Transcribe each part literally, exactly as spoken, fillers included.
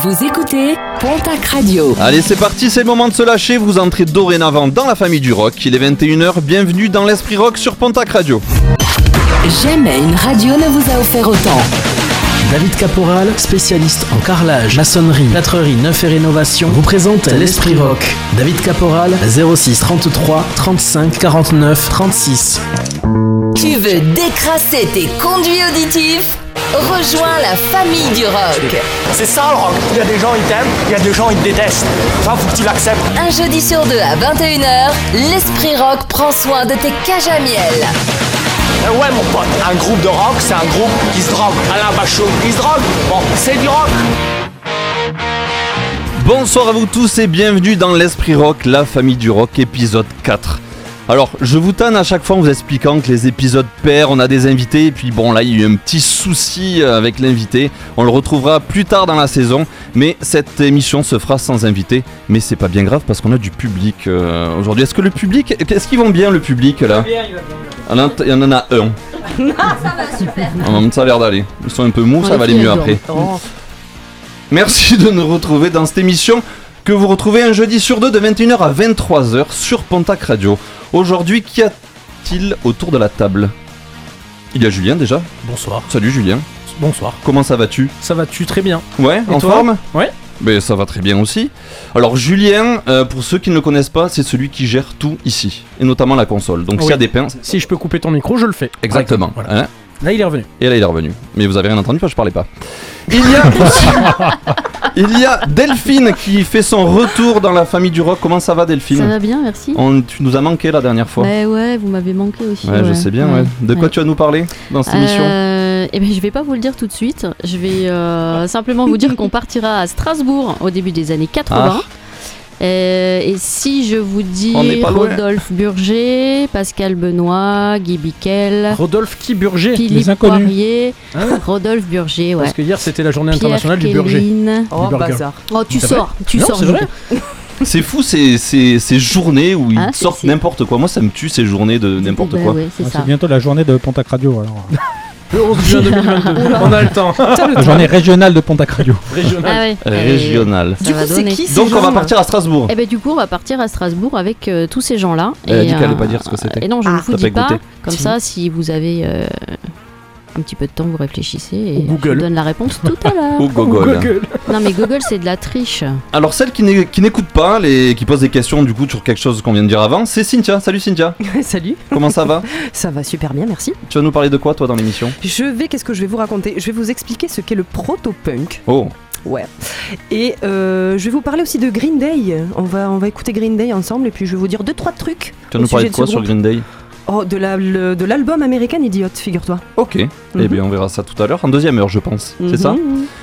Vous écoutez Pontac Radio. Allez, c'est parti, c'est le moment de se lâcher. Vous entrez dorénavant dans la famille du rock. Il est vingt et une heures, bienvenue dans l'Esprit Rock sur Pontac Radio. Jamais une radio ne vous a offert autant. David Caporal, spécialiste en carrelage, maçonnerie, plâtrerie, neuf et rénovation, vous présente l'Esprit Rock. David Caporal, zéro six trente-trois trente-cinq quarante-neuf trente-six. Tu veux décrasser tes conduits auditifs ? Rejoins la famille du rock. C'est ça le rock. Il y a des gens ils t'aiment, il y a des gens ils te détestent. Ça faut que tu l'acceptes. Un jeudi sur deux à vingt et une heures, l'Esprit Rock prend soin de tes cages à miel. Euh, ouais mon pote, un groupe de rock c'est un groupe qui se drogue. Alain Bachot, il se drogue. Bon, c'est du rock. Bonsoir à vous tous et bienvenue dans l'Esprit Rock, la famille du rock, épisode quatre. Alors, je vous tanne à chaque fois en vous expliquant que les épisodes pairs, on a des invités, et puis bon, là, il y a eu un petit souci avec l'invité. On le retrouvera plus tard dans la saison, mais cette émission se fera sans invité. Mais c'est pas bien grave parce qu'on a du public euh, aujourd'hui. Est-ce que le public, est-ce qu'ils vont bien, le public, là ? Il va bien, il va bien. Il y en a un. Non, ça va super. Ah, ça a l'air d'aller. Ils sont un peu mous, ça va aller mieux après. Oh. Merci de nous retrouver dans cette émission que vous retrouvez un jeudi sur deux de vingt et une heures à vingt-trois heures sur Pontac Radio. Aujourd'hui, qu'y a-t-il autour de la table ? Il y a Julien déjà. Bonsoir. Salut Julien. Bonsoir. Comment ça vas-tu ? Ça va-tu très bien. Ouais, et en toi ? forme ? Ouais. Ben, ça va très bien aussi. Alors Julien, euh, pour ceux qui ne le connaissent pas, c'est celui qui gère tout ici, et notamment la console. Donc oui. S'il y a des pains... Si je peux couper ton micro, je le fais. Exactement. Voilà. Hein ? Là, il est revenu. Et là, il est revenu. Mais vous avez rien entendu parce que je parlais pas. Il y a aussi... Il y a Delphine qui fait son retour dans la famille du rock. Comment ça va, Delphine ? Ça va bien, merci. On, tu nous as manqué la dernière fois. Bah ouais, vous m'avez manqué aussi. Ouais, ouais. je sais bien. Ouais. De quoi ouais. tu vas nous parler dans cette émission ? euh, Eh ben, je vais pas vous le dire tout de suite. Je vais euh, simplement vous dire qu'on partira à Strasbourg au début des années quatre-vingts. Ah. Euh, et si je vous dis Rodolphe Burger, Pascal Benoît, Guy Biquel, Rodolphe qui Burger, Philippe Poirier, hein Rodolphe Burger, ouais. Parce que hier c'était la journée Pierre internationale Kéline. du Burger. Oh, du burger. bazar. Oh, tu c'est sors, vrai tu non, sors. C'est vrai. C'est fou ces, ces, ces journées où ils ah, sortent c'est... n'importe quoi. Moi ça me tue ces journées de n'importe bah, quoi. Ouais, c'est, ah, ça. C'est bientôt la journée de Pontac Radio alors. Le onze juin deux mille vingt-deux. On a le temps. La journée régionale de Pontac Radio. Régionale. Ah ouais. Régionale. Du coup, c'est qui Donc on va partir à Strasbourg. Et ben du coup on va partir à Strasbourg avec euh, tous ces gens-là. Elle a et, dit qu'elle allait euh, pas dire ce que c'était. Et non, je ne ah, vous dis pas. Écouté. Comme ça, si vous avez euh, un petit peu de temps, vous réfléchissez et Google. je vous donne la réponse tout à l'heure. Ou Google. Google. Non mais Google c'est de la triche. Alors celle qui, n'est, qui n'écoute pas, les, qui pose des questions du coup sur quelque chose qu'on vient de dire avant, c'est Cynthia. Salut Cynthia. Salut. Comment ça va ? Ça va super bien, merci. Tu vas nous parler de quoi toi dans l'émission ? Je vais, qu'est-ce que je vais vous raconter ? Je vais vous expliquer ce qu'est le proto-punk. Oh. Ouais. Et euh, je vais vous parler aussi de Green Day. On va, on va écouter Green Day ensemble et puis je vais vous dire deux trois trucs. Tu vas nous parler de quoi sur Green Day ? Oh, de, la, le, de l'album American Idiot, figure-toi. Ok, mm-hmm. Eh bien on verra ça tout à l'heure, en deuxième heure je pense, mm-hmm. c'est ça ?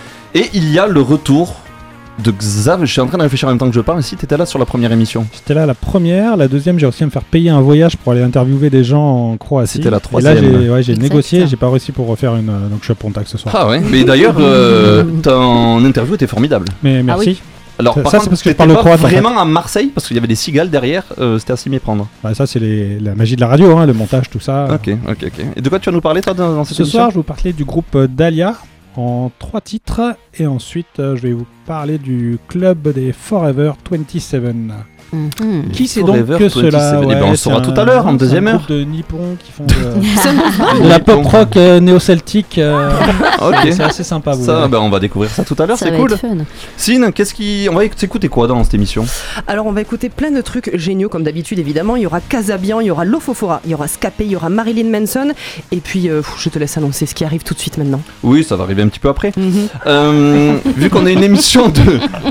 Et il y a le retour de Xav, je suis en train de réfléchir en même temps que je parle, si t'étais là sur la première émission. J'étais là la première, la deuxième j'ai réussi à me faire payer un voyage pour aller interviewer des gens en Croatie. C'était la troisième. Et là j'ai, ouais, j'ai négocié, j'ai pas réussi pour refaire une, donc je suis à Pontac ce soir. Ah ouais, mais d'ailleurs euh, ton interview était formidable. Mais merci. Ah oui. Alors, ça, par ça contre, c'est parce que je t'étais parle pas croate, vraiment en fait. à Marseille parce qu'il y avait des cigales derrière, euh, c'était à s'y méprendre. Bah, ça c'est les, la magie de la radio, hein, le montage, tout ça. Ok, ok, ok. Et de quoi tu vas nous parler toi dans, dans cette Ce émission ? soir je vais vous parler du groupe Dahlia en trois titres et ensuite euh, je vais vous parler du club des Forever vingt-sept. Mmh. Qui c'est Forever donc que cela ouais, ben On saura tout à l'heure en deuxième heure. C'est un groupe de Nippons qui font de, de la pop rock euh, néo-celtique. Euh, ok, c'est assez sympa. Vous ça, ben, on va découvrir ça tout à l'heure, ça c'est va cool. être fun. Sine, qu'est-ce qui, on va écouter quoi dans cette émission ? Alors on va écouter plein de trucs géniaux comme d'habitude évidemment. Il y aura Casabian, il y aura Lofofora, il y aura Scapé, il y aura Marilyn Manson. Et puis euh, je te laisse annoncer ce qui arrive tout de suite maintenant. Oui, ça va arriver un petit peu après. Mm-hmm. Euh, vu qu'on est une émission de,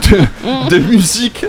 de, de musique,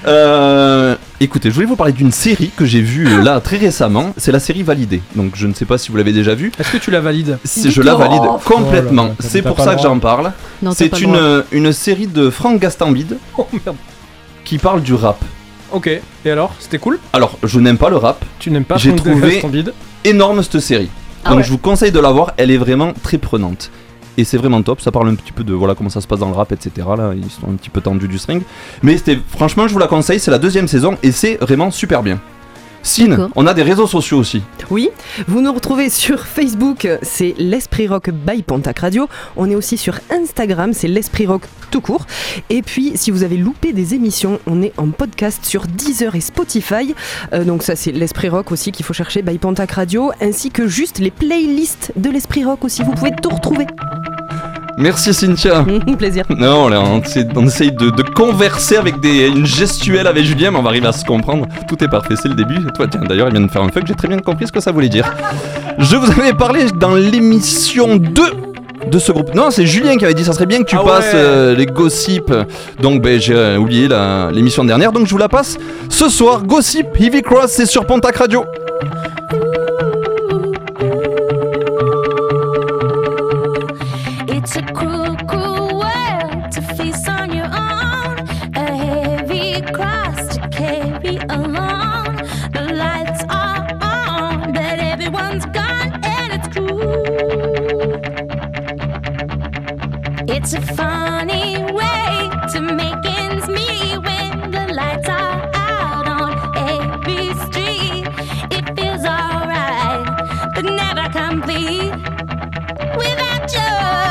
euh, écoutez, je voulais vous parler d'une série que j'ai vue euh, là très récemment. C'est la série Validée. Donc je ne sais pas si vous l'avez déjà vue. Est-ce que tu la valides ? C'est, je la valide Oh, complètement. oh là là, c'est t'as pour pas ça le que droit. j'en parle. Non, t'as C'est pas le droit. une, une série de Franck Gastambide Oh merde. qui parle du rap. Ok, et alors ? C'était cool ? Alors, je n'aime pas le rap. Tu n'aimes pas J'ai Franck trouvé- Gastambide ? Énorme cette série. Ah Donc ouais. je vous conseille de la voir. Elle est vraiment très prenante. Et c'est vraiment top, ça parle un petit peu de voilà comment ça se passe dans le rap, et cetera. Là, ils sont un petit peu tendus du string. Mais c'était, franchement, je vous la conseille, c'est la deuxième saison et c'est vraiment super bien. Sin, D'accord. on a des réseaux sociaux aussi. Oui, vous nous retrouvez sur Facebook, c'est l'Esprit Rock by Pontac Radio. On est aussi sur Instagram, c'est l'Esprit Rock tout court. Et puis, si vous avez loupé des émissions, on est en podcast sur Deezer et Spotify. Euh, donc ça, c'est l'Esprit Rock aussi qu'il faut chercher, by Pontac Radio, ainsi que juste les playlists de l'Esprit Rock aussi. Vous pouvez tout retrouver. Merci Cynthia. Plaisir. Non, là, on, essaie, on essaye de, de converser avec des, une gestuelle avec Julien, mais on va arriver à se comprendre. Tout est parfait, c'est le début. Toi, tiens, d'ailleurs, il vient de faire un fuck, j'ai très bien compris ce que ça voulait dire. Je vous avais parlé dans l'émission deux de ce groupe. Non, c'est Julien qui avait dit ça serait bien que tu ah passes ouais. euh, les gossips. Donc, ben, j'ai euh, oublié la, l'émission dernière, donc je vous la passe ce soir. Gossip, Heavy Cross, c'est sur Pontac Radio. It's a cruel, cruel world to face on your own. A heavy cross to carry along. The lights are on, but everyone's gone, and it's cruel. It's a funny way to make ends meet when the lights are out on every street. It feels alright, but never complete without you.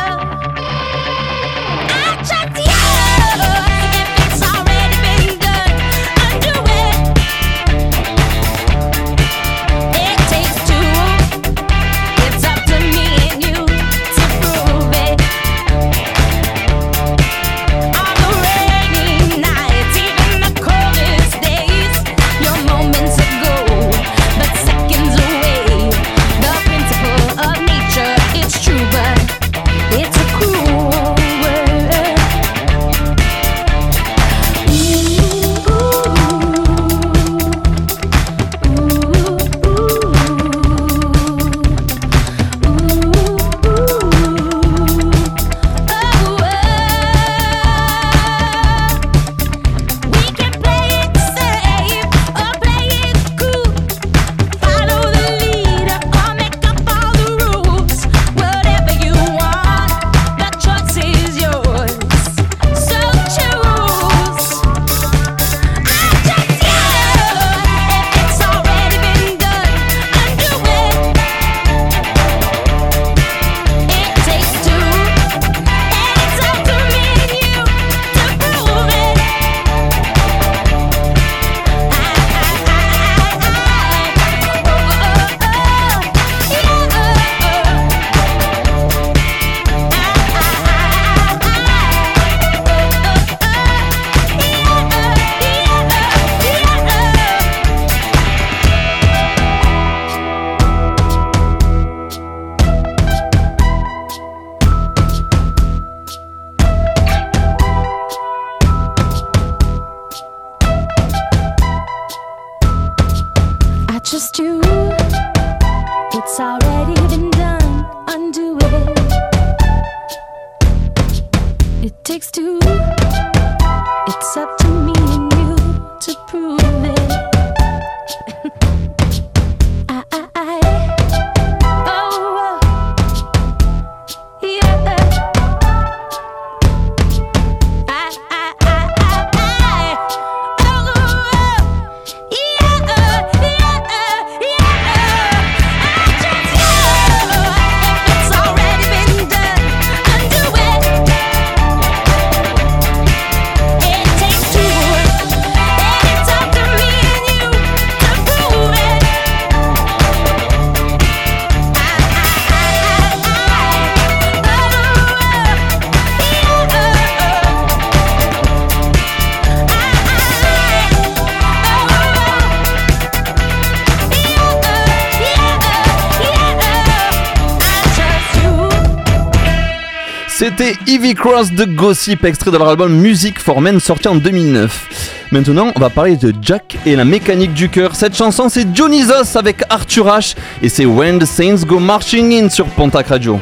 Just you, it's already been done, undo it. It takes two, it's up to me and you to prove it. I, I, I, oh, yeah. I, I, I, I, oh, yeah, yeah. C'était Heavy Cross de Gossip, extrait de leur album Music for Men sorti en deux mille neuf. Maintenant, on va parler de Jack et la mécanique du cœur. Cette chanson, c'est Dionysos avec Arthur H. Et c'est When the Saints Go Marching In sur Pontac Radio.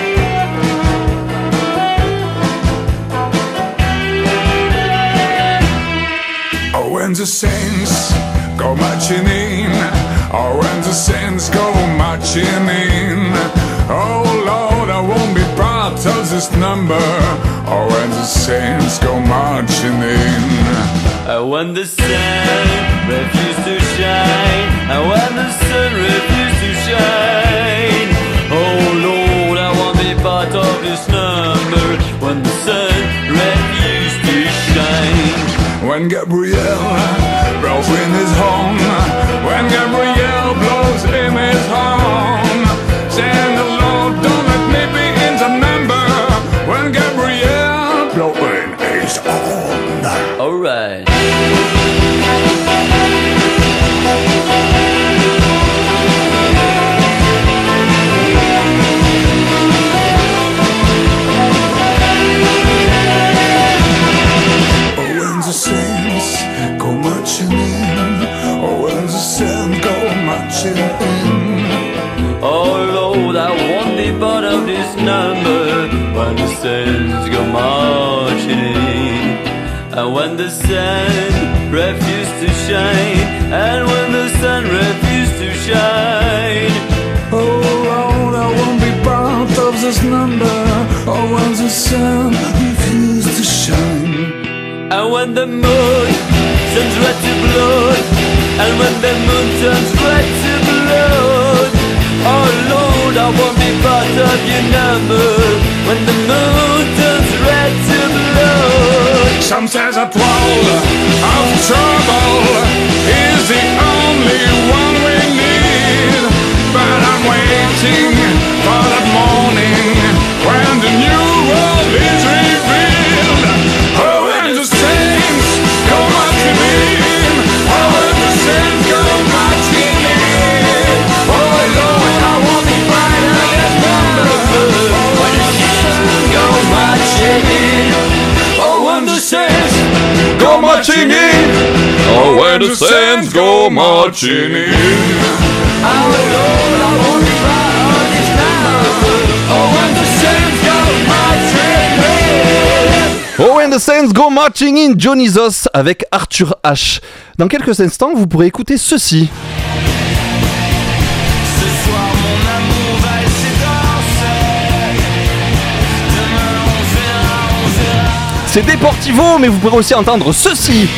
Oh, when the saints go marching in. Oh, when the saints go marching in. Oh, Lord, I won't be part of this number. Oh, when the saints go marching in. And when the sun refused to shine, and when the sun refused to shine, oh Lord, I won't be part of this number. When the sun refused to shine. When Gabriel blows in his horn, when Gabriel blows in his horn, saying the Lord don't let me be in the number. When Gabriel blows in his horn. Alright. The saints go marching in. Oh, when the saints go marching in. Oh Lord, I won't be part of this number. When the saints go marching in, and when the sun refused to shine, and when the sun refused to shine. Oh Lord, I won't be part of this number. Oh, when the sun refused to shine. And when the moon turns red to blood, and when the moon turns red to blood, oh Lord, I won't be part of your number. When the moon turns red to blood. Some says that world of trouble is the only one we need, but I'm waiting for that morning when the new world is revealed. Oh, when the saints go marching in, oh, when the saints go marching in, oh Lord, I won't be part of this number. When the saints go marching in, oh, when the saints go marching in, oh, when the saints go marching in, oh Lord, I won't be part of this number. Oh, when the saints go marching in. Oh, when the Saints go marching in, Dionysos avec Arthur H. Dans quelques instants, vous pourrez écouter ceci. Ce soir, mon amour va laisser danser. Demain, on verra, on verra. C'est Deportivo, mais vous pourrez aussi entendre ceci.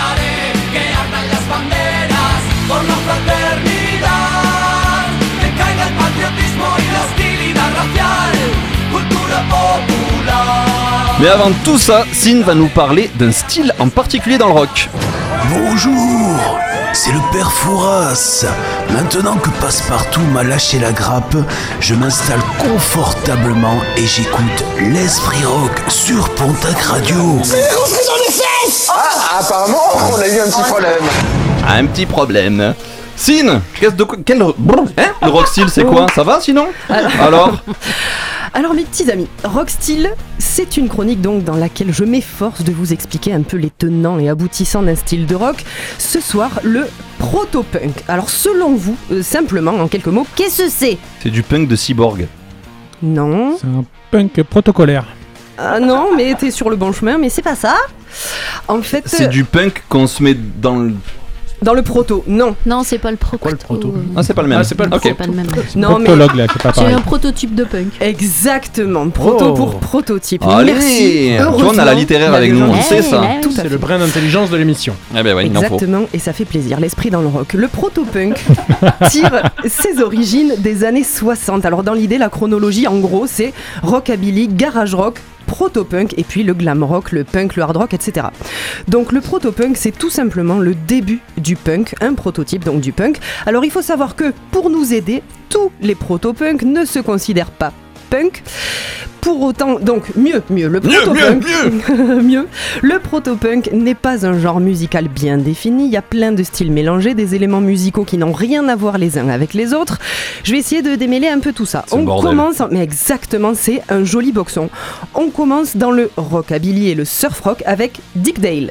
Mais avant tout ça, Sin va nous parler d'un style en particulier dans le rock. Bonjour, c'est le père Fouras. Maintenant que Passepartout m'a lâché la grappe, je m'installe confortablement et j'écoute l'Esprit Rock sur Pontac Radio. Ah, apparemment, on a eu un petit problème. Un petit problème. Sin, qu'est-ce de quel hein le rock style c'est quoi? Ça va sinon? Alors Alors mes petits amis, Rock Style, c'est une chronique donc dans laquelle je m'efforce de vous expliquer un peu les tenants et aboutissants d'un style de rock. Ce soir, le proto-punk. Alors selon vous, euh, simplement en quelques mots, qu'est-ce que c'est? C'est du punk de cyborg. Non. C'est un punk protocolaire. Ah non, mais t'es sur le bon chemin, mais c'est pas ça. En fait, C'est euh, du punk qu'on se met dans le... dans le proto, non. Non, c'est pas le proto. Quoi le proto? Ah, c'est pas le même. Ah, c'est pas le Ok. C'est pas le même. Non, mais Proctologue là, c'est pas C'est pareil. un prototype de punk. exactement, proto Oh. pour prototype. Allez, Merci. tu vois, on a la littéraire Heureusement, avec nous, on l'avez le sait ça. Ouais, Tout à C'est fait. le brin d'intelligence de l'émission. Eh ben oui, il en faut. Exactement, et ça fait plaisir, l'esprit dans le rock. Le proto-punk tire ses origines des années soixante. Alors dans l'idée, la chronologie en gros c'est rockabilly, garage rock, proto-punk et puis le glam rock, le punk, le hard rock, et cetera. Donc le proto-punk c'est tout simplement le début du punk, un prototype donc du punk. Alors il faut savoir que pour nous aider, tous les proto-punk ne se considèrent pas punk. Pour autant, donc mieux, mieux, le proto-punk, mieux, mieux. Le proto-punk n'est pas un genre musical bien défini. Il y a plein de styles mélangés, des éléments musicaux qui n'ont rien à voir les uns avec les autres. Je vais essayer de démêler un peu tout ça. C'est le On bordel. commence, en- mais exactement, c'est un joli boxon. On commence dans le rockabilly et le surf rock avec Dick Dale.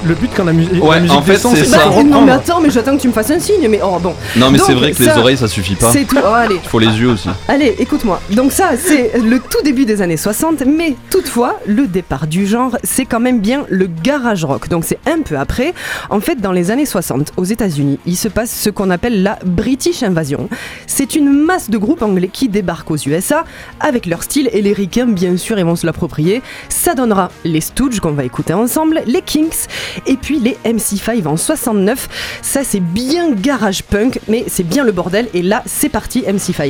le but quand la, mu- Ouais, la musique en fait, descend, c'est c'est ça. de Bah, non reprendre. mais attends, mais j'attends que tu me fasses un signe, mais oh bon. Non, mais Donc, c'est vrai que les ça, oreilles ça suffit pas. C'est tout, oh, allez. Il faut les yeux aussi. Allez, écoute-moi. Donc ça, c'est le tout début des années soixante, mais toutefois, le départ du genre, c'est quand même bien le garage rock. Donc c'est un peu après. En fait, dans les années soixante, aux États-Unis, il se passe ce qu'on appelle la British Invasion. C'est une masse de groupes anglais qui débarquent aux U S A avec leur style et les ricains, bien sûr, ils vont se l'approprier. Ça donnera les Stooges qu'on va écouter ensemble, les Kinks et puis les M C cinq en soixante-neuf. Ça, c'est bien garage punk, mais c'est bien le bordel. Et là, c'est parti, M C cinq.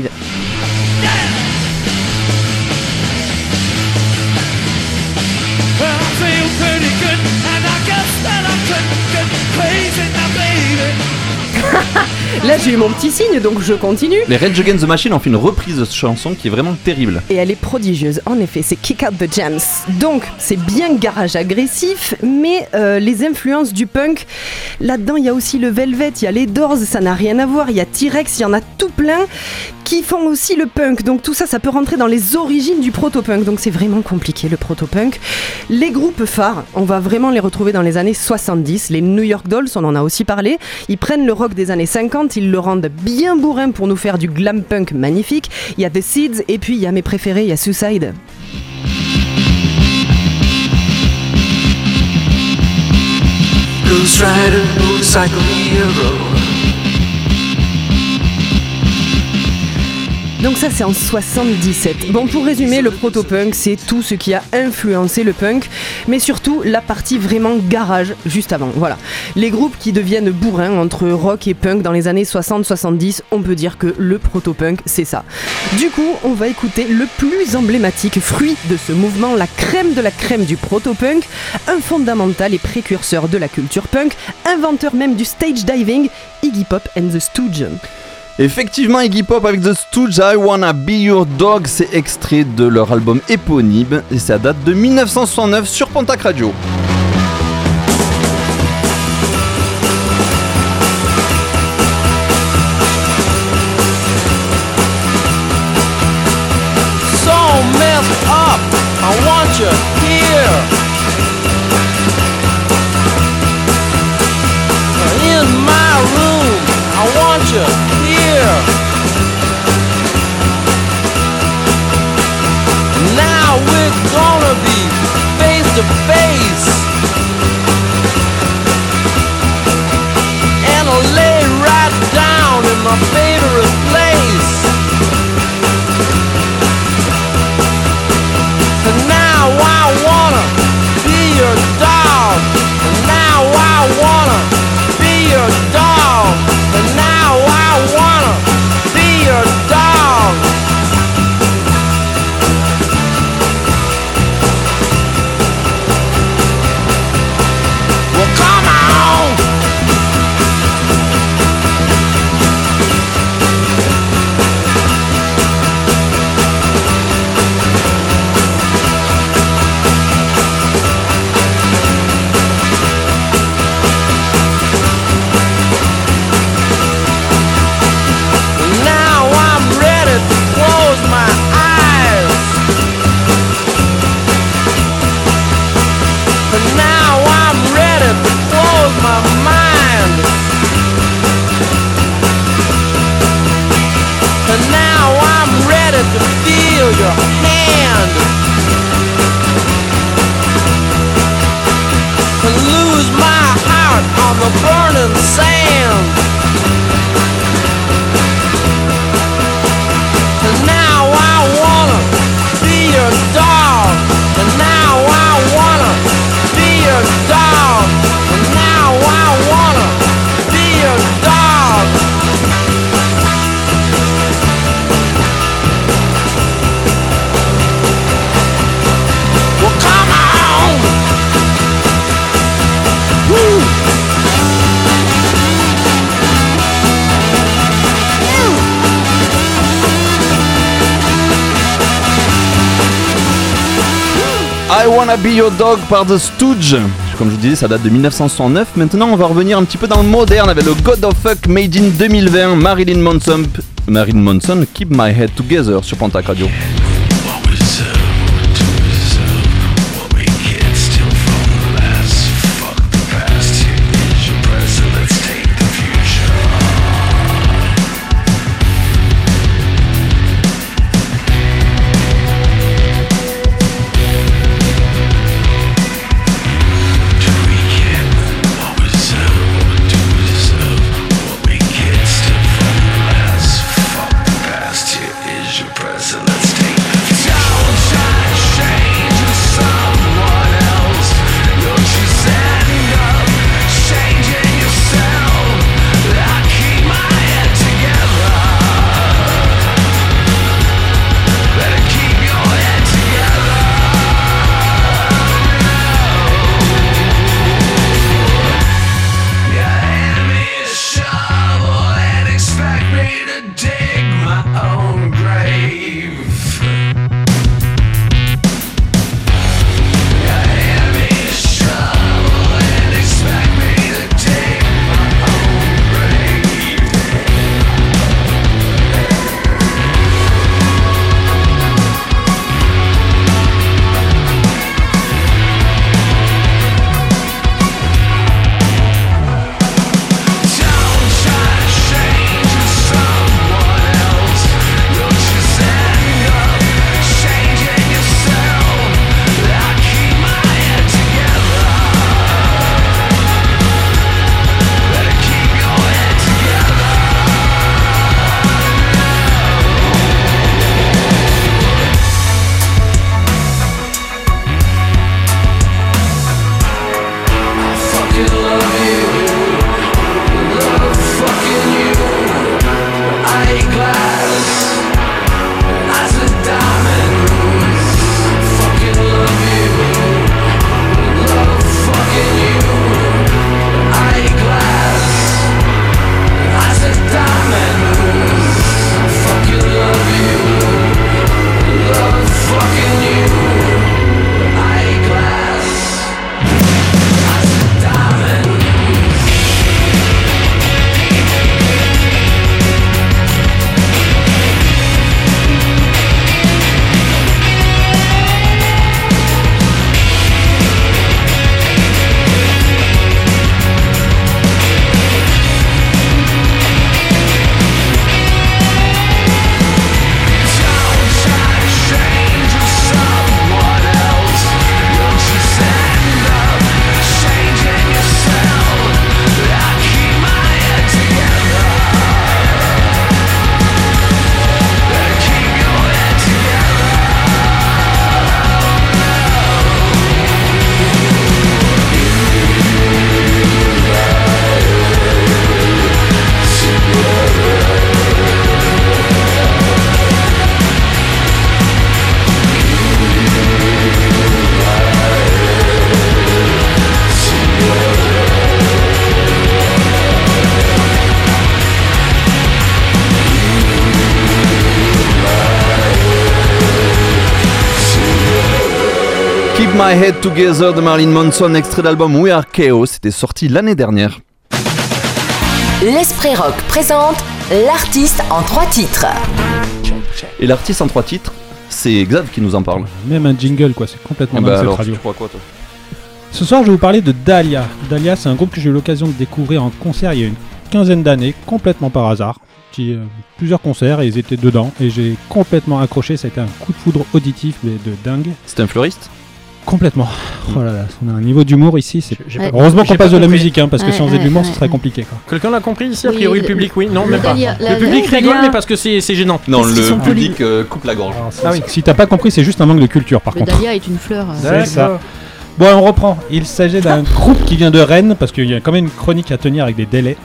Well, I feel pretty good, and I guess that I could get crazy now, baby. Là, j'ai eu mon petit signe, donc je continue. Les Rage Against the Machine ont fait une reprise de cette chanson qui est vraiment terrible. Et elle est prodigieuse, en effet, c'est Kick Out the Jams. Donc, c'est bien garage agressif, mais euh, les influences du punk, là-dedans, il y a aussi le Velvet, il y a les Doors, ça n'a rien à voir, il y a T-Rex, il y en a tout plein qui font aussi le punk. Donc tout ça, ça peut rentrer dans les origines du proto-punk. Donc c'est vraiment compliqué, le proto-punk. Les groupes phares, on va vraiment les retrouver dans les années soixante-dix. Les New York Dolls, on en a aussi parlé. Ils prennent le rock des années cinquante, ils le rendent bien bourrin pour nous faire du glam punk magnifique. Il y a The Seeds, et puis il y a mes préférés, il y a Suicide. Ghost Rider, motorcycle hero. Donc ça c'est en soixante-dix-sept. Bon, pour résumer, le proto-punk c'est tout ce qui a influencé le punk, mais surtout la partie vraiment garage juste avant. Voilà, les groupes qui deviennent bourrins entre rock et punk dans les années soixante soixante-dix, on peut dire que le proto-punk c'est ça. Du coup, on va écouter le plus emblématique fruit de ce mouvement, la crème de la crème du proto-punk, un fondamental et précurseur de la culture punk, inventeur même du stage diving, Iggy Pop and the Stooges. Effectivement, Iggy Pop avec The Stooges, I Wanna Be Your Dog, c'est extrait de leur album éponyme et ça date de dix-neuf cent soixante-neuf sur Pontac Radio. So messed up, I want you here. In my room, I want you here. Now we're gonna be face to face, and I'll lay right down in my favorite place. And now I wanna be your dog. And now I wanna be your dog. And now I wanna be your dog. Well, come on. Now I'm ready to close my eyes. And now I'm ready to close my mind. And now I'm ready to feel your hand. And lose my heart on the burning sand. And now I wanna be your dog. And now I wanna be your dog. And now I wanna be your dog. Well, come on. Woo. I Wanna Be Your Dog par The Stooges. Comme je vous disais, ça date de dix-neuf cent soixante-neuf. Maintenant, on va revenir un petit peu dans le moderne avec le God of Fuck Made in deux mille vingt, Marilyn Manson. Marilyn Manson, Keep My Head Together sur Pontac Radio. What we get still from the last fuck the past. Keep My Head Together de Marilyn Manson, extrait d'album We Are Chaos, c'était sorti l'année dernière. L'Esprit Rock présente l'artiste en trois titres. Et l'artiste en trois titres, c'est Xav qui nous en parle. Même un jingle quoi, c'est complètement Eh dingue bah cette alors, radio. tu crois quoi toi? Ce soir je vais vous parler de Dahlia. Dahlia c'est un groupe que j'ai eu l'occasion de découvrir en concert il y a une quinzaine d'années, complètement par hasard. Petit, euh, plusieurs concerts et ils étaient dedans et j'ai complètement accroché, ça a été un coup de foudre auditif mais de dingue. C'était un fleuriste? Complètement. Oh là là, on a un niveau d'humour ici. C'est... J'ai pas- Heureusement qu'on j'ai passe pas de la compris. musique, hein, parce que Ouais, si on faisait de ouais, l'humour, ouais, ce serait ouais. compliqué. Quoi. Quelqu'un l'a compris ici, a Oui, priori le le- public, oui. Non, le même pas. Dahlia- la- Le public la- rigole, Dahlia- mais parce que c'est c'est gênant. Non, Parce qu'ils le sont polis. public euh, coupe la gorge. Alors, Ah oui. Si t'as pas compris, c'est juste un manque de culture, par Le contre. Dahlia est une fleur. euh. C'est ça. Bon, on reprend. Il s'agit d'un groupe qui vient de Rennes, parce qu'il y a quand même une chronique à tenir avec des délais.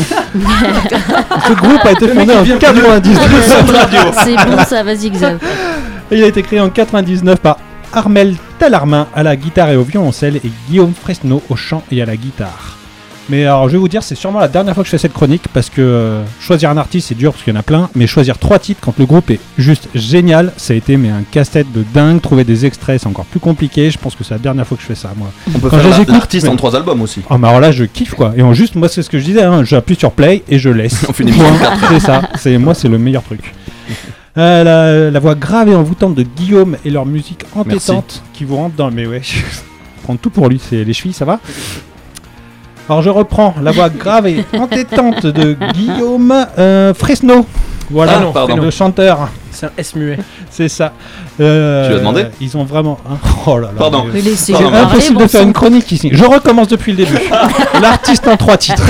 Ce groupe a été fondé en quatre-vingt-dix-neuf. C'est bon ça, vas-y Xav. Et il a été créé en quatre-vingt-dix-neuf par Armel Talarmin à la guitare et au violoncelle et Guillaume Fresneau au chant et à la guitare. Mais alors je vais vous dire, c'est sûrement la dernière fois que je fais cette chronique parce que euh, choisir un artiste c'est dur parce qu'il y en a plein, mais choisir trois titres quand le groupe est juste génial, ça a été mais un casse-tête de dingue. Trouver des extraits c'est encore plus compliqué. Je pense que c'est la dernière fois que je fais ça moi. On peut Quand faire je les la- écoute, l'artiste mais- en trois albums aussi. Ah mais alors là je kiffe quoi. Et en juste moi c'est ce que je disais, hein, j'appuie sur play et je laisse. On fait des Point. musiques quatre. C'est ça. C'est moi c'est le meilleur truc. Euh, la, la voix grave et envoûtante de Guillaume et leur musique entêtante qui vous rentre dans le... Mais ouais, je prends tout pour lui, c'est les chevilles, ça va. Alors je reprends la voix grave et entêtante de Guillaume euh, Fresneau. Voilà, Ah non, pardon. le chanteur. C'est un S muet. C'est ça. Euh, Tu l'as demandé Ils ont vraiment... hein, oh là là. Pardon. mais- Mais laissez C'est parler, impossible bon de faire sang. une chronique ici. Je recommence depuis le début. L'artiste en trois titres.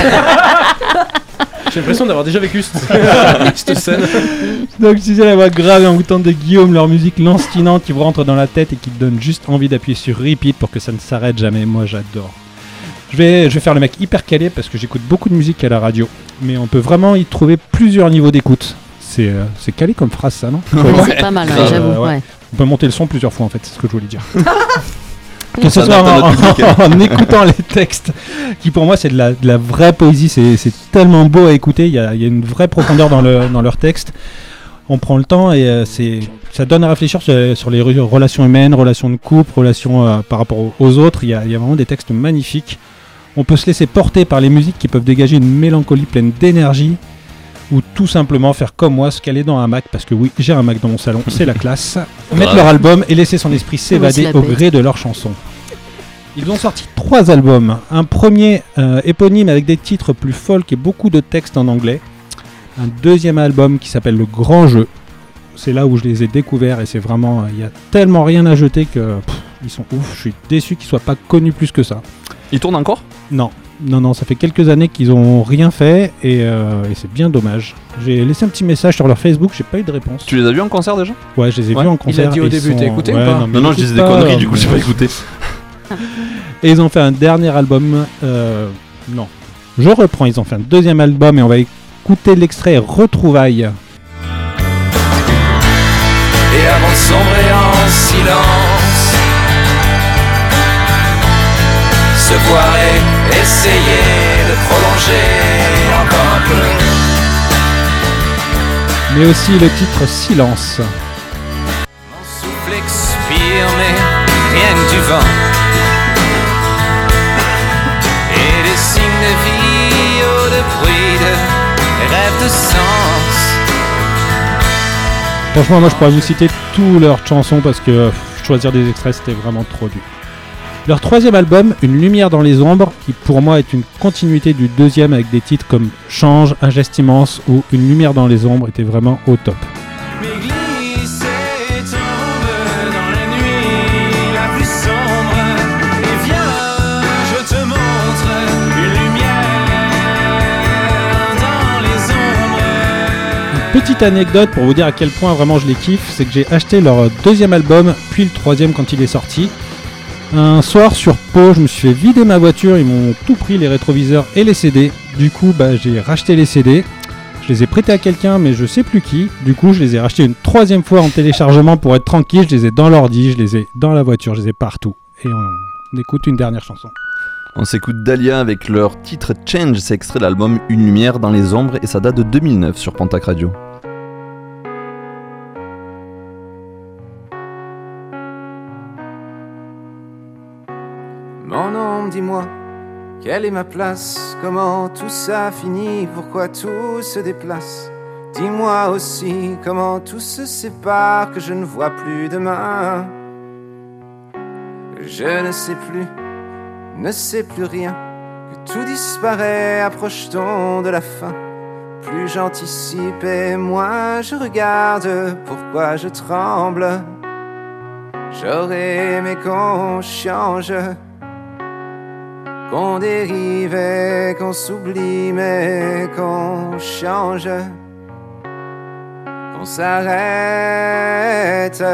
J'ai l'impression d'avoir déjà vécu cette, cette scène. Donc je disais la voix grave et envoûtante de Guillaume, leur musique lancinante qui vous rentre dans la tête et qui te donne juste envie d'appuyer sur repeat pour que ça ne s'arrête jamais. Moi j'adore. Je vais, je vais faire le mec hyper calé parce que j'écoute beaucoup de musique à la radio. Mais on peut vraiment y trouver plusieurs niveaux d'écoute. C'est, euh, c'est calé comme phrase ça, non? Ouais, c'est pas mal, ouais, Euh, j'avoue. ouais. Ouais. On peut monter le son plusieurs fois en fait, c'est ce que je voulais dire. Que ce Ça soit adapte à en, notre public, hein. en- en écoutant les textes, qui pour moi c'est de la, de la vraie poésie, c'est, c'est tellement beau à écouter, il y a, il y a une vraie profondeur dans, le, dans leurs textes. On prend le temps et euh, c'est, ça donne à réfléchir sur, sur les re- relations humaines, relations de couple, relations euh, par rapport aux, aux autres. Il y, a, il y a vraiment des textes magnifiques. On peut se laisser porter par les musiques qui peuvent dégager une mélancolie pleine d'énergie, ou tout simplement faire comme moi, se caler dans un Mac, parce que oui, j'ai un Mac dans mon salon, c'est la classe, mettre Grave. leur album et laisser son esprit s'évader se la au pète. gré de leurs chansons. Ils ont sorti trois albums. Un premier euh, éponyme avec des titres plus folk et beaucoup de textes en anglais. Un deuxième album qui s'appelle Le Grand Jeu. C'est là où je les ai découverts et c'est vraiment... Il y a tellement rien à jeter que pff, ils sont ouf. Je suis déçu qu'ils soient pas connus plus que ça. Il tourne encore? Non, non, non, ça fait quelques années qu'ils ont rien fait et, euh, et c'est bien dommage. J'ai laissé un petit message sur leur Facebook, j'ai pas eu de réponse. Tu les as vus en concert déjà? Ouais, je les ai Ouais. vus en concert. Il a dit au et début, ils t'as sont- écouté ou ouais, pas Non, mais Non, non, je j'écoute disais des pas, conneries, du coup mais- j'ai pas écouté. Et ils ont fait un dernier album. Euh, non, je reprends. Ils ont fait un deuxième album et on va écouter l'extrait Retrouvailles. Et avant de sombrer en silence, se voir et essayer de prolonger encore un peu. Mais aussi le titre Silence. M'en souffle expire, mais rien que du vent. Et des signes de vie, oh, de bruit, de rêves de sens. Franchement, moi je pourrais vous citer toutes leurs chansons parce que pff, choisir des extraits c'était vraiment trop dur. Leur troisième album, Une lumière dans les ombres, qui pour moi est une continuité du deuxième avec des titres comme Change, Un geste immense ou Une lumière dans les ombres, était vraiment au top. Mais glisse et tombe dans la nuit la plus sombre. Et viens, je te montre une lumière dans les ombres. Une petite anecdote pour vous dire à quel point vraiment je les kiffe, c'est que j'ai acheté leur deuxième album, puis le troisième quand il est sorti. Un soir sur Pau, je me suis fait vider ma voiture, ils m'ont tout pris, les rétroviseurs et les C D. Du coup, bah, j'ai racheté les C D. Je les ai prêtés à quelqu'un, mais je sais plus qui. Du coup, je les ai rachetés une troisième fois en téléchargement pour être tranquille. Je les ai dans l'ordi, je les ai dans la voiture, je les ai partout. Et on, on écoute une dernière chanson. On s'écoute Dahlia avec leur titre Change, c'est extrait de l'album Une lumière dans les ombres et ça date de deux mille neuf sur Pontac Radio. Mon ombre, dis-moi, quelle est ma place? Comment tout ça finit? Pourquoi tout se déplace? Dis-moi aussi comment tout se sépare, que je ne vois plus demain. Je ne sais plus, ne sais plus rien, que tout disparaît, approche-t-on de la fin? Plus j'anticipe et moins je regarde, pourquoi je tremble? J'aurais aimé qu'on change, qu'on dérive et qu'on s'oublie, mais qu'on change, qu'on s'arrête.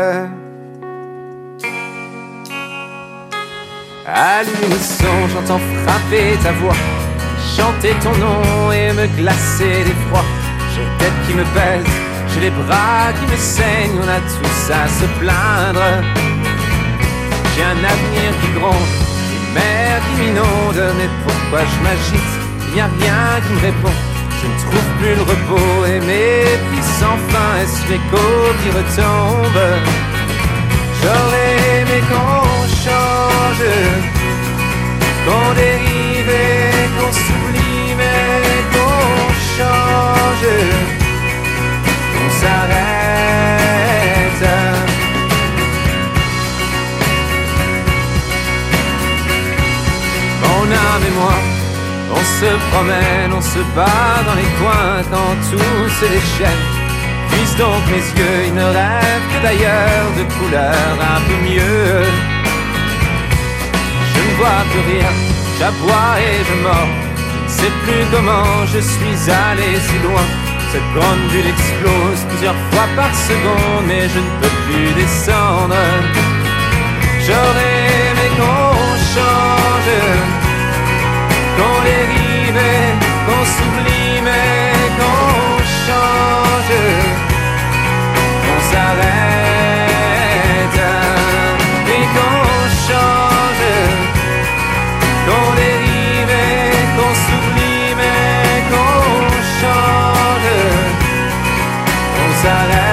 À l'unisson, j'entends frapper ta voix, chanter ton nom et me glacer d'effroi. J'ai la tête qui me pèse, j'ai les bras qui me saignent, on a tous à se plaindre. J'ai un avenir qui gronde, mer qui m'inonde, mais pourquoi je m'agite? Il n'y a rien qui me répond. Je ne trouve plus le repos et mes plis sans fin. Est-ce l'écho qui retombe? J'aurais aimé qu'on change, qu'on dérive et qu'on s'oublie, mais qu'on change, qu'on s'arrête. Mon âme et moi, on se promène, on se bat dans les coins quand tout se déchaîne. Puisse donc mes yeux, ils ne rêvent que d'ailleurs, de couleurs un peu mieux. Je ne vois plus rien, j'aboie et je mords. Je ne sais plus comment je suis allé si loin. Cette grande bulle explose plusieurs fois par seconde, mais je ne peux plus descendre. J'aurais aimé qu'on change, qu'on dérive, qu'on s'oublie, mais qu'on change, qu'on s'arrête, et qu'on change, qu'on dérive, qu'on s'oublie, mais qu'on change, qu'on s'arrête.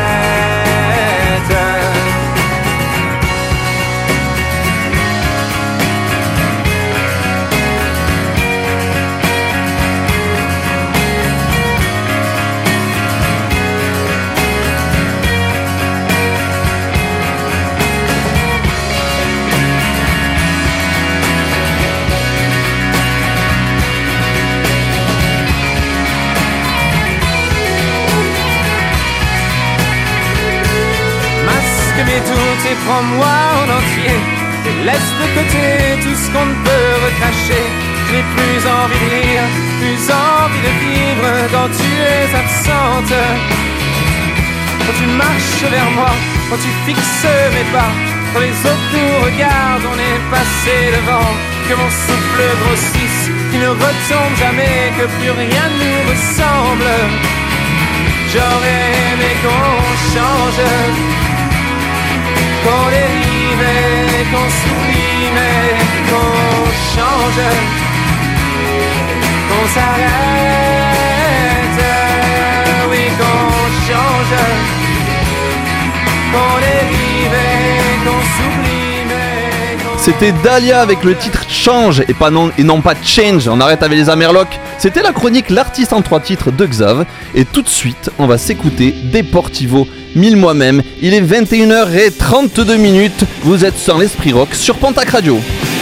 Mes doutes et prends-moi en entier et laisse de côté tout ce qu'on ne peut recracher. Je n'ai plus envie de rire, plus envie de vivre quand tu es absente. Quand tu marches vers moi, quand tu fixes mes pas, quand les autres nous regardent, on est passé devant. Que mon souffle grossisse, qu'il ne retombe jamais, que plus rien ne nous ressemble. J'aurais aimé qu'on change, qu'on dérive et qu'on s'oublie, mais qu'on change, qu'on s'arrête, oui qu'on change, qu'on dérive et C'était Dahlia avec le titre Change et, pas non, et non pas Change. On arrête avec les Amerlocs. C'était la chronique L'artiste en trois titres de Xav. Et tout de suite, on va s'écouter Deportivo, mille moi-même. Il est vingt et une heures trente-deux minutes. Vous êtes sur l'Esprit Rock sur Pontac Radio.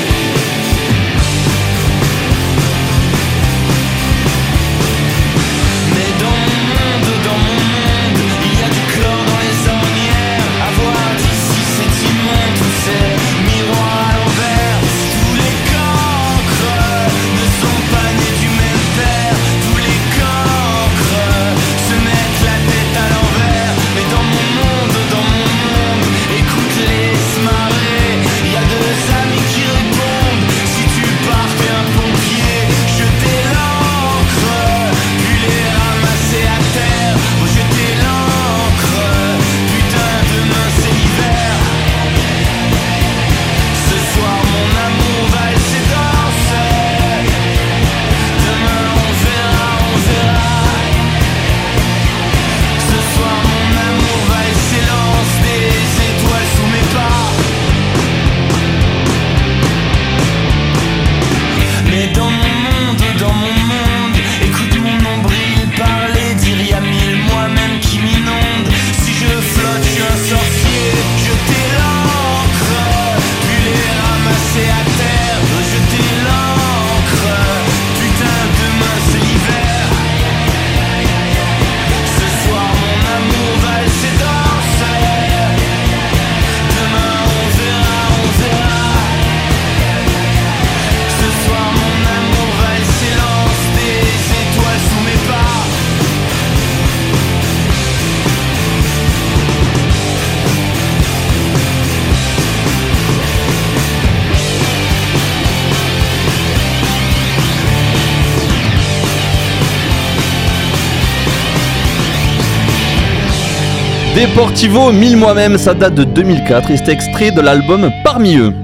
Deportivo, mille moi-même, ça date de deux mille quatre et c'est extrait de l'album Parmi eux.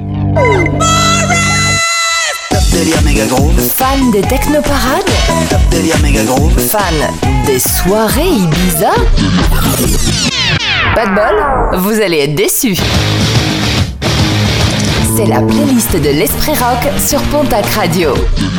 Top délire méga groove. Fan des technoparades. Top délire méga groove. Fan des soirées Ibiza. Pas de bol, vous allez être déçus. C'est la playlist de l'Esprit Rock sur Pontac Radio.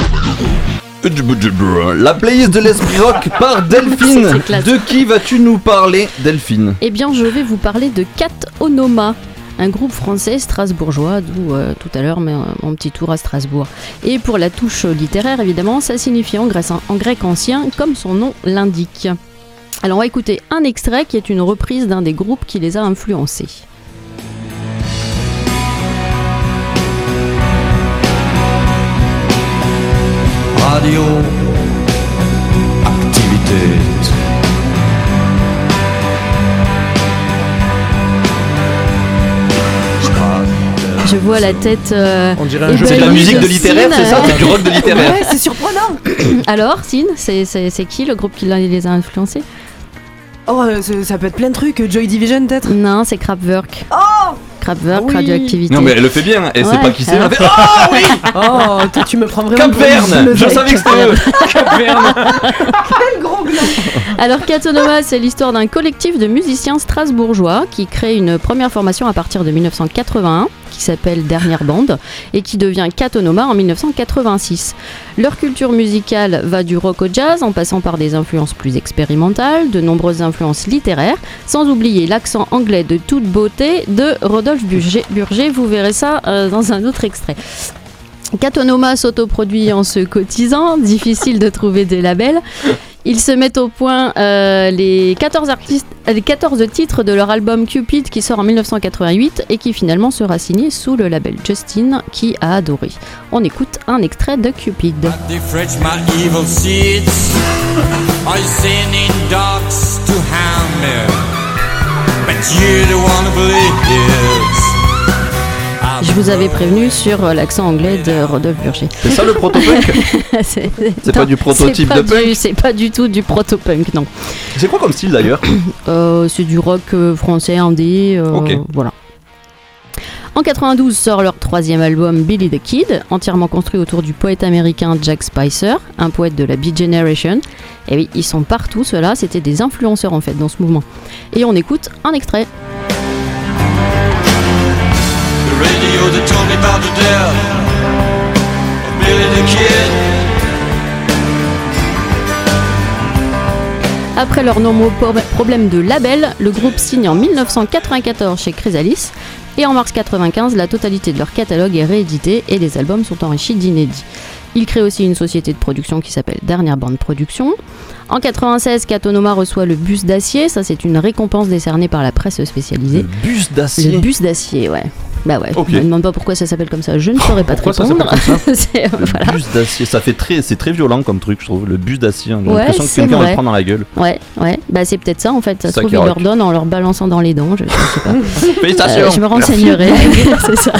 La playlist de l'Esprit Rock par Delphine. De qui vas-tu nous parler, Delphine ? Eh bien, je vais vous parler de Cat Onoma, un groupe français strasbourgeois, d'où euh, tout à l'heure mon, mon petit tour à Strasbourg. Et pour la touche littéraire, évidemment, ça signifie en grec, en grec ancien, comme son nom l'indique. Alors, on va écouter un extrait qui est une reprise d'un des groupes qui les a influencés. Radio activité. Je vois la tête. Euh, On dirait un jeu. C'est de la musique de littéraire, c'est ça ? C'est du rock de littéraire. Ouais, c'est surprenant. Alors, Sin, c'est, c'est, c'est qui le groupe qui les a influencés ? Oh, ça peut être plein de trucs. Joy Division, peut-être ? Non, c'est Kraftwerk. Oh Kraftwerk, oui. Radioactivité. Non mais elle le fait bien, elle ouais. sait pas qui c'est. Alors... Fait... Oh oui. Oh, toi tu me prends vraiment Cap Verne. Je savais que c'était eux. Cap Verne. Quel gros gland. Alors Cat Onoma, c'est l'histoire d'un collectif de musiciens strasbourgeois qui crée une première formation à partir de dix-neuf cent quatre-vingt-un qui s'appelle Dernière Bande et qui devient Cat Onoma en dix-neuf cent quatre-vingt-six. Leur culture musicale va du rock au jazz en passant par des influences plus expérimentales, de nombreuses influences littéraires, sans oublier l'accent anglais de toute beauté de Rodolphe Burger. Burger vous verrez ça euh, dans un autre extrait. Cat Onoma s'autoproduit en se cotisant, difficile de trouver des labels. Ils se mettent au point euh, les, quatorze artistes, les quatorze titres de leur album Cupid qui sort en dix-neuf cent quatre-vingt-huit et qui finalement sera signé sous le label Justin qui a adoré. On écoute un extrait de Cupid. Je vous avais prévenu sur l'accent anglais de Rodolphe Burger. C'est ça le proto-punk? C'est, c'est pas du prototype pas de punk du, C'est pas du tout du proto-punk, non. C'est quoi comme style d'ailleurs? euh, C'est du rock euh, français, indé, euh, ok. Voilà. En quatre-vingt-douze sort leur troisième album Billy the Kid, entièrement construit autour du poète américain Jack Spicer, un poète de la Beat Generation. Et oui, ils sont partout, ceux-là, c'était des influenceurs en fait dans ce mouvement. Et on écoute un extrait. The radio that told me about the Après leurs nombreux po- problèmes de label, le groupe signe en dix-neuf cent quatre-vingt-quatorze chez Chrysalis et en mars quatre-vingt-quinze, la totalité de leur catalogue est réédité et les albums sont enrichis d'inédits. Ils créent aussi une société de production qui s'appelle Dernière Bande Production. En quatre-vingt-seize, Katonoma reçoit le Bus d'acier, ça c'est une récompense décernée par la presse spécialisée. Le Bus d'acier. Le Bus d'acier, ouais. Bah ouais, Ok. je me demande pas pourquoi ça s'appelle comme ça, je ne saurais pas te Pourquoi ça répondre. s'appelle comme ça C'est- Le voilà. bus d'acier, ça fait très, c'est très violent comme truc, je trouve. Le bus d'acier, j'ai Ouais, l'impression que c'est quelqu'un va vrai. le prendre dans la gueule. Ouais, ouais, bah c'est peut-être ça en fait, ça se Ça trouve qui ils rock. leur donnent en leur balançant dans les dents, je, je sais pas. Félicitations. Euh, je me renseignerai, c'est ça.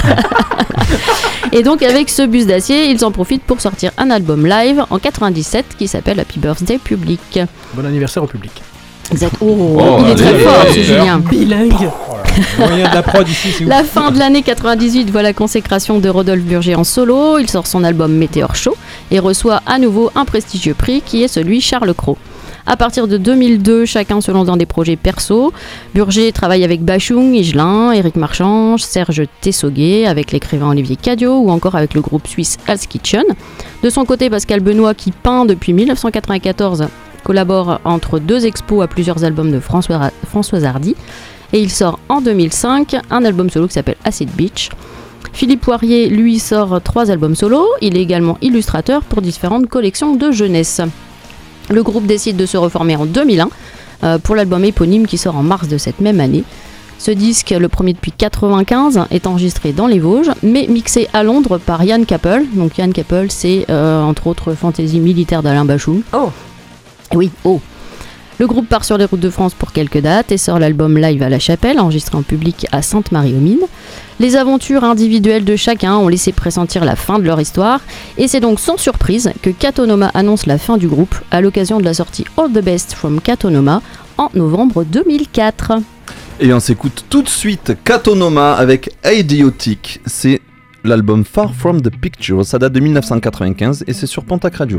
Et donc avec ce Bus d'acier, ils en profitent pour sortir un album live en quatre-vingt-dix-sept qui s'appelle Happy Birthday Public. Bon anniversaire au public. Exact. Oh, Oh, il est très allez, fort allez, ce allez. Julien. Bilingue. Moyen de la prod ici, c'est ouf. La fin de l'année quatre-vingt-dix-huit voit la consécration de Rodolphe Burger en solo. Il sort son album Météor Show et reçoit à nouveau un prestigieux prix qui est celui Charles Cros. À partir de deux mille deux, chacun se lance dans des projets perso. Burger travaille avec Bachung, Higelin, Éric Marchand, Serge Tessoguet, avec l'écrivain Olivier Cadio ou encore avec le groupe suisse Hell's Kitchen. De son côté, Pascal Benoît, qui peint depuis dix-neuf cent quatre-vingt-quatorze, collabore entre deux expos à plusieurs albums de François, Françoise Hardy. Et il sort en deux mille cinq un album solo qui s'appelle Acid Beach. Philippe Poirier, lui, sort trois albums solo. Il est également illustrateur pour différentes collections de jeunesse. Le groupe décide de se reformer en deux mille un euh, pour l'album éponyme qui sort en mars de cette même année. Ce disque, le premier depuis quatre-vingt-quinze, est enregistré dans les Vosges, mais mixé à Londres par Yann Kappel. Donc Yann Kappel, c'est euh, entre autres Fantaisie militaire d'Alain Bachung. Oh Oui, oh. Le groupe part sur les routes de France pour quelques dates et sort l'album Live à la Chapelle, enregistré en public à Sainte-Marie-aux-Mines. Les aventures individuelles de chacun ont laissé pressentir la fin de leur histoire, et c'est donc sans surprise que Katonoma annonce la fin du groupe à l'occasion de la sortie All the Best from Katonoma en novembre deux mille quatre. Et on s'écoute tout de suite Katonoma avec Idiotic. C'est l'album Far From The Picture, ça date de dix-neuf cent quatre-vingt-quinze et c'est sur Pontac Radio.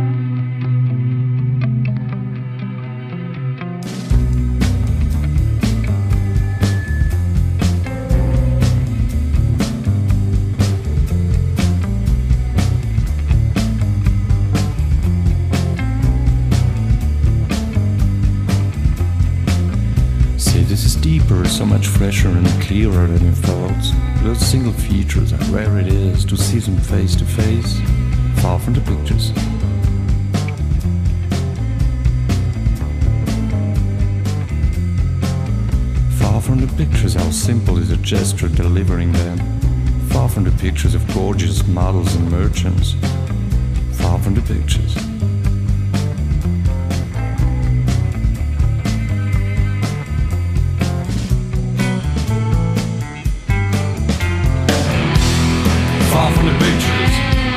See, this is deeper, so much fresher and clearer than your thoughts. Those single features, how rare it is to see them face to face, far from the pictures. Far from the pictures, how simple is a gesture delivering them. Far from the pictures of gorgeous models and merchants. Far from the pictures. Far from the pictures.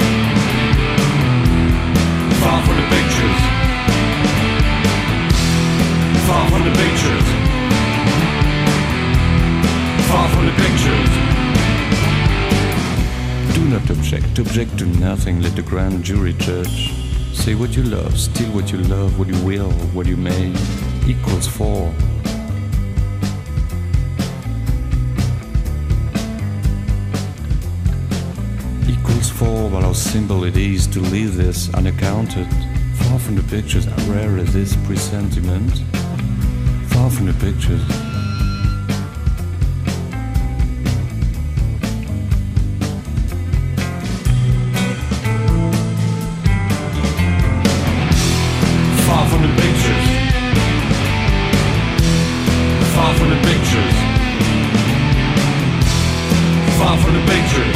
Far from the pictures. Far from the pictures. Far from the pictures. Do not object, object to nothing, let the grand jury judge. Say what you love, steal what you love, what you will, what you may, equals four. Equals four, but how simple it is to leave this unaccounted. Far from the pictures, how rare is this presentiment. Far from the pictures. Far from the pictures. Far from the pictures. Far from the pictures.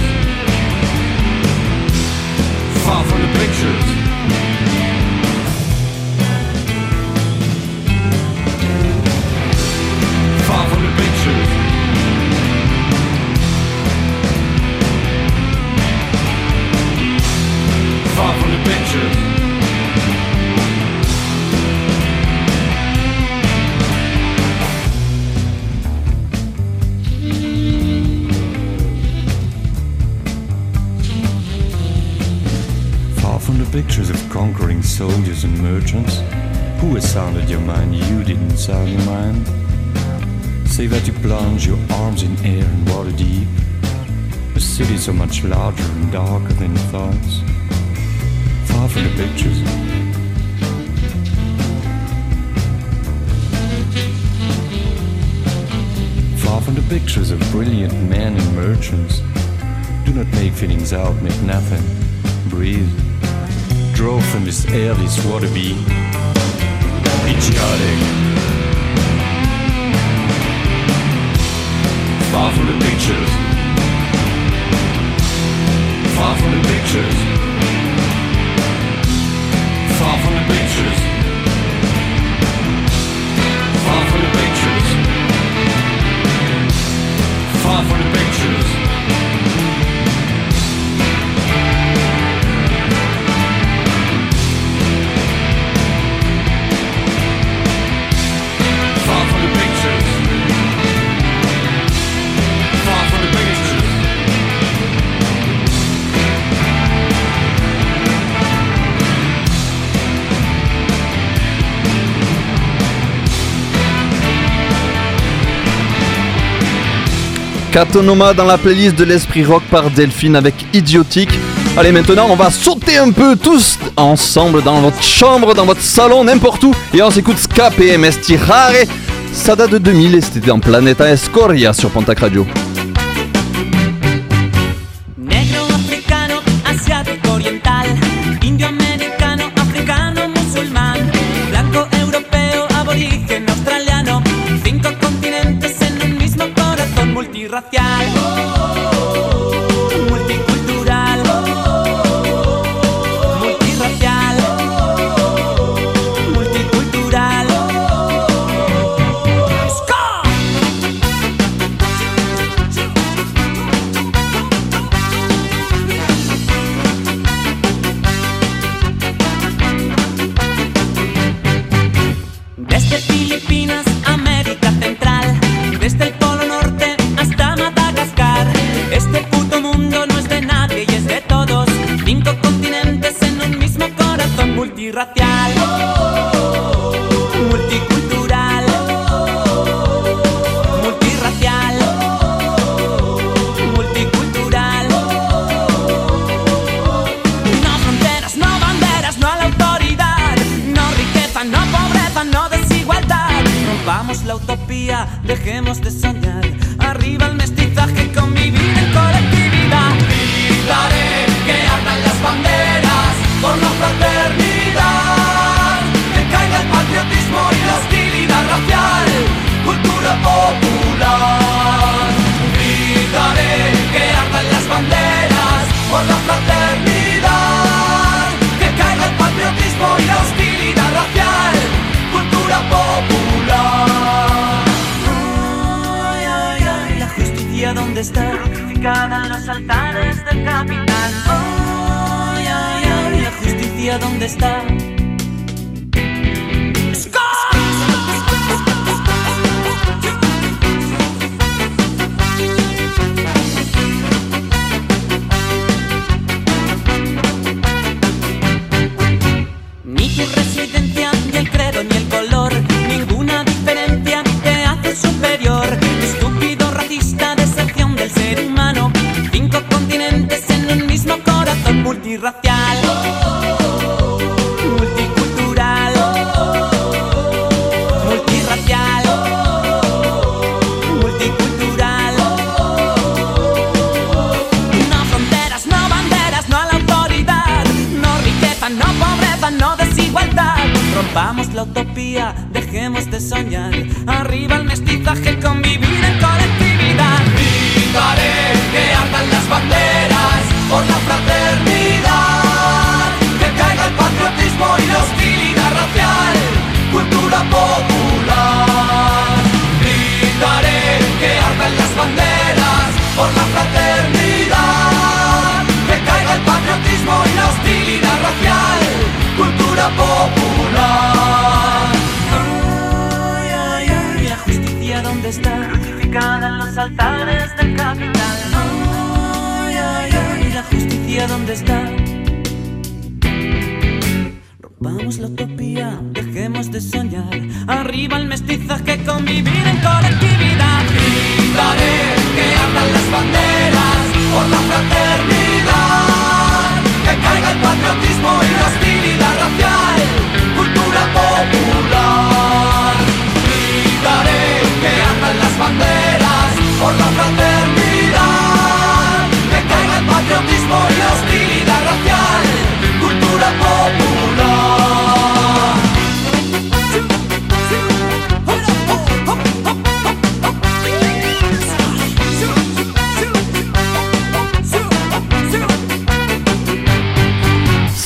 Far from the pictures. Far from the pictures. Far from the pictures. Far from the pictures of conquering soldiers and merchants. Who has sounded your mind? You didn't sound your mind. Say that you plunge your arms in air and water deep. A city so much larger and darker than your thoughts. Far from the pictures. from the pictures of brilliant men and merchants. Do not make feelings out, make nothing. Breathe. Draw from this air, this water be idiotic. Far from the pictures. Far from the pictures. Far from the pictures. Far from the pictures. Far from the pictures. Far from the pictures. Far from the pictures. Katonoma dans la playlist de l'Esprit Rock par Delphine avec Idiotique. Allez, maintenant on va sauter un peu tous ensemble dans votre chambre, dans votre salon, n'importe où. Et on s'écoute Ska P M S Tirare. Ça date de deux mille et c'était en Planeta Escoria sur Pontac Radio. Negro, africano, asiático, oriental, indio, americano, africano, musulmán, blanco, europeo, aborigen, australiano, cinco continentes en un mismo corazón multirracial, multicultural, multirracial, multicultural. Desde Filipinas, América Central, desde el Polo Norte hasta Madagascar. Este puto mundo no es de nadie y es de todos. Cinco continentes en un mismo corazón multirracial, multicultural, multirracial, multicultural. No fronteras, no banderas, no a la autoridad, no riqueza, no pobreza, no desigualdad. Rompamos la utopía, dejemos de soñar. Arriba el mestizaje, convivir en colectividad. Gritaré que ardan las banderas por la fraternidad. Que caiga el patriotismo y la hostilidad racial. Cultura popular. Gritaré que ardan las banderas por la fraternidad. Que caiga el patriotismo y la hostilidad racial. Cultura popular. Ay, ay, ay, la justicia ¿dónde está? Crucificada en los altares del capital. Ay, ay, ay, la justicia ¿dónde está? Ni tu residencia, ni el credo, ni el color, ninguna diferencia te hace superior. Estúpido, racista, deserción del ser humano. Cinco continentes en un mismo corazón multirracial, multicultural, multirracial, multicultural. No fronteras, no banderas, no a la autoridad, no riqueza, no pobreza, no desigualdad. Rompamos la utopía, dejemos de soñar. Arriba el mestizaje, convivir en colectividad. Gritaré que ardan las banderas por la fraternidad. Que caiga el patriotismo y la hostilidad racial. Cultura popular. Gritaré que ardan las banderas por la fraternidad. Que caiga el patriotismo y la hostilidad racial. Cultura popular. Ay, ay, ay, la justicia ¿dónde está? Crucificada en los altares del capital. Ay, ay, ay, la justicia ¿dónde está? Rompamos la utopía, dejemos de soñar. Arriba el mestizaje, convivir en colectividad. Gritaré que ardan las banderas por la fraternidad. Que caiga el patriotismo y la hostilidad racial. Cultura popular. Gritaré que ardan las banderas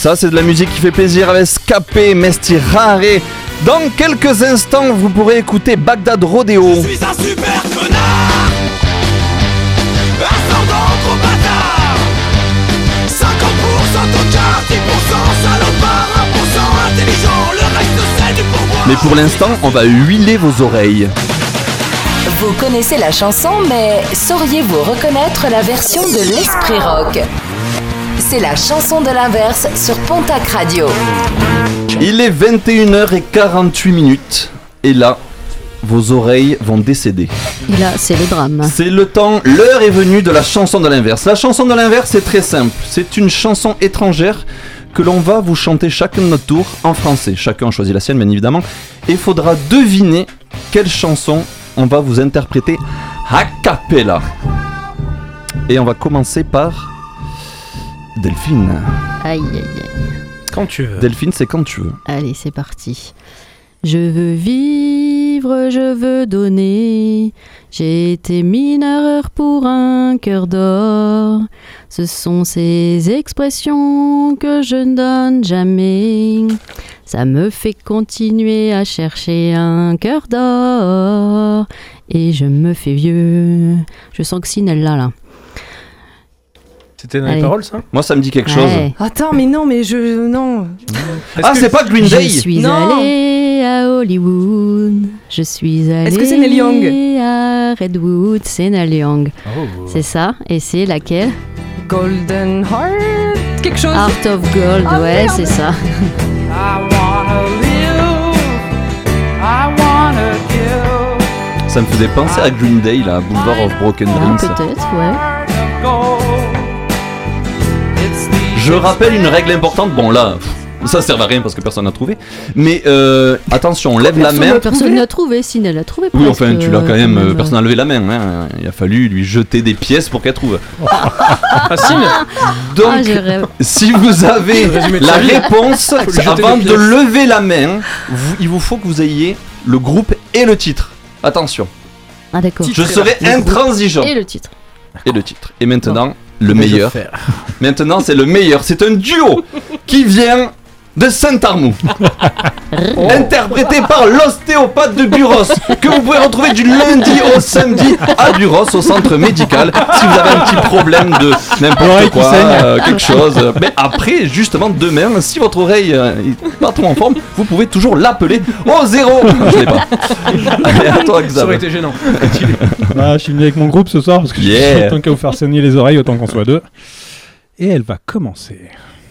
Ça, c'est de la musique qui fait plaisir avec Scapé, Mesti Rare. Dans quelques instants, vous pourrez écouter Bagdad Rodeo. Je suis un super connard, ascendant trop bâtard. cinquante pour cent tocard, dix pour cent salopard, un pour cent intelligent, le reste c'est du pourboire. Mais pour l'instant, on va huiler vos oreilles. Vous connaissez la chanson, mais sauriez-vous reconnaître la version de l'Esprit Rock? C'est la chanson de l'inverse sur Pontac Radio. Il est vingt et une heures quarante-huit minutes et là, vos oreilles vont décéder. Et là, c'est le drame. C'est le temps, l'heure est venue de la chanson de l'inverse. La chanson de l'inverse, c'est très simple. C'est une chanson étrangère que l'on va vous chanter chacun de notre tour en français. Chacun choisit la sienne, bien évidemment. Et il faudra deviner quelle chanson on va vous interpréter a cappella. Et on va commencer par Delphine. Aïe, aïe, aïe. Quand tu veux. Delphine, c'est quand tu veux. Allez, c'est parti. Je veux vivre, je veux donner. J'ai été mineur pour un cœur d'or. Ce sont ces expressions que je ne donne jamais. Ça me fait continuer à chercher un cœur d'or. Et je me fais vieux. Je sens que Sinel là, là. C'était dans Allez. les paroles, ça? Moi, ça me dit quelque Ouais. chose. Attends, mais non, mais je. Non. Ah, c'est pas Green Day. Je suis Non. allée à Hollywood. Je suis allée Est-ce que c'est Neil Young? à Redwood. C'est Neil Young. Oh. C'est ça. Et c'est laquelle? Golden Heart Quelque chose Heart of Gold. Ah, ouais, merde. c'est ça. I wanna live, I wanna kill. Ça me faisait penser à Green Day, là, Boulevard of Broken Ah, Dreams. peut-être, ouais. Je rappelle une règle importante. Bon, là, pff, ça sert à rien parce que personne n'a trouvé. Mais euh, attention, on lève la main. Personne n'a trouvé. Sinel l'a trouvé. Oui, presque, enfin, tu l'as quand même. euh, euh, personne n'a levé la main. Hein. Il a fallu lui jeter des pièces pour qu'elle trouve. Facile. Donc, Ah, je rêve. si vous avez Le résumé de la sa vie. réponse, Faut lui jeter avant des de pièces. lever la main, vous- il vous faut que vous ayez le groupe et le titre. Attention, Ah, d'accord. je serai intransigeant. Et le titre. Et le titre. Et maintenant, le Mais je meilleur. vais faire. Maintenant, c'est le meilleur. C'est un duo qui vient de Saint-Armou. Interprété par l'ostéopathe de Buros, que vous pouvez retrouver du lundi au samedi à Buros, au centre médical. Si vous avez un petit problème de n'importe L'oreille qui quoi, saigne. euh, quelque chose. Mais après, justement, demain, si votre oreille euh, est pas trop en forme, vous pouvez toujours l'appeler au zéro. Je l'ai pas. Allez, à toi, Ça aurait Xav. été gênant. Ah, je suis venu avec mon groupe ce soir parce que Yeah. autant qu'à vous faire saigner les oreilles, autant qu'on soit deux. Et elle va commencer.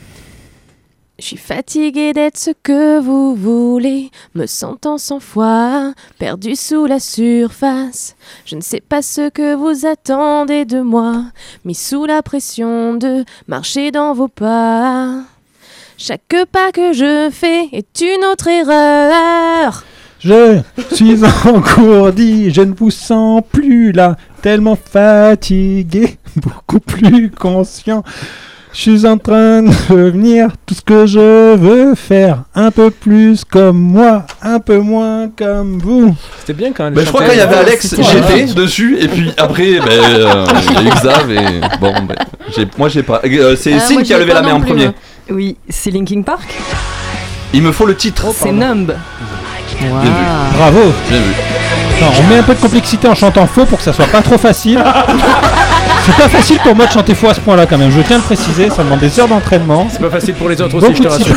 Je suis fatiguée d'être ce que vous voulez, me sentant sans foi, perdu sous la surface. Je ne sais pas ce que vous attendez de moi, mis sous la pression de marcher dans vos pas. Chaque pas que je fais est une autre erreur. Je suis engourdi, je ne vous sens plus là, tellement fatigué, beaucoup plus conscient. Je suis en train de devenir tout ce que je veux faire, un peu plus comme moi, un peu moins comme vous. C'était bien quand même. Ben, je crois qu'il y avait Alex, j'étais dessus, et puis après, ben, euh, il y a eu Xav, et bon, ben, j'ai- moi j'ai pas. euh, c'est Ah, Signe moi, qui a j'ai levé pas la main non en plus, premier. moi. Oui, c'est Linkin Park. Il me faut le titre. C'est Numb. Bien vu. Bravo. Bien vu. Non, on met un peu de complexité en chantant faux pour que ça soit pas trop facile. C'est pas facile pour moi de chanter faux à ce point-là quand même, je tiens à le préciser, ça demande des heures d'entraînement. C'est pas facile pour les autres aussi, Beaucoup je te de rassure.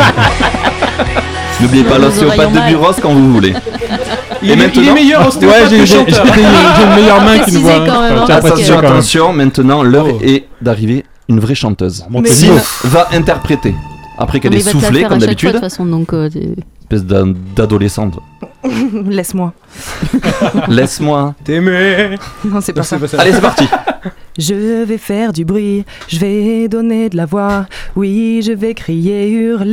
N'oubliez pas Nous l'ostéopathe aurions de mal. Buros quand vous voulez. Il est, il est meilleur ostéopathe Ouais, j'ai que j'ai- chanteur. j'ai- j'ai une meilleure main qui nous voit. Précisez quand même, Enfin, hein, tiens à parce préciser Attention, quand même. attention, maintenant l'heure Oh. est d'arriver une vraie chanteuse. Bon, Mais- t'es Sim beau. va interpréter. Après qu'elle Non, mais ait il va te la soufflé faire comme à chaque fois, de d'habitude, toute façon, donc. euh, t'es- espèce d'un- d'adolescente. Laisse-moi. Laisse-moi. T'aimer. Non, c'est pas ça. Allez, c'est parti. Je vais faire du bruit, je vais donner de la voix, oui, je vais crier,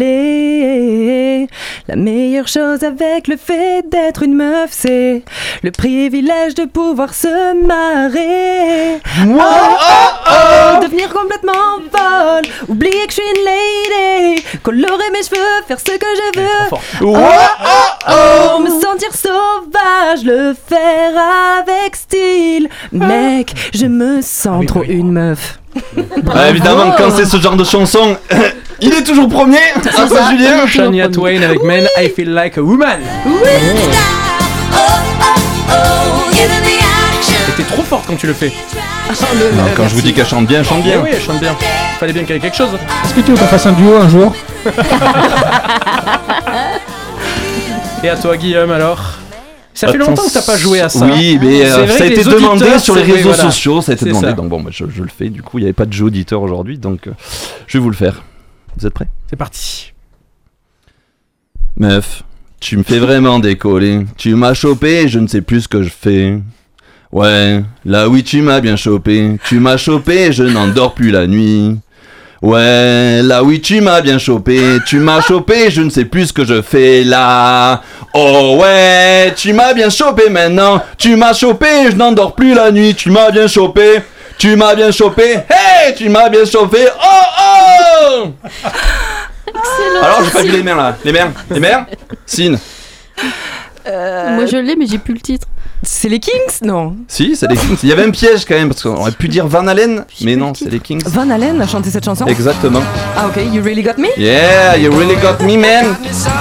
hurler. La meilleure chose avec le fait d'être une meuf, c'est le privilège de pouvoir se marrer. Oh, oh, oh, devenir complètement folle, oublier que je suis une lady, colorer mes cheveux, faire ce que je veux. Oh, oh, oh, me sentir sauvage, le faire avec style. Mec, je me sens trop une meuf. Ah, évidemment, quand c'est ce genre de chanson, Il est toujours premier. Ah, ça, Julien. Shania Twain avec Men, I Feel Like a Woman. T'es trop forte quand tu le fais. Non, quand je vous dis qu'elle chante bien, elle chante bien. Eh oui, elle chante bien. Fallait bien qu'elle ait quelque chose. Est-ce que tu veux qu'on fasse un duo un jour? Et à toi, Guillaume, alors? Ça fait longtemps que t'as pas joué à ça. Oui, mais euh, ça a été demandé sur les réseaux voilà. sociaux, ça a été C'est demandé. ça. Donc bon, bah, je, je le fais. Du coup, il n'y avait pas de jeu auditeur aujourd'hui, donc euh, je vais vous le faire. Vous êtes prêts? C'est parti. Meuf, tu me fais vraiment décoller. Tu m'as chopé, je ne sais plus ce que je fais. Ouais, là oui, tu m'as bien chopé. Tu m'as chopé, je n'en dors plus la nuit. Ouais, là oui, tu m'as bien chopé. Tu m'as chopé, je ne sais plus ce que je fais là. Oh ouais, tu m'as bien chopé maintenant. Tu m'as chopé, je n'en dors plus la nuit. Tu m'as bien chopé. Tu m'as bien chopé. Hey, tu m'as bien chopé. Oh oh. Excellent. Alors, j'ai pas vu les mains là. Les mains, les mains. Sin. Euh, Moi je l'ai, mais j'ai plus le titre. C'est les Kings? Non. Si, c'est les Kings. Il y avait un piège quand même, parce qu'on aurait pu dire Van Halen, mais non, c'est les Kings. Van Halen a chanté cette chanson? Exactement. Ah ok, You Really Got Me? Yeah, you really got me, man.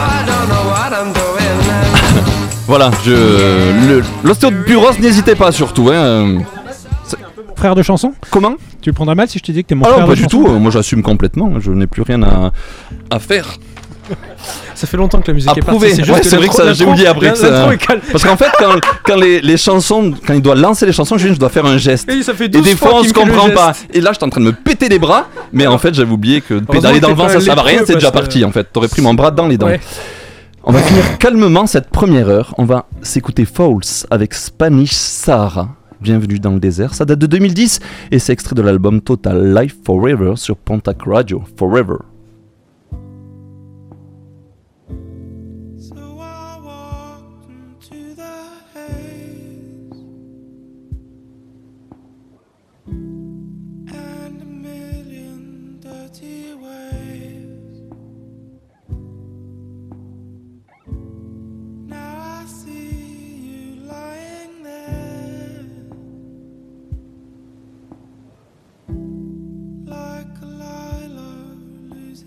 Voilà, je. Le, l'ostéoburos, n'hésitez pas surtout. Hein. Frère de chanson? Comment? Tu le prendras mal si je te dis que t'es mon Alors, frère pas de du chanson? tout, euh, moi j'assume complètement, je n'ai plus rien à, à faire. Ça fait longtemps que la musique À est prouver. partie. Ouais, c'est vrai que ça, j'ai oublié après que ça. l'intro est calme. Parce qu'en fait, quand, quand les, les chansons, quand il doit lancer les chansons, Julien, je dois faire un geste. Et ça fait Et douze des fois, on qu'il se me fait le comprend geste. pas. Et là, j'étais en train de me péter les bras, mais en fait, j'avais oublié que pédaler dans le que vent, t'es ça pas sert à rien, lépreux c'est déjà parce que- parti en fait. T'aurais pris mon bras dans les dents. Ouais. On va finir calmement cette première heure. On va s'écouter Falls avec Spanish Sahara. Bienvenue dans le désert. Ça date de deux mille dix et c'est extrait de l'album Total Life Forever sur Pontac Radio. Forever. And a million dirty ways. Now I see you lying there, like a lilo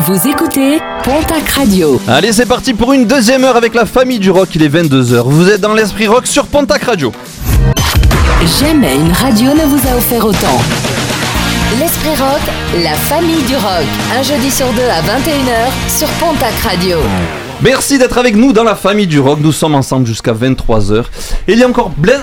Vous écoutez Pontac Radio. Allez, c'est parti pour une deuxième heure avec la famille du rock. Il est vingt-deux heures. Vous êtes dans l'Esprit Rock sur Pontac Radio. Jamais une radio ne vous a offert autant. L'Esprit Rock, la famille du rock. Un jeudi sur deux à vingt et une heures sur Pontac Radio. Merci d'être avec nous dans la famille du rock. Nous sommes ensemble jusqu'à vingt-trois heures. Et il y a encore plein,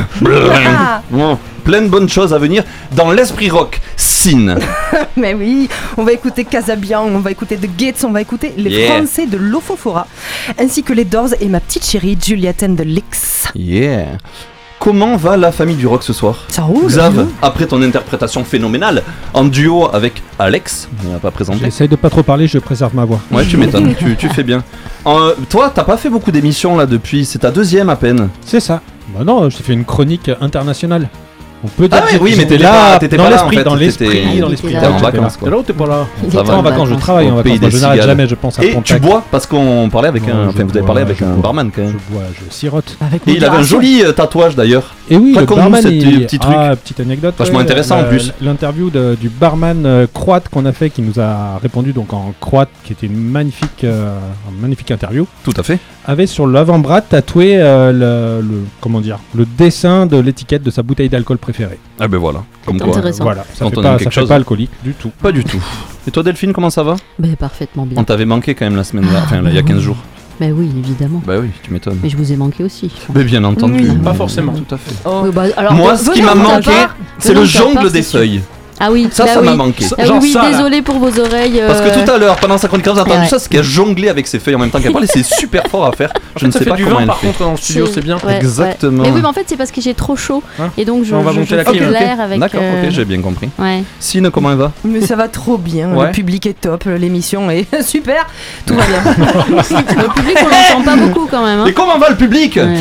plein, plein de bonnes choses à venir dans l'Esprit Rock. Sin. Mais oui, on va écouter Casabian, on va écouter The Gates, on va écouter les Yeah. Français de l'Ofofora, ainsi que les Doors et ma petite chérie Juliette and the Licks. Yeah. Comment va la famille du rock ce soir? Ça roule. Xav, après ton interprétation phénoménale en duo avec Alex, on n'a pas présenté. J'essaye de pas trop parler, je préserve ma voix. Ouais, tu m'étonnes, tu, tu fais bien. Euh, toi, t'as pas fait beaucoup d'émissions là depuis, c'est ta deuxième à peine. C'est ça. Bah non, j'ai fait une chronique internationale. On peut dire Ah ouais, que oui, mais j'étais t'étais là, pas, t'étais dans pas là en l'esprit, fait. dans l'esprit, T'étais- dans l'esprit. T'étais en J'étais vacances là. quoi. T'es là ou t'es pas là? Il Ça était va. en vacances, je travaille en Au pays vacances. En des général, cigales. jamais je pense à Et Pontac. tu bois parce qu'on parlait avec Non, un. je Enfin, vous avez bois, parlé avec je un bois. barman quand même. Je bois, je sirote. Avec Et il avait un modération. joli euh, tatouage d'ailleurs. Et oui, le Raconte-nous barman, ce il- petit truc. Ah, petite anecdote. Vachement intéressant, en la- plus. L'interview de- du barman euh, croate qu'on a fait, qui nous a répondu donc en croate, qui était une magnifique, euh, une magnifique interview. Tout à fait. Avait sur l'avant-bras tatoué euh, le, le- comment dire, le dessin de l'étiquette de sa bouteille d'alcool préférée. Ah ben voilà. Comme quoi. Intéressant. Voilà, ça Quand fait on pas, aime ça quelque fait chose. pas alcoolique du tout. Pas du tout. Et toi Delphine, comment ça va? Ben, parfaitement bien. On t'avait manqué quand même la semaine dernière, enfin là, il y a quinze jours. Ben oui, évidemment. Bah oui, tu m'étonnes. Mais je vous ai manqué aussi. Mais bien entendu. Oui. Pas forcément. Tout à fait. Oui, bah, alors, Moi, de- ce qui venant m'a de ta manqué, part- c'est venant le de ta part, jongle c'est des sûr. feuilles. Ah oui, Ça, bah ça oui. m'a manqué. Ah Genre oui, ça, là. désolé pour vos oreilles. Parce que euh, tout à l'heure, pendant sa chronique, vous avez entendu Ouais. ça, c'est qu'elle jonglait avec ses feuilles en même temps qu'elle parlait, c'est super fort à faire. Je ne Ça sais fait pas du comment vin elle par fait. contre dans le studio, c'est bien. ouais, Exactement. ouais. Mais oui, mais en fait, c'est parce que j'ai trop chaud. Hein Et donc, je, On va je, monter je la fais clim. de Ok, l'air avec. D'accord, euh, ok, j'ai bien compris. Ouais. Sine, comment elle va? Mais ça va trop bien, Ouais. le public est top, l'émission est super, tout va bien. Le public, on l'entend pas beaucoup quand même. Hein. Et comment va le public? Ouais.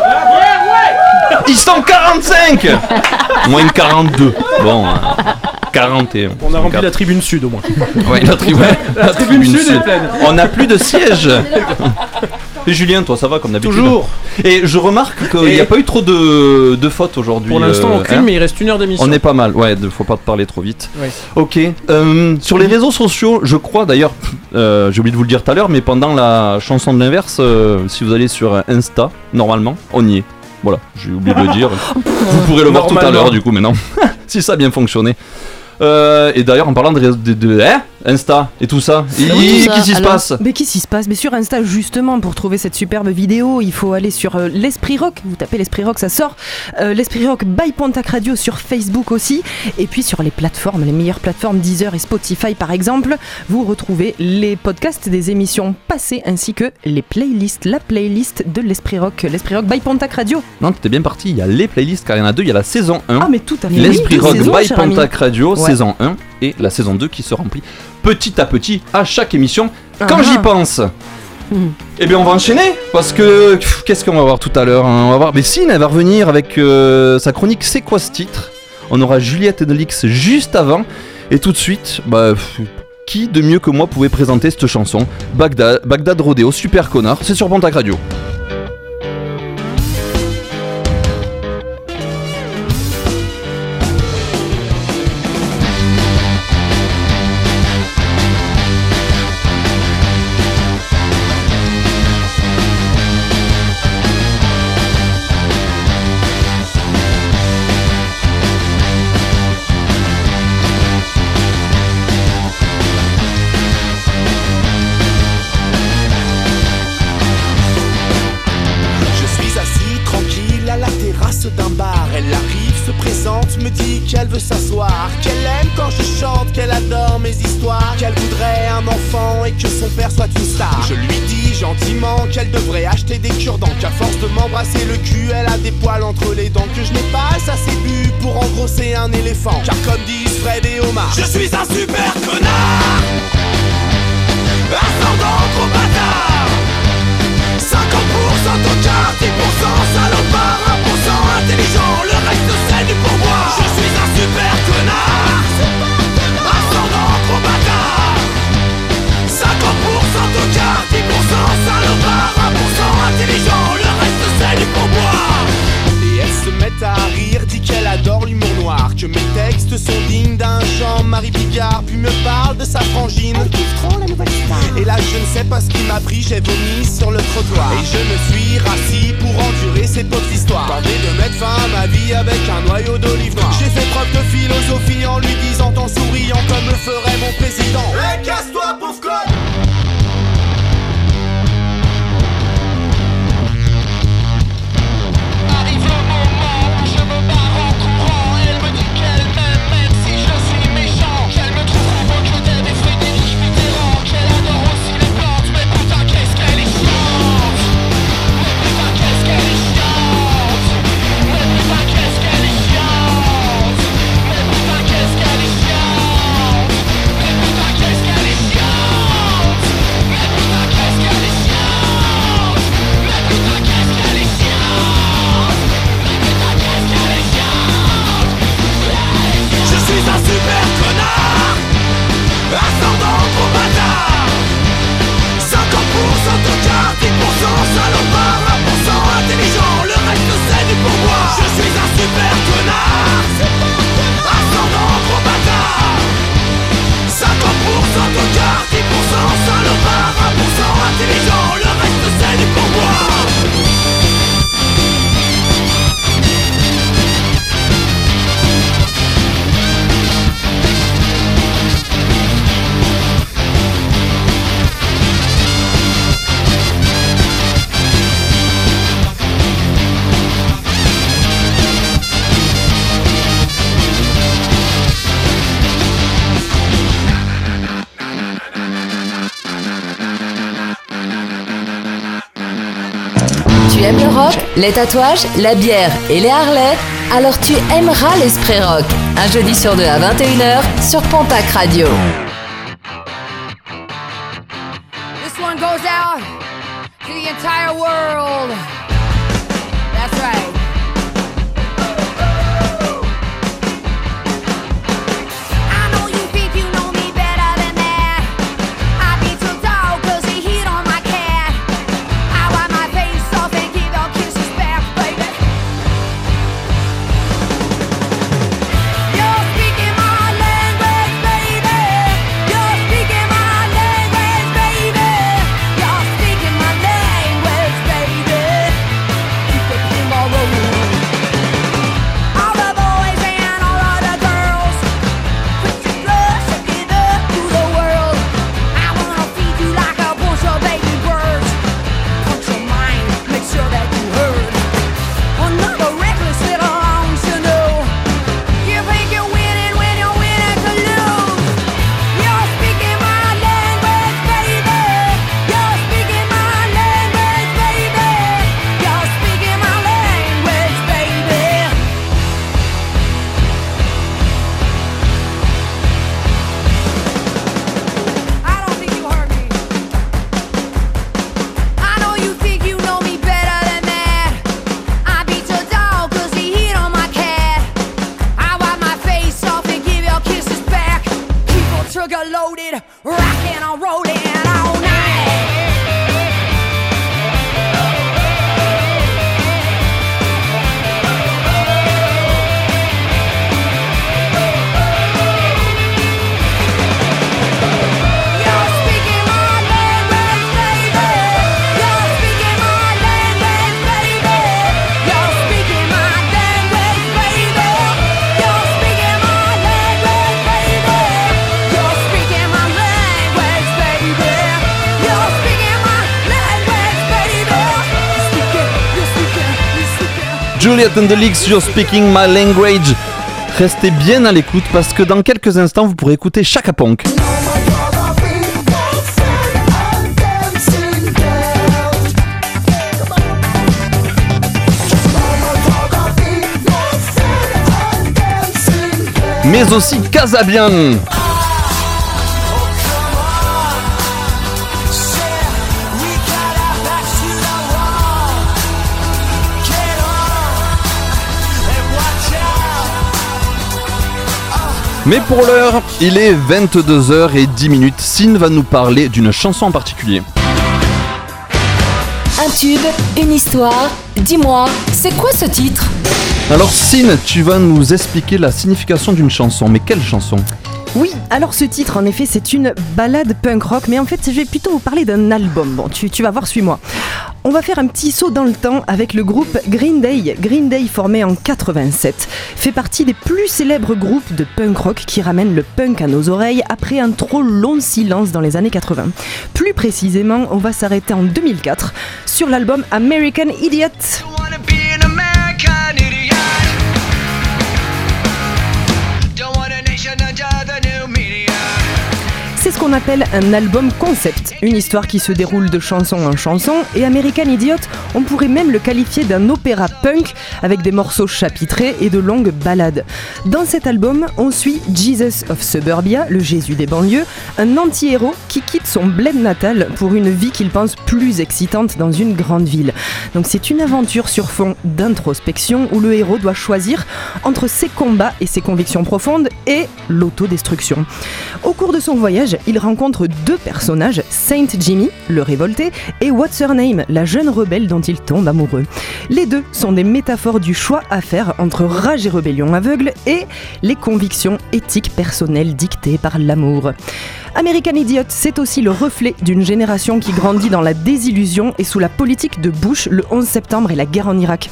Ils sont quarante-cinq. Moins quarante-deux. Bon, euh, quarante et un. On a rempli la tribune sud au moins. Ouais, la, tri- ouais, la tribune sud est pleine. On n'a plus de sièges. Et Julien, toi, ça va comme d'habitude? Toujours. Et je remarque qu'il n'y Et- a pas eu trop de, de fautes aujourd'hui. Pour l'instant, euh, aucune, hein. mais il reste une heure d'émission. On est pas mal, ouais, faut pas te parler trop vite. Ouais. Ok, euh, sur les réseaux sociaux, je crois d'ailleurs, euh, j'ai oublié de vous le dire tout à l'heure, mais pendant la chanson de l'inverse, euh, si vous allez sur Insta, normalement, on y est. Voilà, j'ai oublié de le dire. Vous pourrez le voir tout à Normalement. l'heure du coup maintenant, si ça a bien fonctionné. Euh, et d'ailleurs, en parlant de, réseaux- de, de- hein, Insta et tout ça, Oui, et- tout qu'est-ce ça, qui se alors passe? Mais qu'est-ce qui se passe? Mais sur Insta, justement, pour trouver cette superbe vidéo, il faut aller sur euh, l'Esprit Rock. Vous tapez l'Esprit Rock, ça sort. Euh, L'Esprit Rock by Pontac Radio sur Facebook aussi. Et puis sur les plateformes, les meilleures plateformes Deezer et Spotify par exemple, vous retrouvez les podcasts des émissions passées ainsi que les playlists, la playlist de l'Esprit Rock, l'Esprit Rock by Pontac Radio. Non, t'étais bien parti, il y a les playlists car il y en a deux, il y a la saison un. Ah mais tout à fait. L'Esprit Oui, deux Rock saisons, by cher ami. Pontac Radio, Ouais. saison un, et la saison deux qui se remplit petit à petit à chaque émission. Quand Ah. j'y pense, eh bien on va enchaîner, parce que pff, qu'est-ce qu'on va voir tout à l'heure, hein? On va voir, mais Sine, elle va revenir avec euh, sa chronique C'est quoi ce titre? On aura Juliette et Delix juste avant, et tout de suite, bah... pff, qui de mieux que moi pouvait présenter cette chanson? Bagdad, Bagdad Rodeo, super connard, c'est sur Pontac Radio. Je suis assis tranquille à la terrasse d'un bar. Elle arrive, se présente, me dit qu'elle veut s'asseoir, qu'elle aime quand je chante, qu'elle adore mes histoires, qu'elle voudrait un enfant et que son père soit une star. Je lui dis gentiment qu'elle devrait acheter des cure-dents, qu'à force de m'embrasser le cul, elle a des poils entre les dents, que je n'ai pas assez bu pour engrosser un éléphant, car comme disent Fred et Omar, je suis un super connard, ascendant gros bâtard. cinquante pour cent tocard, dix pour cent salopard, un pour cent intelligent, le reste c'est du pourboire. Je suis un super connard, ascendant gros bâtard. cinquante pour cent tocard, dix pour cent salopard, un pour cent intelligent, le reste c'est du pourboire. Et elle se met à rire, dit qu'elle adore l'humour noir. noir, que mes textes sont dignes d'un Jean-Marie Picard, puis me parle de sa frangine. Elle kiffe trop la nouvelle star. Et là je ne sais pas ce qui m'a pris, j'ai vomi sur le trottoir. Et je me suis rassis pour endurer ces pauvres histoires. Tenter de mettre fin à ma vie avec un noyau d'olive noire. J'ai fait preuve de philosophie en lui disant en souriant comme le ferait mon président. Hey, casse-toi pauvre con. Tu aimes le rock, les tatouages, la bière et les Harley? Alors tu aimeras l'Esprit Rock. Un jeudi sur deux à vingt et une heures sur Pontac Radio. This one goes out to the entire world. That's right. Loaded, rockin' and rollin' all night. You're speaking my language, baby. You're speaking my language, baby. You're speaking my language, baby. You're speaking my language, baby. You're speaking my language, baby. You're speaking my language, baby. You're speaking, you're speaking, you're speaking. Juliet and the Leaks, You're Speaking My Language. Restez bien à l'écoute parce que dans quelques instants vous pourrez écouter Chaka Ponk. Mais aussi Casabian. Mais pour l'heure, il est vingt-deux heures dix minutes. Sine va nous parler d'une chanson en particulier. Un tube, une histoire. Dis-moi, c'est quoi ce titre ? Alors Sin, tu vas nous expliquer la signification d'une chanson, mais quelle chanson ? Oui, alors ce titre, en effet, c'est une ballade punk rock, mais en fait, je vais plutôt vous parler d'un album. Bon, tu, tu vas voir, suis-moi. On va faire un petit saut dans le temps avec le groupe Green Day. Green Day, formé en quatre-vingt-sept, fait partie des plus célèbres groupes de punk rock qui ramènent le punk à nos oreilles après un trop long silence dans les années quatre-vingts. Plus précisément, on va s'arrêter en deux mille quatre sur l'album American Idiot. C'est ce qu'on appelle un album concept, une histoire qui se déroule de chanson en chanson, et American Idiot, on pourrait même le qualifier d'un opéra punk avec des morceaux chapitrés et de longues ballades. Dans cet album, on suit Jesus of Suburbia, le Jésus des banlieues, un anti-héros qui quitte son bled natal pour une vie qu'il pense plus excitante dans une grande ville. Donc c'est une aventure sur fond d'introspection où le héros doit choisir entre ses combats et ses convictions profondes et l'autodestruction. Au cours de son voyage, il rencontre deux personnages, Saint Jimmy, le révolté, et What's Her Name, la jeune rebelle dont il tombe amoureux. Les deux sont des métaphores du choix à faire entre rage et rébellion aveugle et les convictions éthiques personnelles dictées par l'amour. American Idiot, c'est aussi le reflet d'une génération qui grandit dans la désillusion et sous la politique de Bush, le onze septembre et la guerre en Irak.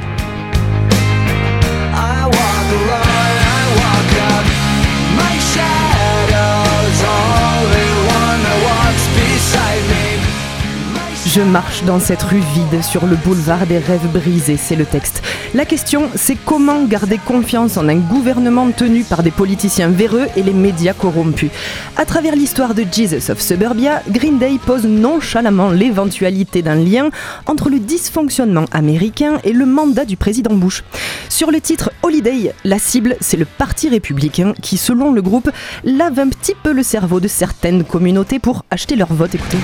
Je marche dans cette rue vide sur le boulevard des rêves brisés, c'est le texte. La question, c'est comment garder confiance en un gouvernement tenu par des politiciens véreux et les médias corrompus. À travers l'histoire de Jesus of Suburbia, Green Day pose nonchalamment l'éventualité d'un lien entre le dysfonctionnement américain et le mandat du président Bush. Sur le titre Holiday, la cible, c'est le Parti républicain qui, selon le groupe, lave un petit peu le cerveau de certaines communautés pour acheter leur vote. Écoutez.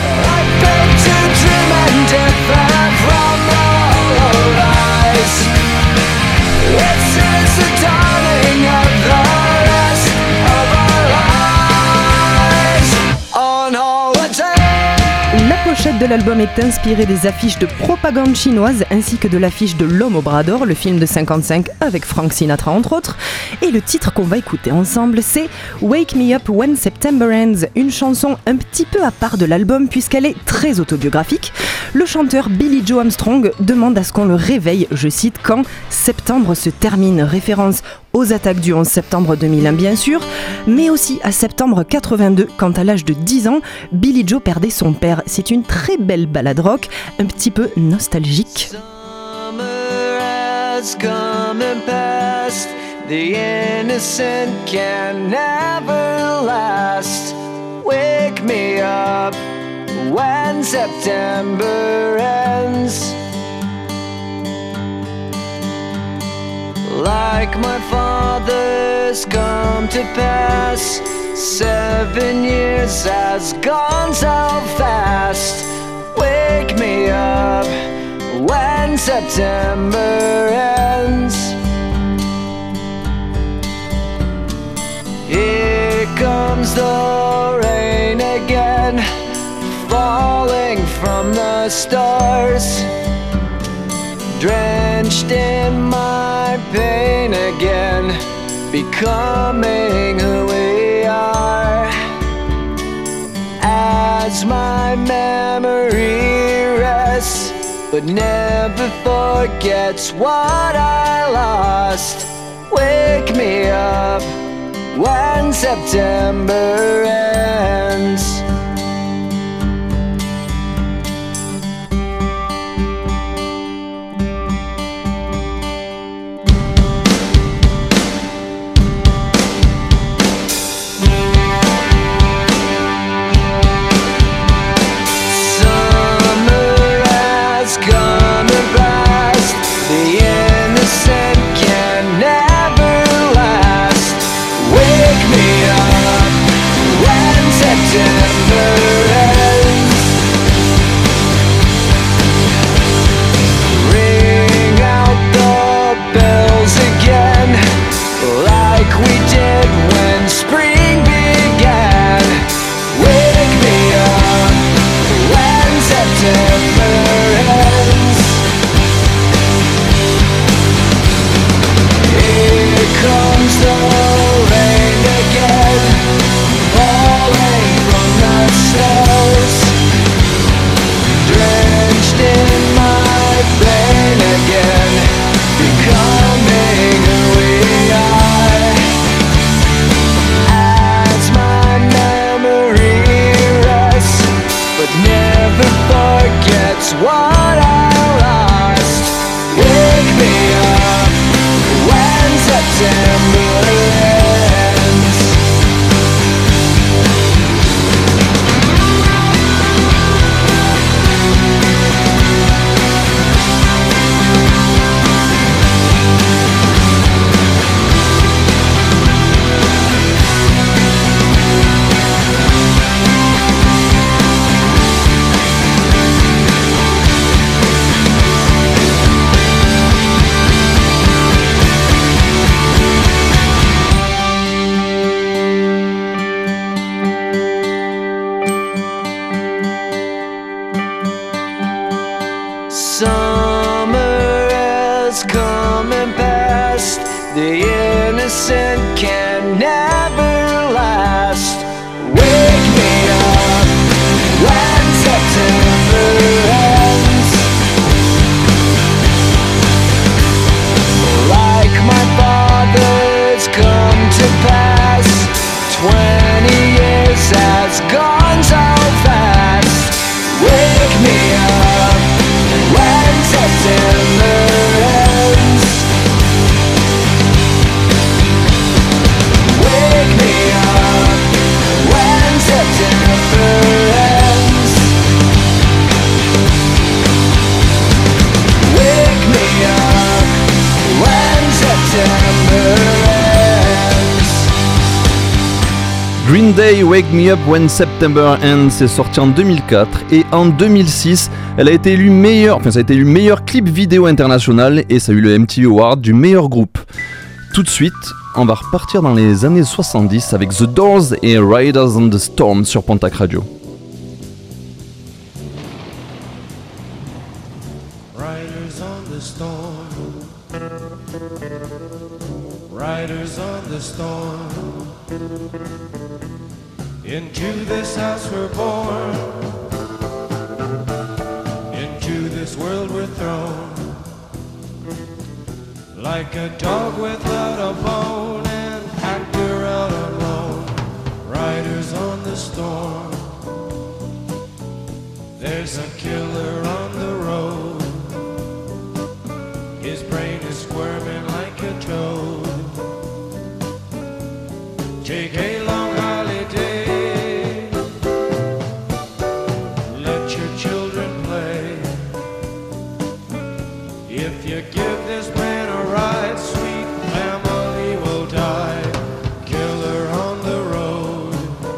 La pochette de l'album est inspirée des affiches de propagande chinoise ainsi que de l'affiche de L'Homme au bras d'or, le film de cinquante-cinq avec Frank Sinatra entre autres. Et le titre qu'on va écouter ensemble, c'est Wake Me Up When September Ends, une chanson un petit peu à part de l'album puisqu'elle est très autobiographique. Le chanteur Billy Joe Armstrong demande à ce qu'on le réveille, je cite, quand septembre se termine, référence aux attaques du onze septembre deux mille un bien sûr, mais aussi à septembre quatre-vingt-deux quand à l'âge de dix ans, Billy Joe perdait son père. C'est une très belle ballade rock, un petit peu nostalgique. Summer has come and passed. The innocent can never last. Wake me up when September ends. Like my father's come to pass, seven years has gone so fast. Wake me up when September ends. Here comes the rain again, falling from the stars, drenched in my pain again, becoming who we are. As my memory rests, but never forgets what I lost. Wake me up when September ends. innocent can never last. Wake me up when September ends. Like my father's come to pass. Twenty years has gone so fast. Wake me up when September ends. Wake me up when September ends. Wake me up when September ends. Green Day, Wake Me Up When September Ends est sorti en deux mille quatre et en deux mille six, elle a été élue meilleur, enfin ça a été élu meilleur clip vidéo international et ça a eu le M T V Award du meilleur groupe. Tout de suite, on va repartir dans les années soixante-dix avec The Doors et Riders on the Storm sur Pontac Radio. Riders on the storm, riders on the storm. Into this house we're born, into this world we're thrown. Like a dog without a bone, an actor out alone. Riders on the storm. There's a killer on the road. His brain is squirming like a toad. Take a long holiday. Let your children play. If you give this man a ride, sweet family will die. Killer on the road.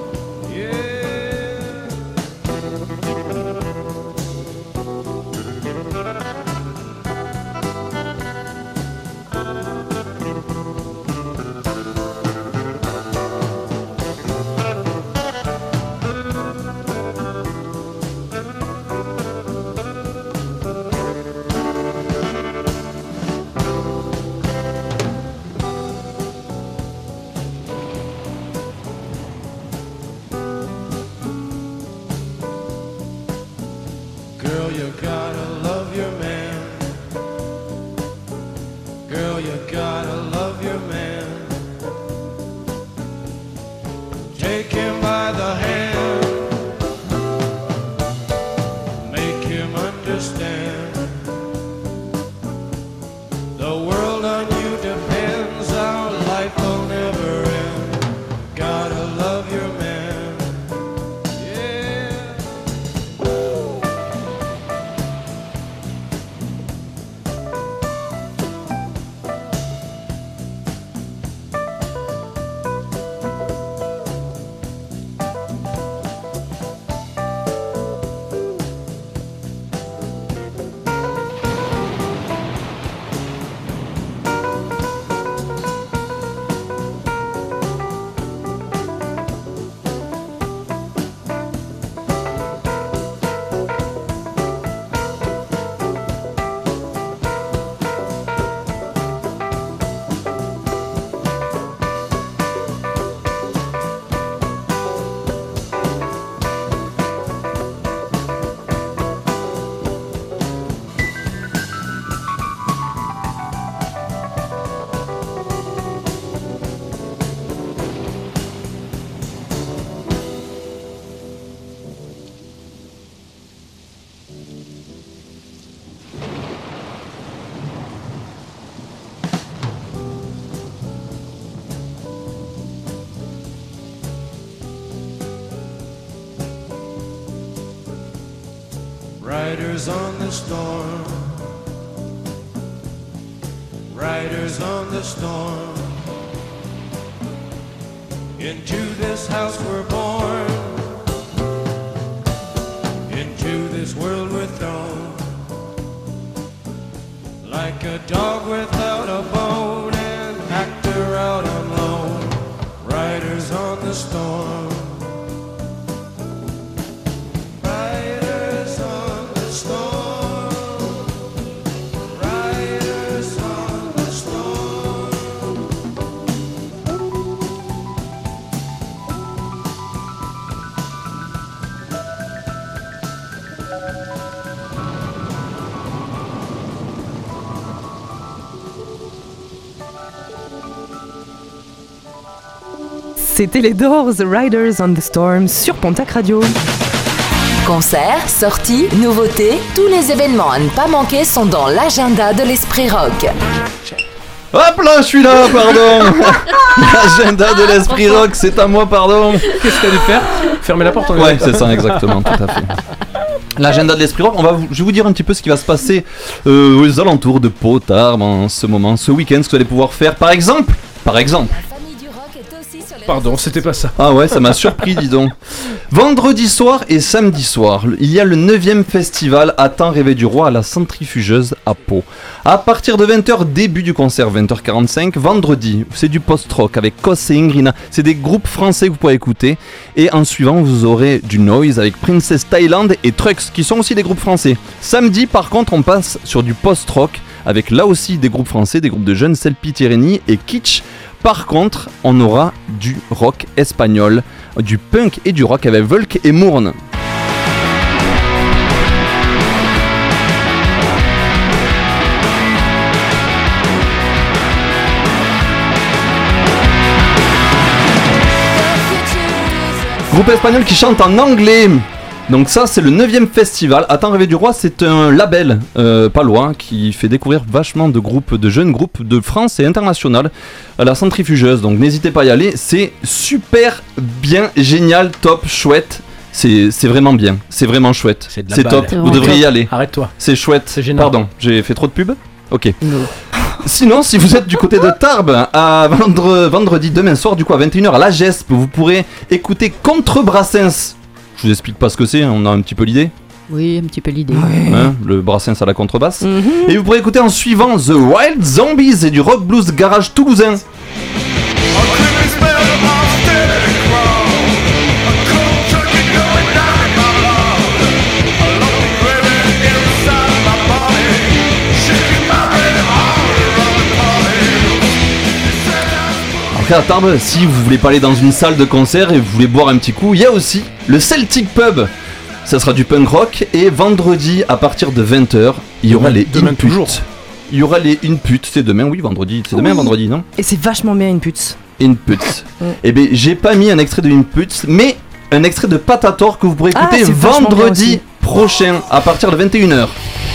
Girl, you gotta love your man. Girl, you gotta love your man. Take him by the hand. Make him understand. The world on you depends. Our life will never end. Gotta love your man. Riders on the storm. Riders on the storm. Into this house we're born. Into this world we're thrown. Like a dog without a bone, an actor out on loan. Riders on the storm. C'était les Doors, Riders on the Storm sur Pontac Radio. Concerts, sorties, nouveautés, tous les événements à ne pas manquer sont dans l'agenda de l'Esprit Rock. Hop là, je suis là, pardon. L'agenda de l'Esprit Rock, c'est à moi, pardon. Qu'est-ce que t'as dû faire? Fermer la porte en Ouais, c'est ça, exactement, tout à fait. L'agenda de l'Esprit Rock, on va vous, je vais vous dire un petit peu ce qui va se passer euh, aux alentours de Pau, Tarbes, en ce moment, ce week-end, ce que vous allez pouvoir faire. Par exemple, par exemple. Pardon, c'était pas ça. Ah ouais, ça m'a surpris, dis donc. Vendredi soir et samedi soir, il y a le neuvième festival À temps rêvé du roi à la centrifugeuse à Pau. À partir de vingt heures, début du concert, vingt heures quarante-cinq. Vendredi, c'est du post-rock avec Kos et Ingrina. C'est des groupes français que vous pouvez écouter. Et en suivant, vous aurez du Noise avec Princess Thailand et Trucks, qui sont aussi des groupes français. Samedi, par contre, on passe sur du post-rock avec là aussi des groupes français, des groupes de jeunes, Selpi Tireni et Kitsch. Par contre, on aura du rock espagnol, du punk et du rock avec Volk et Mourne. Groupe espagnol qui chante en anglais. Donc ça c'est le neuvième festival. À temps rêvé du roi, c'est un label euh, pas loin qui fait découvrir vachement de groupes, de jeunes groupes de France et international à la centrifugeuse. Donc n'hésitez pas à y aller, c'est super bien, génial, top, chouette. C'est, c'est vraiment bien, c'est vraiment chouette, c'est, c'est top, C'est vous devriez y aller. Arrête-toi. C'est chouette, c'est gênant. Pardon, j'ai fait trop de pub. Ok. Sinon, si vous êtes du côté de Tarbes, à vendre, vendredi demain soir, du coup à vingt et une heures à la Gesp, vous pourrez écouter Contre Brassens. Je vous explique pas ce que c'est, on a un petit peu l'idée. Oui, un petit peu l'idée. Hein, le Brassens à la contrebasse. Mhm. Et vous pourrez écouter en suivant The Wild Zombies et du rock blues garage toulousain. Après à Tarbes, si vous voulez pas aller dans une salle de concert et vous voulez boire un petit coup, il y a aussi le Celtic Pub. Ça sera du punk rock et vendredi à partir de vingt heures, il y aura les demain Input. toujours. Il y aura les Input, c'est demain, oui, vendredi, c'est demain, Oui. vendredi, non? Et c'est vachement bien une pute. Input. Et bien, j'ai pas mis un extrait de Input, mais un extrait de Patator que vous pourrez Ah, écouter c'est vachement bien vendredi aussi. prochain à partir de vingt et une heures.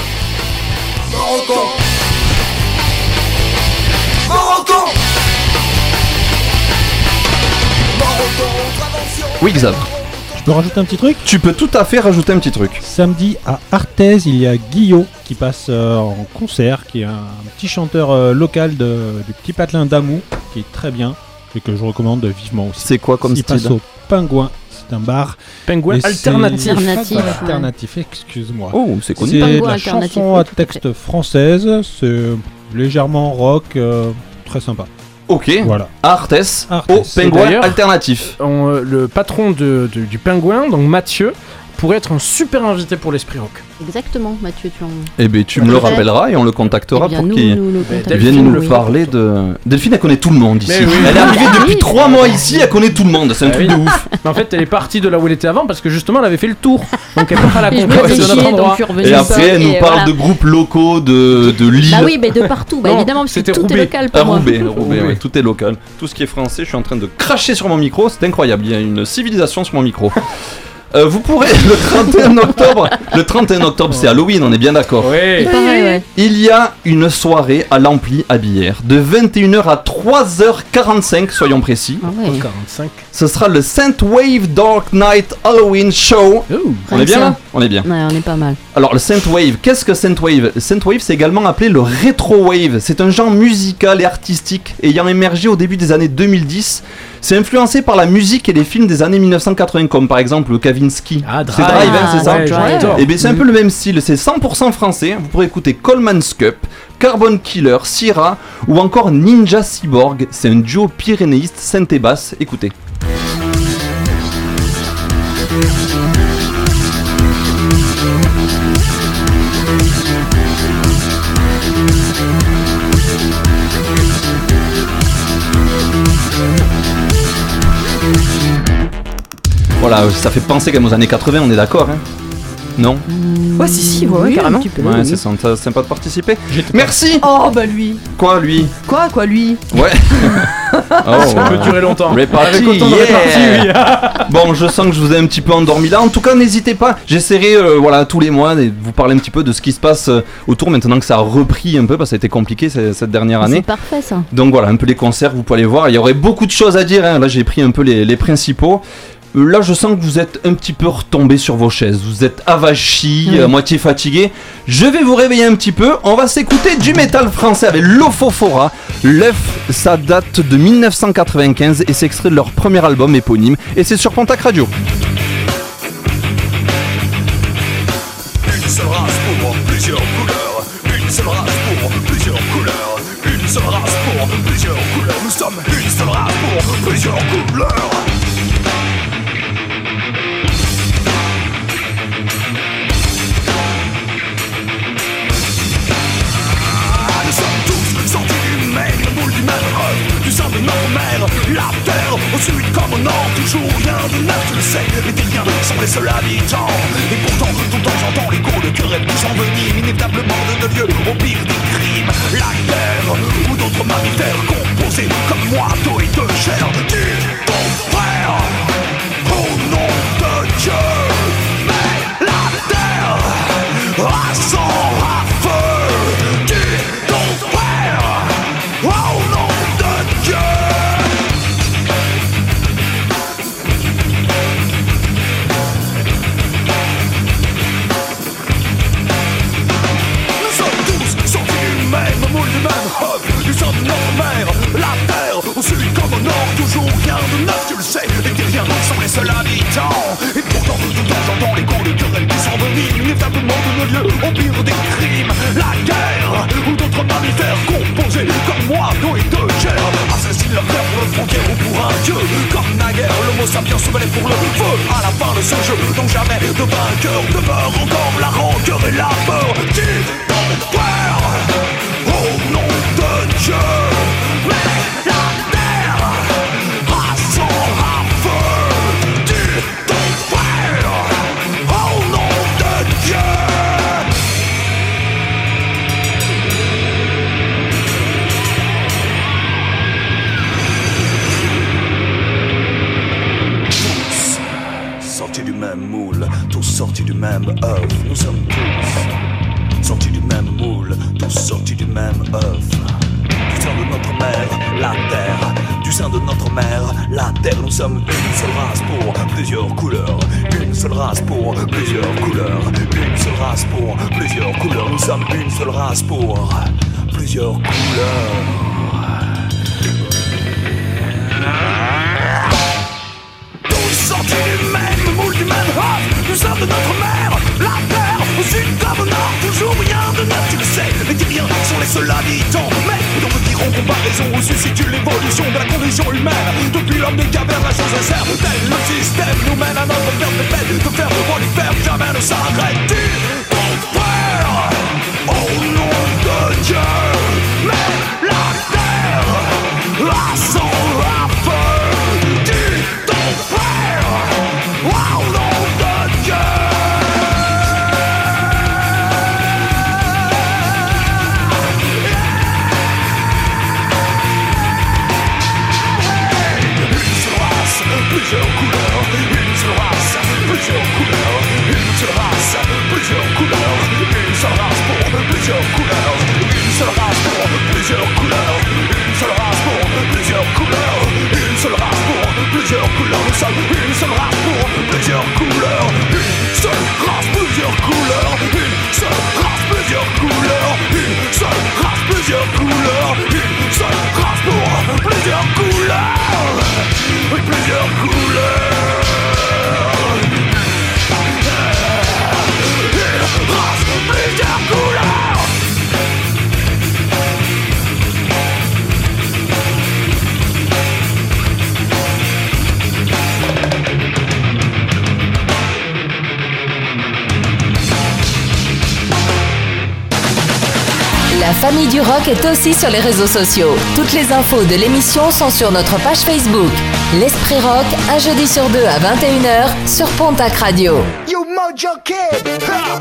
Oui, Xav. Je peux rajouter un petit truc? Tu peux tout à fait rajouter un petit truc. Samedi à Arthez, il y a Guillot qui passe euh, en concert, qui est un petit chanteur euh, local de- du petit patelin d'Amou, qui est très bien et que je recommande vivement aussi. C'est quoi comme il style? passe au Pingouin, c'est un bar. Pingouin Et c'est- alternatif. Alternatif, ouais. Alternatif, excuse-moi. Oh, c'est connu. C'est de Pingouin la alternatif, chanson oui, à tout à texte française, c'est légèrement rock, euh, très sympa. Ok. Voilà. Arthès Arthès. au Et Pingouin d'ailleurs, alternatif. on, euh, le patron de, de- du Pingouin, donc Mathieu, pourrait être un super invité pour l'Esprit Rock. Exactement, Mathieu, tu en... Eh bien, tu me le rappelleras et on le contactera Eh bien, pour nous, qu'il nous le il contactons, vienne nous oui. parler de... Delphine, elle connaît tout le monde ici. Mais oui. Elle est arrivée Ah depuis oui, trois mois ici, elle connaît tout le monde. C'est un Ah truc oui. de ouf. Mais en fait, elle est partie de là où elle était avant parce que justement, elle avait fait le tour. Donc elle peut faire la Et je me conquête fais de notre chier, donc endroit. je suis revenue Et après, elle seule, nous et parle voilà. de groupes locaux de, de Lille. Bah oui, mais de partout, bah Non, évidemment, parce que c'était tout Roubaix. est local pour À moi. Roubaix, Roubaix, Oui. ouais, tout est local. Tout ce qui est français, je suis en train de cracher sur mon micro, c'est incroyable, il y a une civilisation sur mon micro. Euh, vous pourrez, le trente et un octobre, le trente et un octobre c'est Halloween, on est bien d'accord. Oui. C'est pareil, ouais. Il y a une soirée à l'Ampli à Billère, de vingt et une heures à trois heures quarante-cinq, soyons précis. Ah ouais. quarante-cinq. Ce sera le Saint Wave Dark Night Halloween Show. Ouh. On est bien là? On est bien. Ouais, on est pas mal. Alors le Saint Wave, qu'est-ce que Saint Wave? Saint Wave c'est également appelé le Retro Wave. C'est un genre musical et artistique ayant émergé au début des années deux mille dix. C'est influencé par la musique et les films des années mille neuf cent quatre-vingts comme par exemple Kavinsky. Ah, C'est Drive, hein, c'est ça? Ouais, Drive. j'adore. Et bien c'est un peu le même style, c'est cent pour cent français. Vous pourrez écouter Coleman's Cup, Carbon Killer, Syrah ou encore Ninja Cyborg. C'est un duo pyrénéiste synthé basse. Écoutez. Voilà, ça fait penser quand même aux années quatre-vingts, on est d'accord, hein? Non? Ouais, si, si, ouais, ouais, Oui, carrément. un petit peu, Ouais, oui. c'est sympa, sympa de participer. Merci! Oh, bah lui. Quoi, lui? Quoi, quoi, lui? Ouais. Ça peut durer longtemps. Réparti, Avec autant de yeah. réparties, oui. Bon, je sens que je vous ai un petit peu endormi là. En tout cas, n'hésitez pas. J'essaierai, euh, voilà, tous les mois, de vous parler un petit peu de ce qui se passe euh, autour maintenant que ça a repris un peu parce que ça a été compliqué cette, cette dernière année. C'est parfait ça. Donc voilà, un peu les concerts, vous pouvez aller voir. Il y aurait beaucoup de choses à dire. Hein. Là, j'ai pris un peu les, les principaux. Euh, Là, je sens que vous êtes un petit peu retombés sur vos chaises. Vous êtes avachis, Oui. à moitié fatigués. Je vais vous réveiller un petit peu. On va s'écouter du métal français avec l'Ofofora. L'œuf, ça date de dix-neuf cent quatre-vingt-quinze et c'est extrait de leur premier album éponyme. Et c'est sur Pontac Radio. Une seule race pour plusieurs couleurs. Une seule race pour plusieurs couleurs. Une seule race pour plusieurs couleurs. Nous sommes une seule race pour plusieurs couleurs. Ah, nous sommes tous sortis du même moule du même œuf. Du sang de notre mère, la terre, au sud comme au nord, toujours rien de neuf, tu le sais. Les terriens sont les seuls habitants. Et pourtant, de temps en temps, les gros de querelles qui s'enveniment inévitablement de lieu au pire des crimes. La guerre ou d'autres mammifères composés comme moi d'eau et de chair. Tue ton frère au nom de Dieu. Mais la terre a son à feu. Tue ton frère au nom de Dieu. Nous sommes tous sortis du même moule, du même œuf, du sang de notre mère, la terre, au sud comme au nord, toujours rien de neuf, tu le sais, les terriens sont les seuls habitants. Et pourtant, de temps en temps, les cons de querelles qui s'enveniment inévitablement de nos lieux au pire des crimes. La guerre, ou d'autres mammifères composés comme moi d'eau et de chair, assassinent leur père pour le frontière ou pour un dieu. Comme naguère, l'homo sapiens se valait pour le feu à la fin de ce jeu, donc jamais de vainqueur demeure encore la rancœur et la peur. Tue ton frère au nom de Dieu. Mais la terre a son à feu. Tue ton frère au nom de Dieu. Tous sortis du même moule, tous sortis du même œuf. Nous sommes tous sortis du même moule, tous sortis du même œuf. Du sein de notre mère, la terre. Du sein de notre mère, la terre. Nous sommes une seule race pour plusieurs couleurs. Une seule race pour plusieurs couleurs. Une seule race pour plusieurs couleurs. Nous sommes une seule race pour plusieurs couleurs. Tous sortis du même moule, du même œuf, du sein de notre mère, la terre, au sud comme au nord, toujours rien de neuf, tu le sais, les terriens sont les seuls habitants, mais d'autres diront comparaison où se situe l'évolution de la condition humaine, depuis l'homme des cavernes, la chose est serve, tel le système nous mène à notre perte de peine, de faire prolifère, jamais ne s'arrête, tue ton frère, au nom de Dieu, mais la terre a son à feu, tue ton frère, au nom de Dieu. Une seule race, plusieurs couleurs. Une seule race, plusieurs couleurs. Une seule race, plusieurs couleurs. Une seule race pour plusieurs couleurs. Une seule race pour plusieurs couleurs. Une seule race pour plusieurs couleurs. Une seule race pour plusieurs couleurs. Nous sommes une seule race pour plusieurs couleurs. Une seule race, plusieurs couleurs. Une seule race, plusieurs couleurs. Une seule race, plusieurs couleurs. Une seule race pour plusieurs couleurs. Oui, plusieurs couleurs. Une race, plusieurs couleurs. La famille du rock est aussi sur les réseaux sociaux. Toutes les infos de l'émission sont sur notre page Facebook. L'Esprit Rock, un jeudi sur deux à vingt et une heures sur Pontac Radio. You mojo kid! Ha!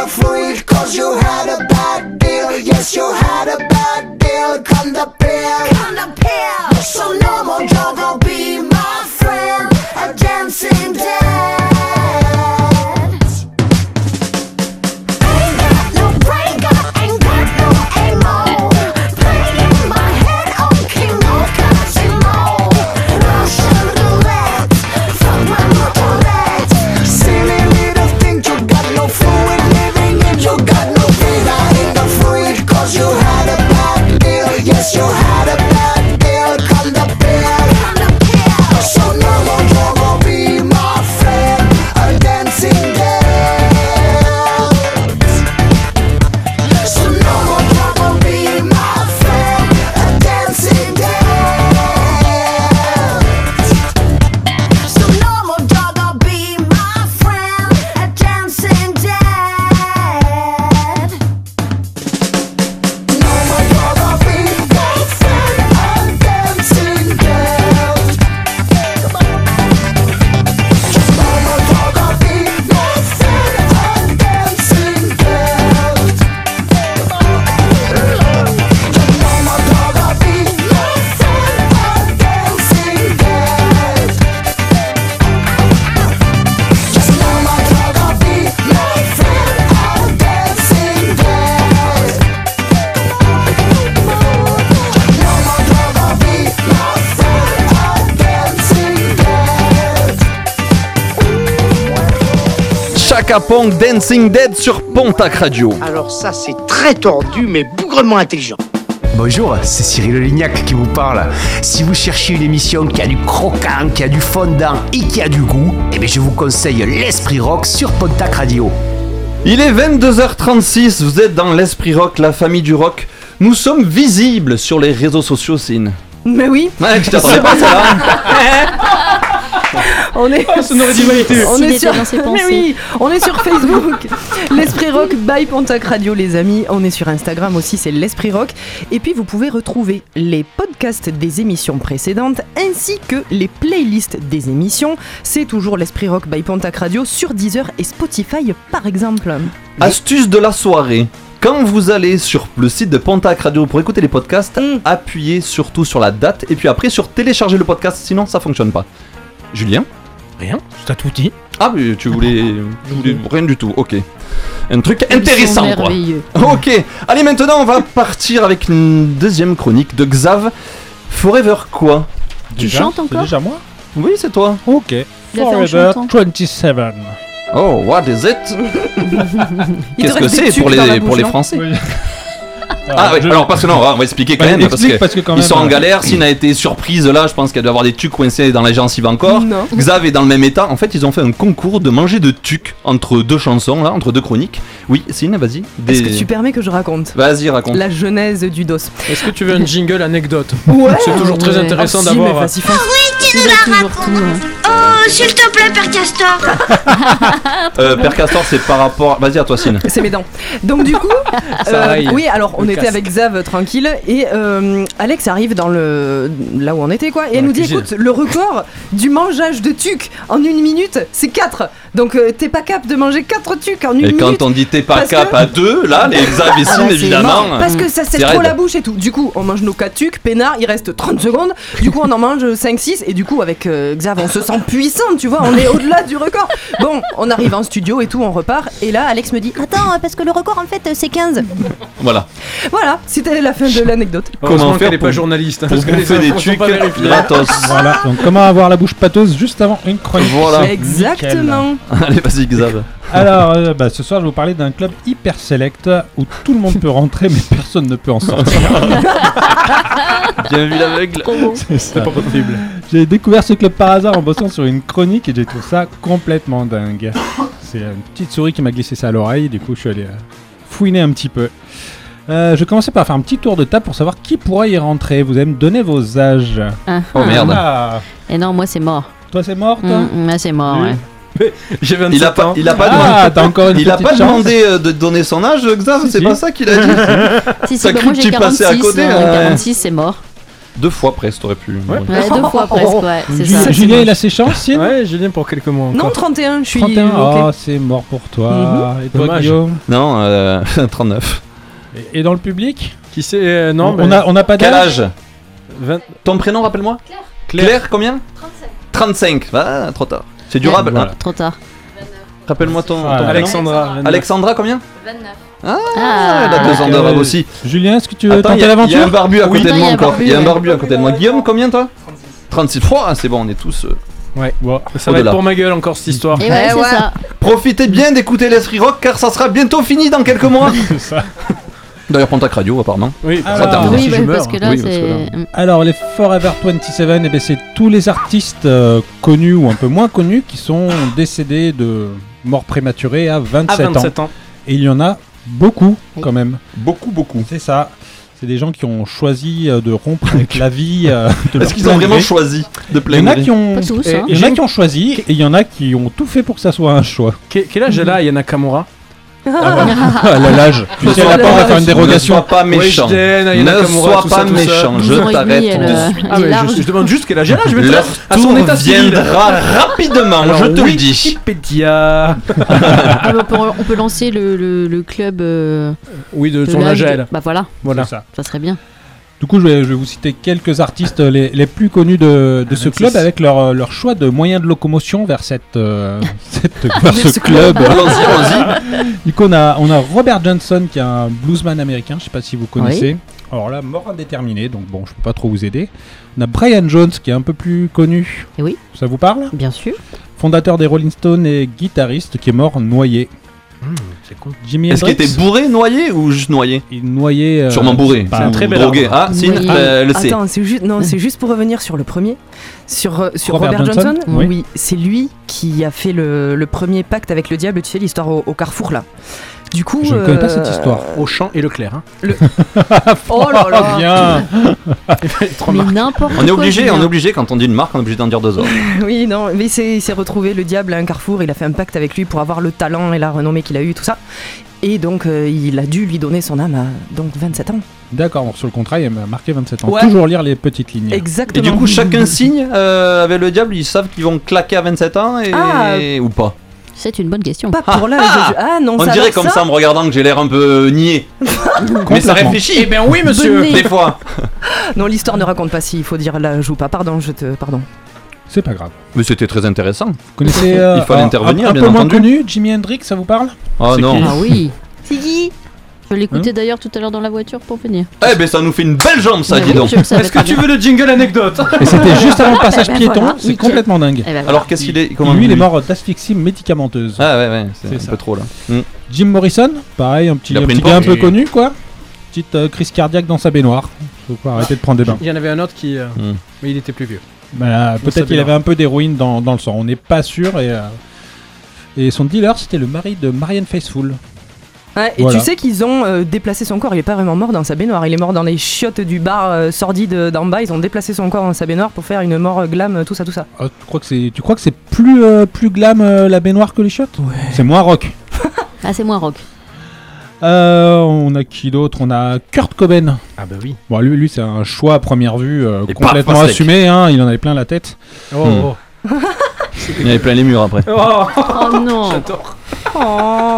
the freak, cause you had a bad deal. Yes, you had a bad deal. Come the pill, come the pill. So no more you're gonna be my friend, a dancing dead. Ain't got no breaker, ain't got no ammo. Playing my head on King of Casino. Russian roulette, fuck my motorette. Silly little thing, you got no fluid living in. You got no data in the freak, cause you had a bad deal. Yes, you had a bad deal. Come the pill, come the pill. So no more you're gonna be my friend, a dancing dead. So no more you're gonna be my friend, a dancing dead. So no more you're gonna be my friend, a dancing dead. No more you're gonna be my friend, a dancing dead. Come on. No more you're gonna be my friend, a dancing dead. Come on. No more you're gonna be my friend, a dancing dead. Just no more you're gonna be my friend, a dancing dead. No more you're gonna be my friend, a dancing dead. Chaka Ponk Dancing Dead sur Pontac Radio. Alors ça c'est très tordu mais bougrement intelligent. Bonjour, c'est Cyril Lignac qui vous parle. Si vous cherchez une émission qui a du croquant, qui a du fondant et qui a du goût, eh bien je vous conseille l'Esprit Rock sur Pontac Radio. Il est vingt-deux heures trente-six, vous êtes dans l'Esprit Rock, la famille du rock. Nous sommes visibles sur les réseaux sociaux, Cine. Mais oui. Ouais, tu t'attendais pas à ça là. On est, Oh, sonorisité. on S'il est était sur, dans ses mais pensées. oui, on est sur Facebook, l'Esprit Rock by Pontac Radio, les amis. On est sur Instagram aussi, c'est l'Esprit Rock. Et puis vous pouvez retrouver les podcasts des émissions précédentes ainsi que les playlists des émissions. C'est toujours l'Esprit Rock by Pontac Radio sur Deezer et Spotify, par exemple. Astuce de la soirée. Quand vous allez sur le site de Pontac Radio pour écouter les podcasts, appuyez surtout sur la date et puis après sur télécharger le podcast, sinon ça fonctionne pas. Julien ? Rien, t'as tout dit. Ah, mais tu voulais, tu voulais rien du tout, ok. Un truc intéressant, Ils sont quoi. merveilleux. Ok, allez, maintenant on va partir avec une deuxième chronique de Xav. Forever quoi ? Tu Déjà chantes C'est encore déjà moi Oui, c'est toi. Ok. Il a fait en Forever chantant. vingt-sept. Oh, what is it ? Il te Qu'est-ce que reste des c'est tubes pour dans la les, bouche, pour les non Français Oui. Ah oui, je- alors parce que non, on va expliquer quand Ouais, même, parce explique, que, parce que quand ils même, sont en euh, galère. Sine a été surprise là, je pense qu'elle doit avoir des tucs coincés dans les gencives encore. Non. Xav est dans le même état. En fait, ils ont fait un concours de manger de tucs entre deux chansons là, entre deux chroniques. Oui, Sine, vas-y. Est-ce Des- que tu permets que je raconte Vas-y, raconte. la genèse du dos? Est-ce que tu veux un jingle anecdote Ouais. C'est toujours très Ouais. intéressant Ah, si, d'avoir. mais vas-y, fais- Tu veux toujours tout. hein. Oh, s'il te plaît, Père Castor. Euh, Père Castor, c'est par rapport. Vas-y, à toi, Sine. C'est mes dents. Donc du coup, Ça euh, aille. oui, alors on Le était casque. avec Xav euh, tranquille et euh, Alex arrive dans le là où on était quoi et Dans elle la nous dit cuisine. écoute, le record du mangeage de tucs en une minute, c'est quatre. Donc euh, t'es pas capable de manger quatre tucs en une Et minute. quand on dit t'es pas Parce cap que- à deux, là, les Xav et Ah bah, Sine, c'est évidemment. mort. Parce que ça c'est c'est trop raide. la bouche et tout. Du coup, on mange nos quatre tucs, peinard, il reste trente secondes. Du coup, on en mange cinq six et du coup, avec euh, Xav, on se sent puissant, tu vois, on est au-delà du record. Bon, on arrive en studio et tout, on repart. Et là, Alex me dit attends, parce que le record en fait, c'est quinze. Voilà. Voilà, c'était la fin de l'anecdote. Heureusement Comment faire qu'elle est pour- pas journaliste, hein, Pour parce que les bouffer des infos sont tucs pas vérifiées. gratos. Voilà, donc comment avoir la bouche pâteuse juste avant une chronique. Voilà. Exactement. Allez, vas-y, Xav. Alors, euh, bah, ce soir, je vais vous parler d'un club hyper select où tout le monde peut rentrer, mais personne ne peut en sortir. Bien vu l'aveugle. C'est ça. pas possible. J'ai découvert ce club par hasard en bossant sur une chronique et j'ai trouvé ça complètement dingue. C'est une petite souris qui m'a glissé ça à l'oreille, du coup, je suis allé euh, fouiner un petit peu. Euh, je vais commencer par faire un petit tour de table pour savoir qui pourra y rentrer. Vous allez me donner vos âges. Ah, Oh ah. merde. Ah. Et non, moi c'est mort. Toi, c'est mort, toi Mm, moi c'est mort, Oui. ouais. J'ai vingt-sept Il a pas, ans. il a pas Ah, demandé, t'as encore une il a petite pas chance. demandé euh, de donner son âge, Xav, Si, c'est si. pas ça qu'il a dit. Si, si, T'as bah, cru moi que j'ai tu passais à quarante-six, côté, euh, ouais. quarante-six c'est mort. Deux fois presque, t'aurais pu. Ouais. Ouais, deux fois presque, ouais, c'est Ju- ça. Julien, il a ses chances, Sienne Ouais, Julien pour quelques mois encore. Non, trente et un, je suis. trente et un, ok. oh, c'est mort pour toi. Et toi, Dommage. Guillaume Non, euh, trente-neuf. Et, et dans le public Qui c'est euh, Non, on, mais- a, on n'a pas Quel d'âge âge vingt Ton prénom, rappelle-moi Claire. Claire, combien trente-cinq. Ah, trop tard. C'est durable. Voilà. Ah, Trop tard. rappelle-moi ton, ton Ah, prénom. Alexandra. vingt-neuf. Alexandra, combien vingt-neuf. Ah, Ah. elle a deux ans de Euh, rab aussi. Julien, est-ce que tu veux Attends, il y, tenter a- il y a un l'aventure barbu à Oui. côté de Attends, moi il y a un encore. barbu, Il y a un ouais. barbu à côté de moi. Guillaume, combien toi trente-six. Fois, c'est bon, on est tous. euh, Ouais. Bon. Ça va être Au-delà. pour ma gueule encore cette histoire. Et ouais, Eh c'est ouais. ça. Profitez bien d'écouter l'Esprit Rock car ça sera bientôt fini dans quelques mois. C'est ça. D'ailleurs, Pontac Radio, apparemment. Oui, Ah, ça termine oui, si Oui, je ouais, meurs. parce que là, Oui, parce que c'est. là- Alors, les Forever vingt-sept, eh ben, c'est tous les artistes euh, connus ou un peu moins connus qui sont décédés de mort prématurée à À vingt-sept, vingt-sept ans. Et il y en a beaucoup, quand même. Beaucoup, beaucoup. C'est ça. C'est des gens qui ont choisi euh, de rompre avec la vie. euh, de leur Est-ce qu'ils ont plein vraiment gré. choisi de Il y plein en a gré qui ont, Pas tous, Et- hein. il y en a qui ont choisi et il y en a qui ont tout fait pour que ça soit un choix. Que- Quel âge elle a, Yana Kamura Ah, la l'âge. Tu sais, elle a pas, on va faire une Ne dérogation. sois pas méchant. Weshden, Ayana Ne Kamura, sois tout ça, pas tout ça. méchant. douze Je ans et t'arrête demi, elle, tout de euh, suite. Ah, elle est mais large. je, je demande juste quel âge elle a, je vais te Leur dire à son tour état civil. viendra rapidement, Alors, je te le oui, dis. Wikipédia. Ah, mais on, peut, on peut lancer le, le, le club euh, Oui, de de son l'âge âge à de- elle. Bah voilà, Voilà. C'est ça. ça serait bien. Du coup, je vais, je vais vous citer quelques artistes les, les plus connus de, de ce vingt-six. club avec leur, leur choix de moyens de locomotion vers, cette, euh, cette- vers ce ce club. Allons-y, allons-y. Du coup, on a, on a Robert Johnson qui est un bluesman américain, je sais pas si vous connaissez. Alors là, mort indéterminé, donc bon, je peux pas trop vous aider. On a Brian Jones qui est un peu plus connu. Et oui. Ça vous parle? Bien sûr. Fondateur des Rolling Stones et guitariste qui est mort noyé. C'est con. Jimi Est-ce qu'il Hendrix, était bourré, noyé ou juste noyé il noyé. euh, Sûrement bourré. pas C'est un un- très bel drogué. arbre. Ah, si, Oui. euh, le sait. Attends, c'est juste, non, c'est juste pour revenir sur le premier, sur, euh, sur Robert Robert, Johnson, Johnson. oui. Oui, c'est lui qui a fait le, le premier pacte avec le diable, tu sais, l'histoire au, au carrefour là. Du coup, Je ne connais pas euh, cette histoire. Auchan et Leclerc. Hein. Oh là là. Bien. Trois Mais marques. n'importe quoi. On est obligé, Julien. on est obligé quand on dit une marque, on est obligé d'en dire deux autres. Oui, non, mais c'est- il s'est retrouvé le diable à un carrefour, il a fait un pacte avec lui pour avoir le talent et la renommée qu'il a eu, tout ça. Et donc, euh, il a dû lui donner son âme à donc vingt-sept ans. D'accord, bon, sur le contrat, il m'a marqué vingt-sept ans. Ouais. Toujours lire les petites lignes. Et Exactement. du coup, chacun signe euh, avec le diable, ils savent qu'ils vont claquer à vingt-sept ans et... Ah. ou pas. C'est une bonne question. Pas pour l'âge. Ah. de- Ah non, On ça dirait alors comme ça en me regardant que j'ai l'air un peu niais. Mais ça Complètement. réfléchit. Eh ben oui, monsieur. Bonnet. Des fois. Non, l'histoire ne raconte pas s'il faut dire l'âge ou pas. Pardon, je te. Pardon. C'est pas grave. Mais c'était très intéressant. Vous connaissez euh, Il fallait un- intervenir, un, un bien peu moins entendu. connu, Jimi Hendrix, ça vous parle? Oh C'est non. qui Ah oui. C'est qui? Je l'écoutais d'ailleurs tout à l'heure dans la voiture pour venir. Eh ben ça nous fait une belle jambe ça, Mais dis oui, donc. je le savais Est-ce que très tu bien. veux le jingle anecdote Et c'était juste avant le passage Eh ben piéton, voilà, c'est nickel. complètement dingue. Eh ben voilà. Alors qu'est-ce qu'il est comment Lui, il est mort d'asphyxie médicamenteuse. Ah ouais ouais, c'est C'est un ça. peu trop là. Mm. Jim Morrison, pareil, un petit, Il a un pris petit une gars un porte. peu connu, quoi. Petite euh, crise cardiaque dans sa baignoire. Faut pas arrêter de prendre des bains. Il y en avait un autre qui. euh, Mm. Mais il était plus vieux. Bah, Dans sa peut-être qu'il baignoire. avait un peu d'héroïne dans, dans le sang, on n'est pas sûr. Et, euh, et son dealer, c'était le mari de Marianne Faithfull. Ouais, et Voilà. tu sais qu'ils ont euh, déplacé son corps. Il est pas vraiment mort dans sa baignoire. Il est mort dans les chiottes du bar euh, sordide d'en bas. Ils ont déplacé son corps dans sa baignoire pour faire une mort euh, glam, tout ça, tout ça. Ah, tu crois que c'est, tu crois que c'est plus, euh, plus glam euh, la baignoire que les chiottes? C'est moins rock. Ah, c'est moins rock. Euh, on a qui d'autre? On a Kurt Cobain. Ah bah oui. Bon, lui, lui c'est un choix à première vue euh, Et complètement paf, pastèque. assumé. Hein, il en avait plein la tête. Oh, Hmm. oh. Il y avait plein les murs après. Oh, Oh non. j'adore. Oh.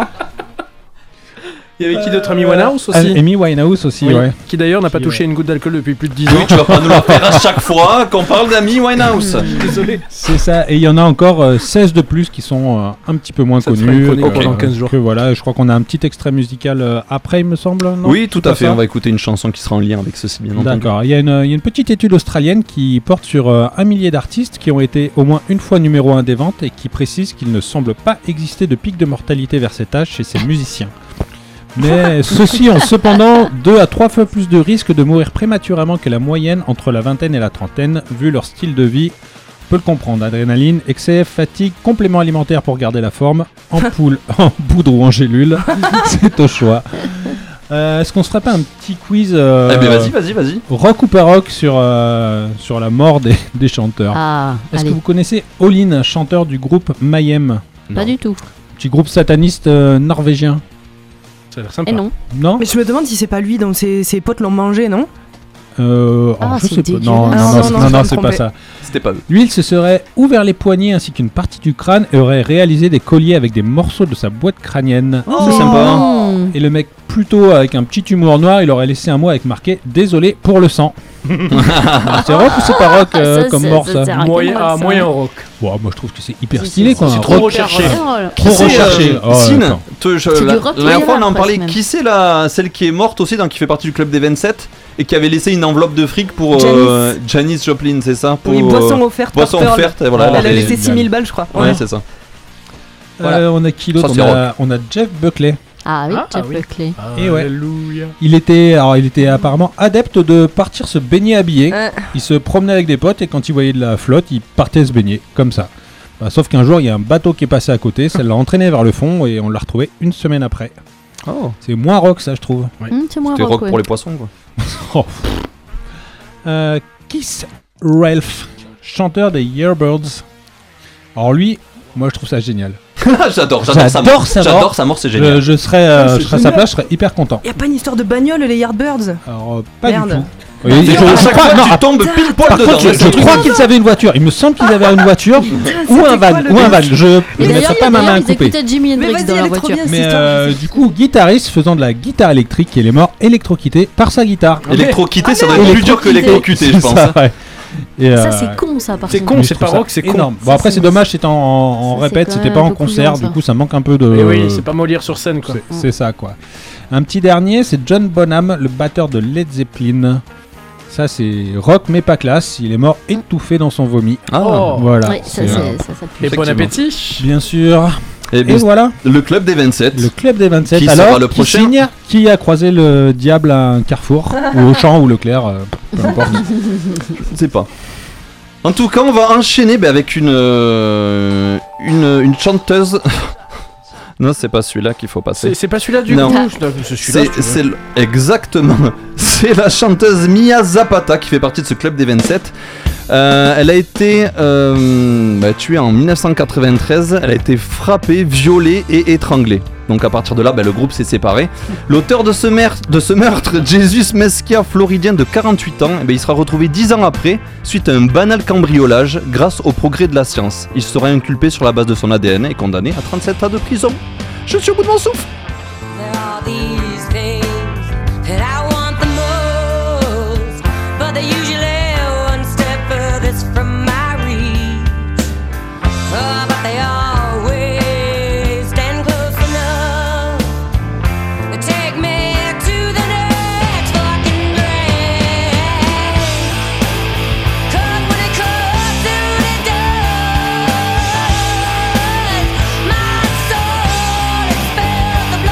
Il y avait qui d'autre? Amy Winehouse Ah, aussi. Amy Winehouse aussi, Oui. ouais. Qui d'ailleurs n'a pas Qui, touché ouais. une goutte d'alcool depuis plus de dix Oui, ans. tu vas pas nous le faire à chaque fois qu'on parle d'Amy Winehouse. Désolé. C'est ça, et il y en a encore euh, seize de plus qui sont euh, un petit peu moins Ça te fera connus. une chronique que- pendant quinze jours. que voilà, je crois qu'on a un petit extrait musical euh, après, il me semble. Non Oui, tout à fait. ça On va écouter une chanson qui sera en lien avec ceci, bien entendu. D'accord, il y, a une- il y a une petite étude australienne qui porte sur euh, un millier d'artistes qui ont été au moins une fois numéro un des ventes et qui précise qu'il ne semble pas exister de pic de mortalité vers cet âge chez ces musiciens. Mais ceux-ci ont cependant deux à trois fois plus de risques de mourir prématurément que la moyenne entre la vingtaine et la trentaine, vu leur style de vie. On peut le comprendre, adrénaline, excès, fatigue, compléments alimentaires pour garder la forme, ampoule, en poudre ou en gélule, c'est au choix. Euh, Est-ce qu'on se ferait pas un petit quiz euh, Eh ben vas-y, vas-y, vas-y. rock ou pas rock sur, euh, sur la mort des, des chanteurs? Ah, Est-ce que allez. vous connaissez Olin, chanteur du groupe Mayhem? Pas du tout. Petit groupe sataniste euh, norvégien. Ça a l'air sympa. Et non. Non? Mais je me demande si c'est pas lui dont ses, ses potes l'ont mangé, non? Euh, Ah, alors, je c'est sais pas. dégueulasse. Non, non, Ah, non, non, non, non, non, je vais me c'est pas tromper. ça. C'était pas eux. Lui, il se serait ouvert les poignets ainsi qu'une partie du crâne et aurait réalisé des colliers avec des morceaux de sa boîte crânienne. Oh, c'est sympa, hein. Et le mec, plutôt avec un petit humour noir, il aurait laissé un mot avec marqué désolé pour le sang. C'est rock ou c'est pas rock euh, Ça, comme c'est- mort ça, ça c'est rock. Moyen, rock, ah, ça. moyen rock. Bon, moi je trouve que c'est hyper C'est- stylé c'est- quoi. c'est un trop rock- recherché. Oh là. Trop Qui c'est, recherché. euh, Oh, Sin, attends. te- je- C'est la, du rock la dernière fois on en thriller, parlait. presque Qui c'est la celle qui est morte aussi, donc qui fait partie du club des vingt-sept et qui avait laissé une enveloppe de fric pour euh, Janis Joplin, c'est ça pour, Oui, boisson euh, offerte. boisson par Pearl. offerte, et voilà, Elle a elle laissé avait- six mille balles, je crois. Ouais, c'est ça. Euh, on a qui d'autre Ça, on, c'est a, on a Jeff Buckley. Ah oui, Ah, Jeff ah oui. Buckley. Et ouais. Alléluia. Il était, alors il était apparemment adepte de partir se baigner habillé. Euh, Il se promenait avec des potes et quand il voyait de la flotte, il partait se baigner comme ça. Bah, sauf qu'un jour, il y a un bateau qui est passé à côté, ça l'a entraîné vers le fond et on l'a retrouvé une semaine après. Oh. C'est moins rock ça, je trouve. Hum, c'est moins C'était rock, rock ouais. pour les poissons quoi. Oh. Euh, Keith Ralph, chanteur des Yardbirds. Alors lui, moi je trouve ça génial. j'adore, j'adore sa mort. sa J'adore mort. sa mort, c'est Je, génial. je serais, euh, Ah, c'est je serais à sa génial. place, je serais hyper content. y a pas une histoire de bagnole, les Yardbirds Alors euh, pas Merde. du tout. Oui, je, Et je à chaque crois, fois, non, tu ah, tombes pile poil par dedans. contre, je, ouais, je c'est un truc crois de- qu'ils avaient une voiture. Il me semble qu'ils avaient une voiture ou c'était un van, quoi, le ou un van. truc Je Et ne d'ailleurs, mettrai pas ma d'ailleurs, main ils coupée. écoutaient Jimi Mais Hendrix vas-y, dans elle leur est trop voiture. bien cette Mais histoire. euh, du coup, guitariste faisant de la guitare électrique, il est mort électrocuté par sa guitare. Électrocuté, ça doit être plus dur que l'électrocuté, je C'est pense. ça, ouais. Et, Ça, euh, c'est con, ça, par C'est contre. con, mais je c'est trouve pas ça rock, c'est con. énorme. Bon Ça, après c'est- c'est dommage, c'était en, en Ça, c'est répète, quand c'était même pas un en peu concert, couillon, du ça. coup ça manque un peu de. Mais oui, c'est pas Molière sur scène quoi. C'est- C'est ça quoi. Un petit dernier, c'est John Bonham, le batteur de Led Zeppelin. Ça c'est rock mais pas classe. Il est mort étouffé dans son vomi. Ah, Oh. Voilà. Ouais, ça, C'est, c'est- euh, ça, ça pue. Et bon Effectivement. appétit. Bien sûr. Et Et bien, voilà. le club des vingt-sept. Le club des vingt-sept. Qui Alors, sera le qui prochain signe Qui a croisé le diable à un carrefour ou au champ ou Leclerc, euh, peu importe. Je ne sais pas. En tout cas, on va enchaîner ben, avec une, euh, une une chanteuse. Non, c'est pas celui-là qu'il faut passer. C'est c'est pas celui-là du Non. coup. C'est celui-là. C'est, c'est l- exactement. C'est la chanteuse Mia Zapata qui fait partie de ce club des vingt-sept. Euh, elle a été euh, bah, tuée en dix-neuf cent quatre-vingt-treize. Elle a été frappée, violée et étranglée. Donc à partir de là, bah, le groupe s'est séparé. L'auteur de ce, mer- de ce meurtre, Jesus Mesquia, floridien de quarante-huit ans, eh ben, il sera retrouvé dix ans après, suite à un banal cambriolage, grâce au progrès de la science. Il sera inculpé sur la base de son A D N et condamné à trente-sept ans de prison. Je suis au bout de mon souffle. There are these things that I want the most, but they're usually one step furthest from my reach. Oh, but they always stand close enough to take me to the next fucking grave. 'Cause when it comes to it does, my soul expels the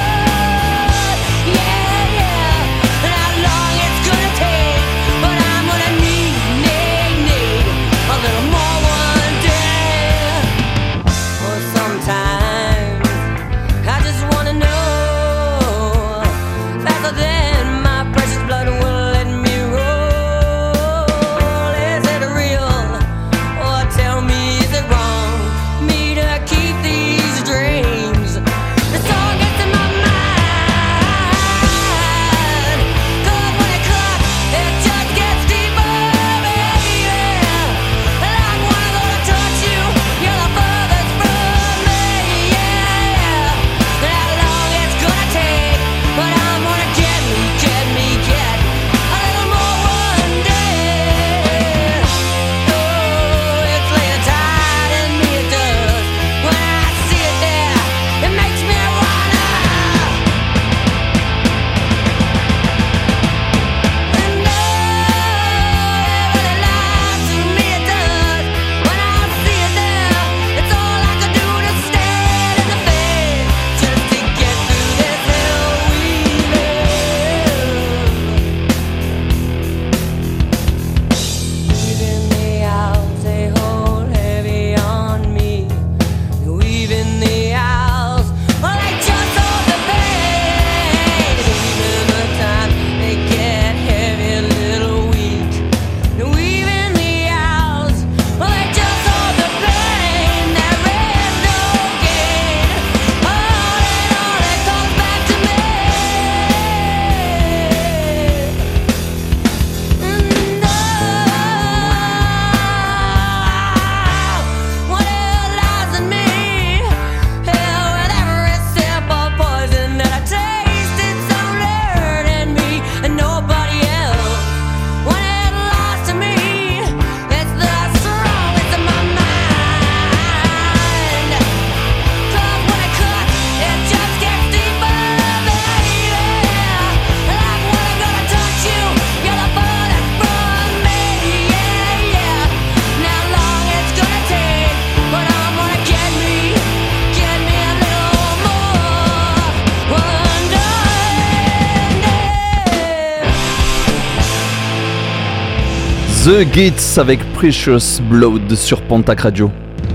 The Gates avec Precious Blood sur Pontac Radio.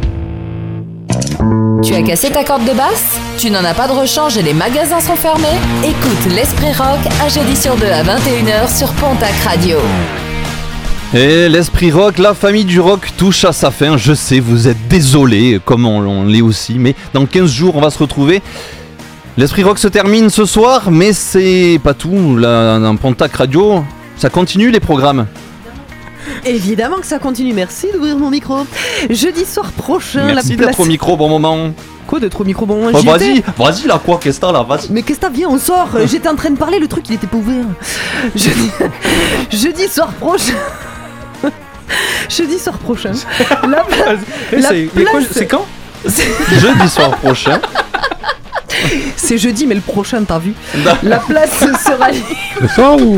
Tu as cassé ta corde de basse? Tu n'en as pas de rechange et les magasins sont fermés? Écoute l'Esprit Rock un jeudi sur deux à vingt et une heures sur Pontac Radio. Et l'Esprit Rock, la famille du rock touche à sa fin. Je sais, vous êtes désolés, comme on, on l'est aussi, mais dans quinze jours, on va se retrouver. L'Esprit Rock se termine ce soir, mais c'est pas tout. Là, dans Pontac Radio, ça continue les programmes. Évidemment que ça continue, merci d'ouvrir mon micro. Jeudi soir prochain, Merci la d'être place... au micro, bon moment. Quoi d'être au micro bon moment? Oh, J'y vas-y, étais. vas-y là, quoi, qu'est-ce que t'as là, vas-y. Mais qu'est-ce que t'as, viens, on sort. J'étais en train de parler, le truc il était pas ouvert. Jeudi, Jeudi soir prochain. Jeudi soir prochain. La, pla... Eh, la c'est- mais quoi, place... c'est quand Jeudi soir prochain. C'est jeudi, mais le prochain, t'as vu? La place sera libre. Le soir ou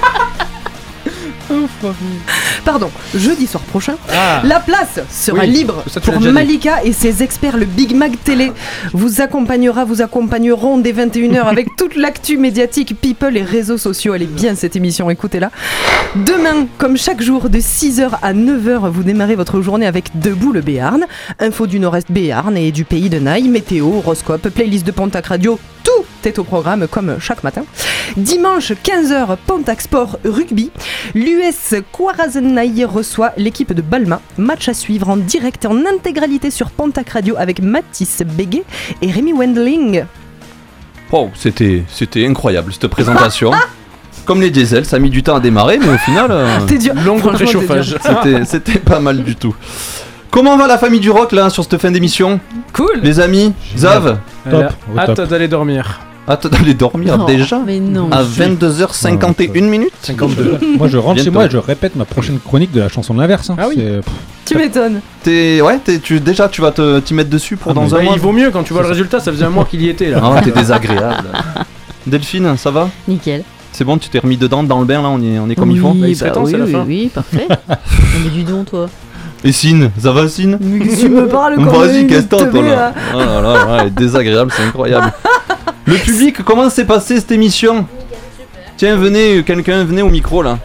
Pardon, jeudi soir prochain, Ah. la place sera Oui, libre ça, tu l'as pour déjà dit. Malika et ses experts. Le Big Mac Télé vous accompagnera, vous accompagneront dès vingt et une heures avec toute l'actu médiatique, people et réseaux sociaux. Elle est bien cette émission, écoutez-la. Demain, comme chaque jour, de six heures à neuf heures, vous démarrez votre journée avec Debout le Béarn, info du Nord-Est Béarn et du pays de Naï, météo, horoscope, playlist de Pontac Radio, tout est au programme comme chaque matin. Dimanche quinze heures, Pontac Sport Rugby. L'U S Kwarazenaï reçoit l'équipe de Balma. Match à suivre en direct et en intégralité sur Pontac Radio avec Mathis Béguet et Rémi Wendling. Oh, c'était, c'était incroyable cette présentation. Comme les diesels, ça a mis du temps à démarrer, mais au final, euh, T'es dur. Longue Franchement, t'es préchauffage. dur. c'était, c'était pas mal du tout. Comment va la famille du rock là sur cette fin d'émission? Cool. Les amis, Zav, Elle a Top, au hâte top. d'aller dormir. hâte d'aller dormir Oh, déjà Mais non. à vingt-deux heures cinquante et une minutes. cinquante-deux. Moi je rentre chez Bientôt. moi et je répète ma prochaine chronique de la chanson de l'inverse. hein. Ah oui. C'est- pff, Tu m'étonnes. T'es, ouais, t'es, tu, déjà tu vas te, t'y mettre dessus pour Ah, dans mais un Bah, mois. il vaut mieux quand tu vois le résultat, ça faisait un mois qu'il y était là. Ah, t'es désagréable. Delphine, ça va? Nickel. C'est bon, tu t'es remis dedans dans le bain là, on est, on est comme il faut. Oui, Bah, il serait bah temps, oui, c'est la oui, fin. oui, parfait. Mais dis donc, toi. Et Sine, ça va Sine? Tu me parles comme Vas-y, une qu'est-ce que t'as, toi teubée, là là. Oh là là, ouais, elle est désagréable, c'est incroyable. Le public, comment s'est passée cette émission? Tiens, venez, quelqu'un, venez au micro là.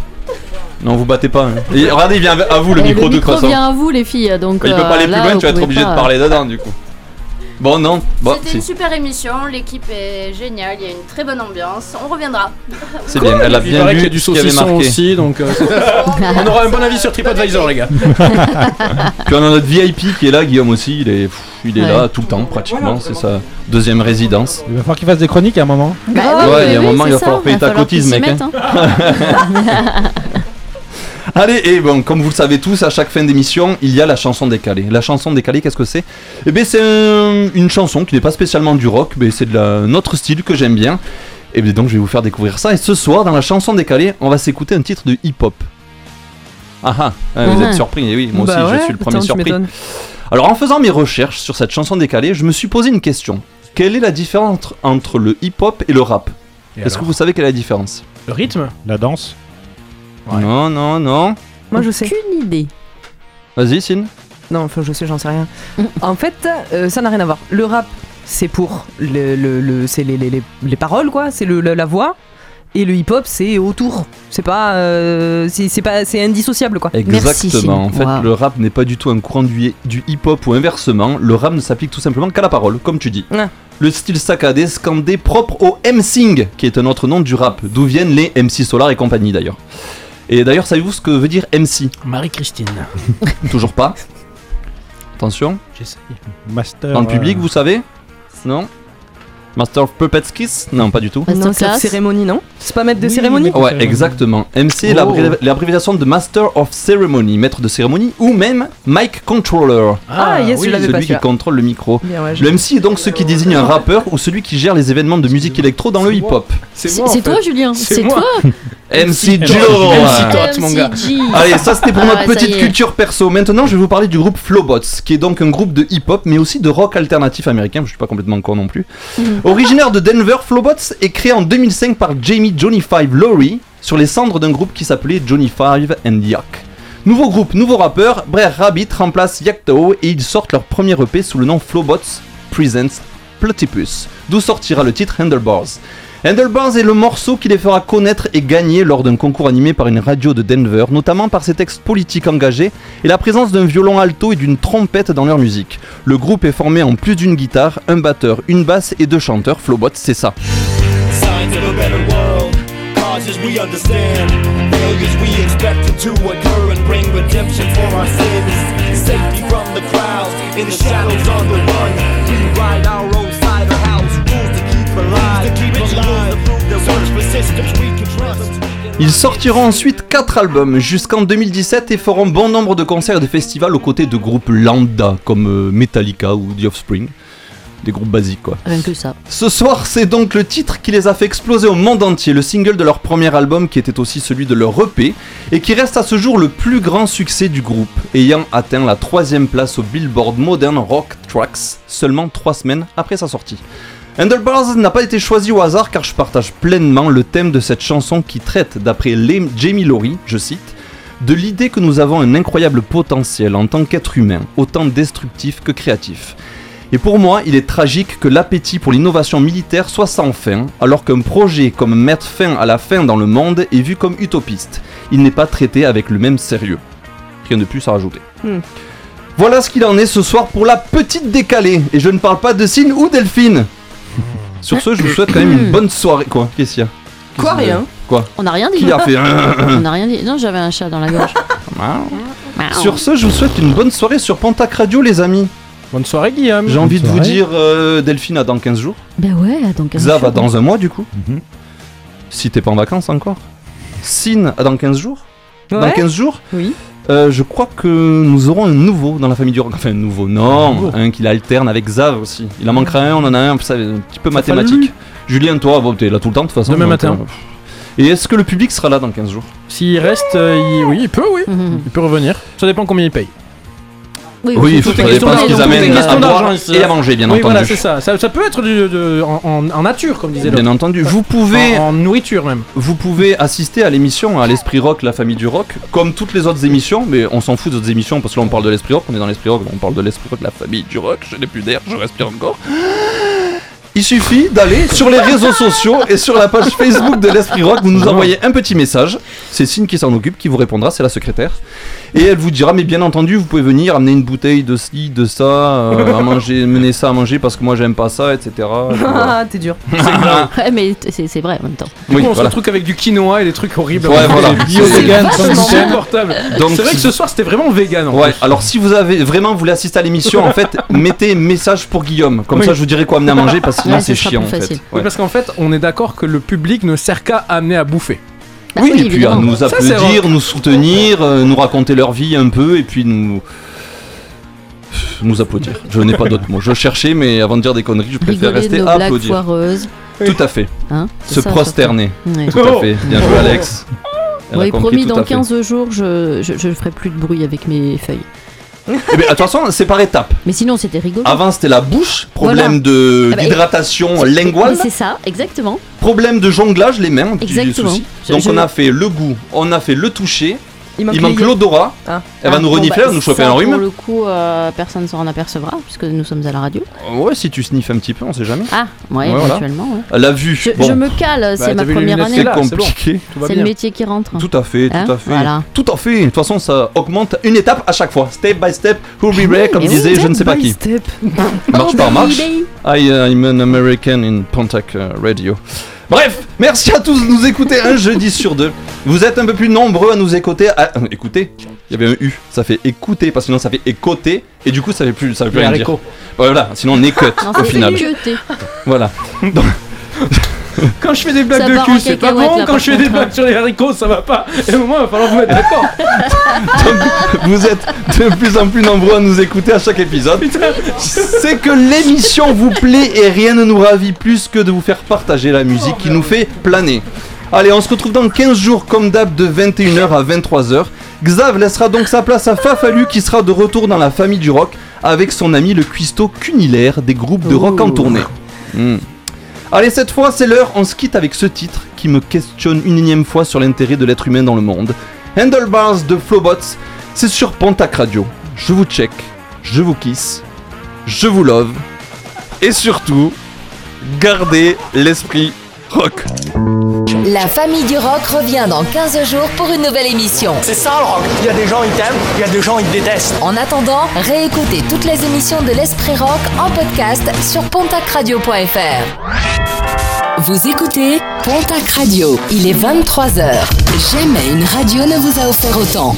Non, vous battez pas. hein. Et regardez, il vient à vous le Eh, micro le de toute micro façon. vient à vous, les filles. Donc, Il peut pas aller euh, plus là, loin, vous tu vas être pouvez obligé pas- de parler dedans du coup. Bon, non, bon, C'était si, une super émission, l'équipe est géniale, il y a une très bonne ambiance, on reviendra. c'est bien, elle a Il bien paraît lu qu'il y a du ce qui avait saucisson marqué. aussi, donc euh, on aura un bon avis sur TripAdvisor, les gars. Puis on a notre V I P qui est là, Guillaume aussi, il est, pff, il est Ouais. là tout le temps pratiquement, c'est sa deuxième résidence. Il va falloir qu'il fasse des chroniques à un moment. Bah Ouais, oui, il y a un oui, moment, c'est il va ça, falloir payer ta falloir cotise, qu'ils s'y mec, mettent, hein. hein. Allez, et bon, comme vous le savez tous, à chaque fin d'émission, il y a la chanson décalée. La chanson décalée, qu'est-ce que c'est? Eh bien, c'est un- une chanson qui n'est pas spécialement du rock, mais c'est de la- un autre style que j'aime bien. Et bien donc, je vais vous faire découvrir ça. Et ce soir, dans la chanson décalée, on va s'écouter un titre de hip-hop. Ah ah, ah, vous Ah. êtes surpris, et oui, moi Bah aussi, ouais, je suis le premier attends, tu surpris. m'étonnes. Alors, en faisant mes recherches sur cette chanson décalée, je me suis posé une question. Quelle est la différence entre le hip-hop et le rap? Et Est-ce que alors vous savez quelle est la différence? Le rythme? La danse. Ouais. Non, non, non. Moi je sais. Aucune idée. Vas-y, Sine. Non, enfin je sais, j'en sais rien. En fait, euh, ça n'a rien à voir. Le rap, c'est pour le, le, le- c'est les, les, les, les paroles quoi, c'est le, le- la voix. Et le hip-hop, c'est autour. C'est pas, euh, c'est c'est pas, c'est indissociable quoi. Exactement. En fait, Wow. le rap n'est pas du tout un courant du, du hip-hop ou inversement. Le rap ne s'applique tout simplement qu'à la parole, comme tu dis. Ouais. Le style saccadé, scandé, propre au MCing, qui est un autre nom du rap, d'où viennent les M C Solar et compagnie d'ailleurs. Et d'ailleurs, savez-vous ce que veut dire M C? Marie-Christine. Toujours pas. Attention. J'essaye. Master. Dans le public, euh, vous savez? Non? Master of Puppets Kiss? Non, pas du tout. Non, c'est Masterclass. cérémonie, non? C'est pas maître de Oui, cérémonie? maître- Ouais, cérémonie. exactement. M C est Oh. l'abré- l'abréviation de Master of Ceremony, maître de cérémonie, ou même Mic Controller, Ah, yes, je l'avais pas celui qui celui-là. contrôle le micro. Bien, ouais, je- Le M C est donc ce qui désigne un rappeur ou celui qui gère les événements de musique électro dans le hip-hop. C'est C'est moi, en c'est fait. toi, Julien. C'est C'est moi. toi. M C Joe. M C Tot, mon gars. M C G. Allez, ça c'était pour Ah notre ouais, ça petite y est. culture perso. Maintenant, je vais vous parler du groupe Flowbots, qui est donc un groupe de hip-hop, mais aussi de rock alternatif américain. Je suis pas complètement con non plus. Originaire de Denver, Flowbots est créé en deux mille cinq par Jamie Johnny Five Laurie sur les cendres d'un groupe qui s'appelait Johnny Five and Yak. Nouveau groupe, nouveau rappeur, Brer Rabbit remplace Yakto et ils sortent leur premier E P sous le nom Flowbots Presents Platypus, d'où sortira le titre Handlebars. Handlebars est le morceau qui les fera connaître et gagner lors d'un concours animé par une radio de Denver, notamment par ses textes politiques engagés et la présence d'un violon alto et d'une trompette dans leur musique. Le groupe est formé en plus d'une guitare, un batteur, une basse et deux chanteurs. Flowbot, c'est ça. Signs of a better world, causes we understand, failures we expect to occur and bring redemption for our sins, safety from the crowds, in the shadows on the run, we ride our own side of house, rules to keep alive, to keep it alive, the search for systems we can trust. Ils sortiront ensuite quatre albums jusqu'en deux mille dix-sept et feront bon nombre de concerts et de festivals aux côtés de groupes lambda comme Metallica ou The Offspring. Des groupes basiques quoi. Rien que ça. Ce soir, c'est donc le titre qui les a fait exploser au monde entier, le single de leur premier album qui était aussi celui de leur E P et qui reste à ce jour le plus grand succès du groupe, ayant atteint la troisième place au Billboard Modern Rock Tracks seulement trois semaines après sa sortie. Handlebars n'a pas été choisi au hasard car je partage pleinement le thème de cette chanson qui traite, d'après Jamie Laurie, je cite, de l'idée que nous avons un incroyable potentiel en tant qu'être humain, autant destructif que créatif. Et pour moi, il est tragique que l'appétit pour l'innovation militaire soit sans fin, alors qu'un projet comme mettre fin à la faim dans le monde est vu comme utopiste. Il n'est pas traité avec le même sérieux. Rien de plus à rajouter. Hmm. Voilà ce qu'il en est ce soir pour la petite décalée. Et je ne parle pas de Cine ou Delphine. Sur ce, je vous souhaite quand même une bonne soirée. Quoi ? Qu'est-ce qu'il y a ? Quoi, rien ? Quoi ? On n'a rien dit. Qui a fait On n'a rien dit. Non, j'avais un chat dans la gorge. Sur ce, je vous souhaite une bonne soirée sur Pontac Radio, les amis. Bonne soirée, Guillaume. J'ai envie Bonne de vous soirée. dire, euh, Delphine a dans quinze jours. Ben ouais, dans quinze Xav jours. a dans un mois, du coup. Mhm. Si t'es pas en vacances encore. Cine a dans quinze jours. Dans Ouais. quinze jours. Oui. Euh, je crois que nous aurons un nouveau dans la famille du rock. Enfin, un nouveau, non. Un nouveau. Un qui alterne avec Xav aussi. Il en manquera un, on en a un, ça, un petit peu Ça fait mathématique. lui. Julien, toi, bon, t'es là tout le temps de toute façon. Demain donc, matin. euh, Et est-ce que le public sera là dans quinze jours ? S'il reste, euh, il... oui, il peut, oui. Mhm. Il peut revenir. Ça dépend combien il paye. Oui, il faut Tout est ça question dépend ce d'argent, qu'ils tout est amènent question à d'argent boire ici, et hein. à manger, bien oui, entendu. voilà, c'est ça. ça. Ça peut être du, de- en, en- en nature, comme disait l'autre. Bien entendu, vous pouvez, En, en nourriture même. vous pouvez assister à l'émission à l'Esprit Rock, la famille du rock, comme toutes les autres émissions, mais on s'en fout des autres émissions parce que là on parle de l'Esprit Rock, on est dans l'Esprit Rock, on parle de l'Esprit Rock, la famille du rock, je n'ai plus d'air, je respire encore. Il suffit d'aller sur les réseaux sociaux et sur la page Facebook de l'Esprit Rock, vous nous envoyez un petit message, c'est Cine qui s'en occupe, qui vous répondra, c'est la secrétaire, et elle vous dira, mais bien entendu, vous pouvez venir amener une bouteille de ci, de ça, euh, à manger, mener ça à manger parce que moi j'aime pas ça, et cetera. Ah, t'es dur. Ouais, mais t- c'est c'est vrai en même temps. Du Oui, coup, on voilà. se retrouve avec du quinoa et des trucs horribles. Ouais, voilà. Bio C'est vegan, vachement c'est bien. insupportable. Donc, C'est vrai que ce soir c'était vraiment vegan en Ouais, plus. alors si vous avez vraiment voulu assister à l'émission, en fait, mettez message pour Guillaume. Comme Oui. ça, je vous dirai quoi amener à manger parce que sinon Ouais, c'est ce sera chiant plus en fait. facile. Oui, Ouais. parce qu'en fait, on est d'accord que le public ne sert qu'à amener à bouffer. Ah Oui, oui, et puis à évidemment. nous Ça, c'est applaudir, rock. nous soutenir, euh, nous raconter leur vie un peu et puis nous. nous applaudir. Je n'ai pas d'autres mots. Je cherchais, mais avant de dire des conneries, je préfère Rigoler de rester nos à blagues applaudir. foireuses. Tout à fait. Hein, c'est Se ça, prosterner. surtout. Ouais. Tout à fait. Bien joué, Alex. Elle a Oui, compris promis, tout dans à fait. quinze jours, je, je, je ferai plus de bruit avec mes feuilles. Eh bien, de toute façon, c'est par étapes. Mais sinon, c'était rigolo. Avant, c'était la bouche, problème Voilà. de Ah bah, d'hydratation Mais linguale. c'est ça, exactement. Problème de jonglage, les mains, un petit Exactement. souci. Je- Donc je- on a fait le goût, on a fait le toucher, Il manque, il manque les- l'odorat. Ah. Elle va Ah, nous bon, renifler, bah, elle va nous choper ça, un Pour rhume. le coup, euh, personne ne s'en apercevra, puisque nous sommes à la radio. Ouais, si tu sniffes un petit peu, on sait jamais. Ah, ouais, Ouais, voilà. éventuellement. ouais. La vue, Je, bon, je me cale, c'est t'as ma vu les première lunettes, année. c'est là, c'est bon. compliqué. Tout va C'est le bien. métier qui rentre. Tout à fait, tout Hein, à fait. voilà. Tout à fait. De toute façon, ça augmente une étape à chaque fois. Step by step, who'll be back, comme Et disait Step je ne sais pas by qui. step. Marche Oh, par marche. baby. I, uh, I'm an American in Pontac uh, Radio. Bref, merci à tous de nous écouter un jeudi sur deux. Vous êtes un peu plus nombreux à nous écouter. À... euh, écoutez, il y avait un U, ça fait écouter, parce que sinon ça fait écouter, et du coup ça fait plus, ça veut plus Les rien dire. haricots. Voilà, sinon on est cut Non, au ça, c'est final. que t'es. Voilà. Donc, Quand je fais des blagues Ça de part en cul, c'est pas cacahuète, bon. là, Quand par je fais des contre, blagues hein. sur les haricots, ça va pas. Et au moment, il va falloir vous mettre d'accord. vous êtes de plus en plus nombreux à nous écouter à chaque épisode. C'est que l'émission vous plaît et rien ne nous ravit plus que de vous faire partager la musique qui nous fait planer. Allez, on se retrouve dans quinze jours comme d'hab de vingt et une heures à vingt-trois heures. Xav laissera donc sa place à Fafalu qui sera de retour dans la famille du rock avec son ami le cuistot cunilaire des groupes de rock en tournée. Hmm. Allez, cette fois c'est l'heure, on se quitte avec ce titre qui me questionne une énième fois sur l'intérêt de l'être humain dans le monde. Handlebars de Flowbots, c'est sur Pontac Radio. Je vous check, je vous kiss, je vous love et surtout, gardez l'esprit rock. La famille du rock revient dans quinze jours pour une nouvelle émission. C'est ça le rock. Il y a des gens ils t'aiment, il y a des gens ils te détestent. En attendant, réécoutez toutes les émissions de l'Esprit Rock en podcast sur pontac radio point f r. Vous écoutez Pontac Radio. Il est vingt-trois heures. Jamais une radio ne vous a offert autant.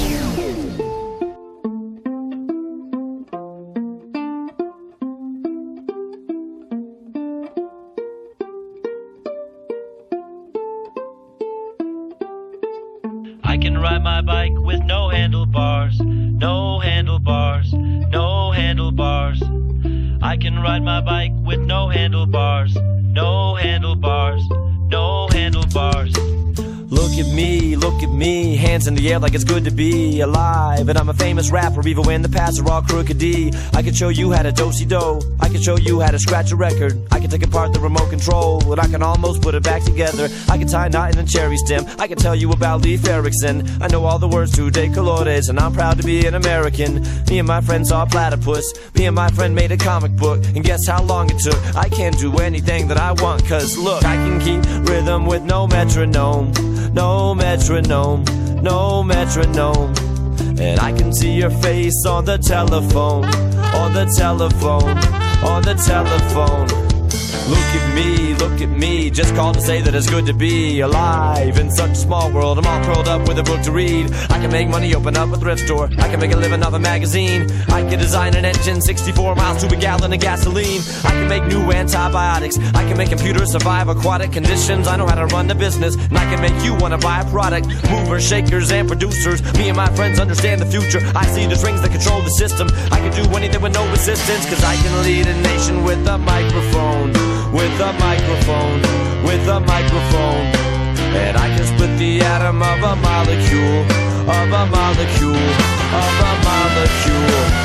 I can ride my bike with no handlebars, no handlebars, no handlebars. I can ride my bike with no handlebars, no handlebars, no handlebars. Look at me, look at me, hands in the air like it's good to be alive. And I'm a famous rapper even when the paths are all crooked D. I can show you how to do-si-do, I can show you how to scratch a record. I can take apart the remote control, and I can almost put it back together. I can tie a knot in a cherry stem, I can tell you about Leif Erikson. I know all the words to De Colores, and I'm proud to be an American. Me and my friend saw a platypus, me and my friend made a comic book. And guess how long it took? I can't do anything that I want, cause look, I can keep rhythm with no metronome. No metronome, no metronome. And I can see your face on the telephone, on the telephone, on the telephone. Look at me, look at me, just called to say that it's good to be alive in such a small world. I'm all curled up with a book to read. I can make money, open up a thrift store. I can make a living off a magazine. I can design an engine, sixty-four miles to a gallon of gasoline. I can make new antibiotics. I can make computers survive aquatic conditions. I know how to run the business, and I can make you want to buy a product. Movers, shakers, and producers. Me and my friends understand the future. I see the strings that control the system. I can do anything with no resistance, cause I can lead a nation with a microphone. With a microphone, with a microphone. And I can split the atom of a molecule, of a molecule, of a molecule.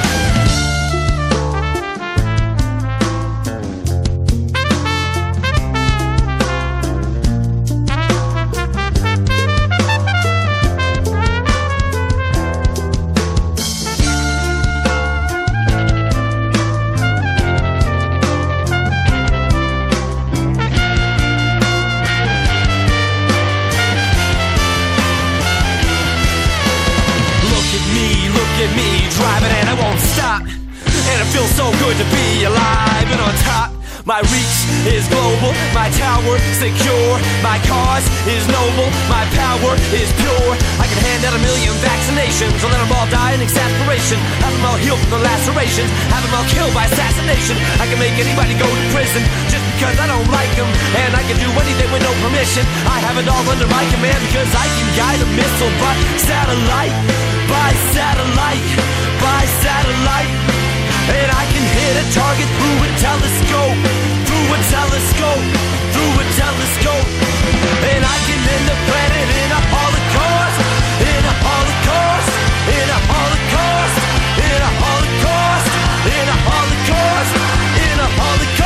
Feels so good to be alive and on top. My reach is global, my tower secure. My cause is noble, my power is pure. I can hand out a million vaccinations, or let them all die in exasperation. Have them all healed from the lacerations, have them all killed by assassination. I can make anybody go to prison just because I don't like them. And I can do anything with no permission. I have it all under my command because I can guide a missile by satellite, by satellite, by satellite. And I can hit a target through a telescope, through a telescope, through a telescope. And I can end the planet in a holocaust, in a holocaust, in a holocaust, in a holocaust, in a holocaust, in a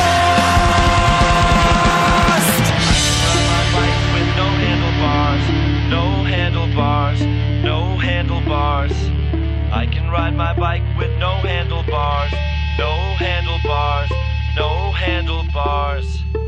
holocaust. My bike with no handlebars, no handlebars, no handlebars. I can ride my bike with no handlebars, no handlebars, no handlebars.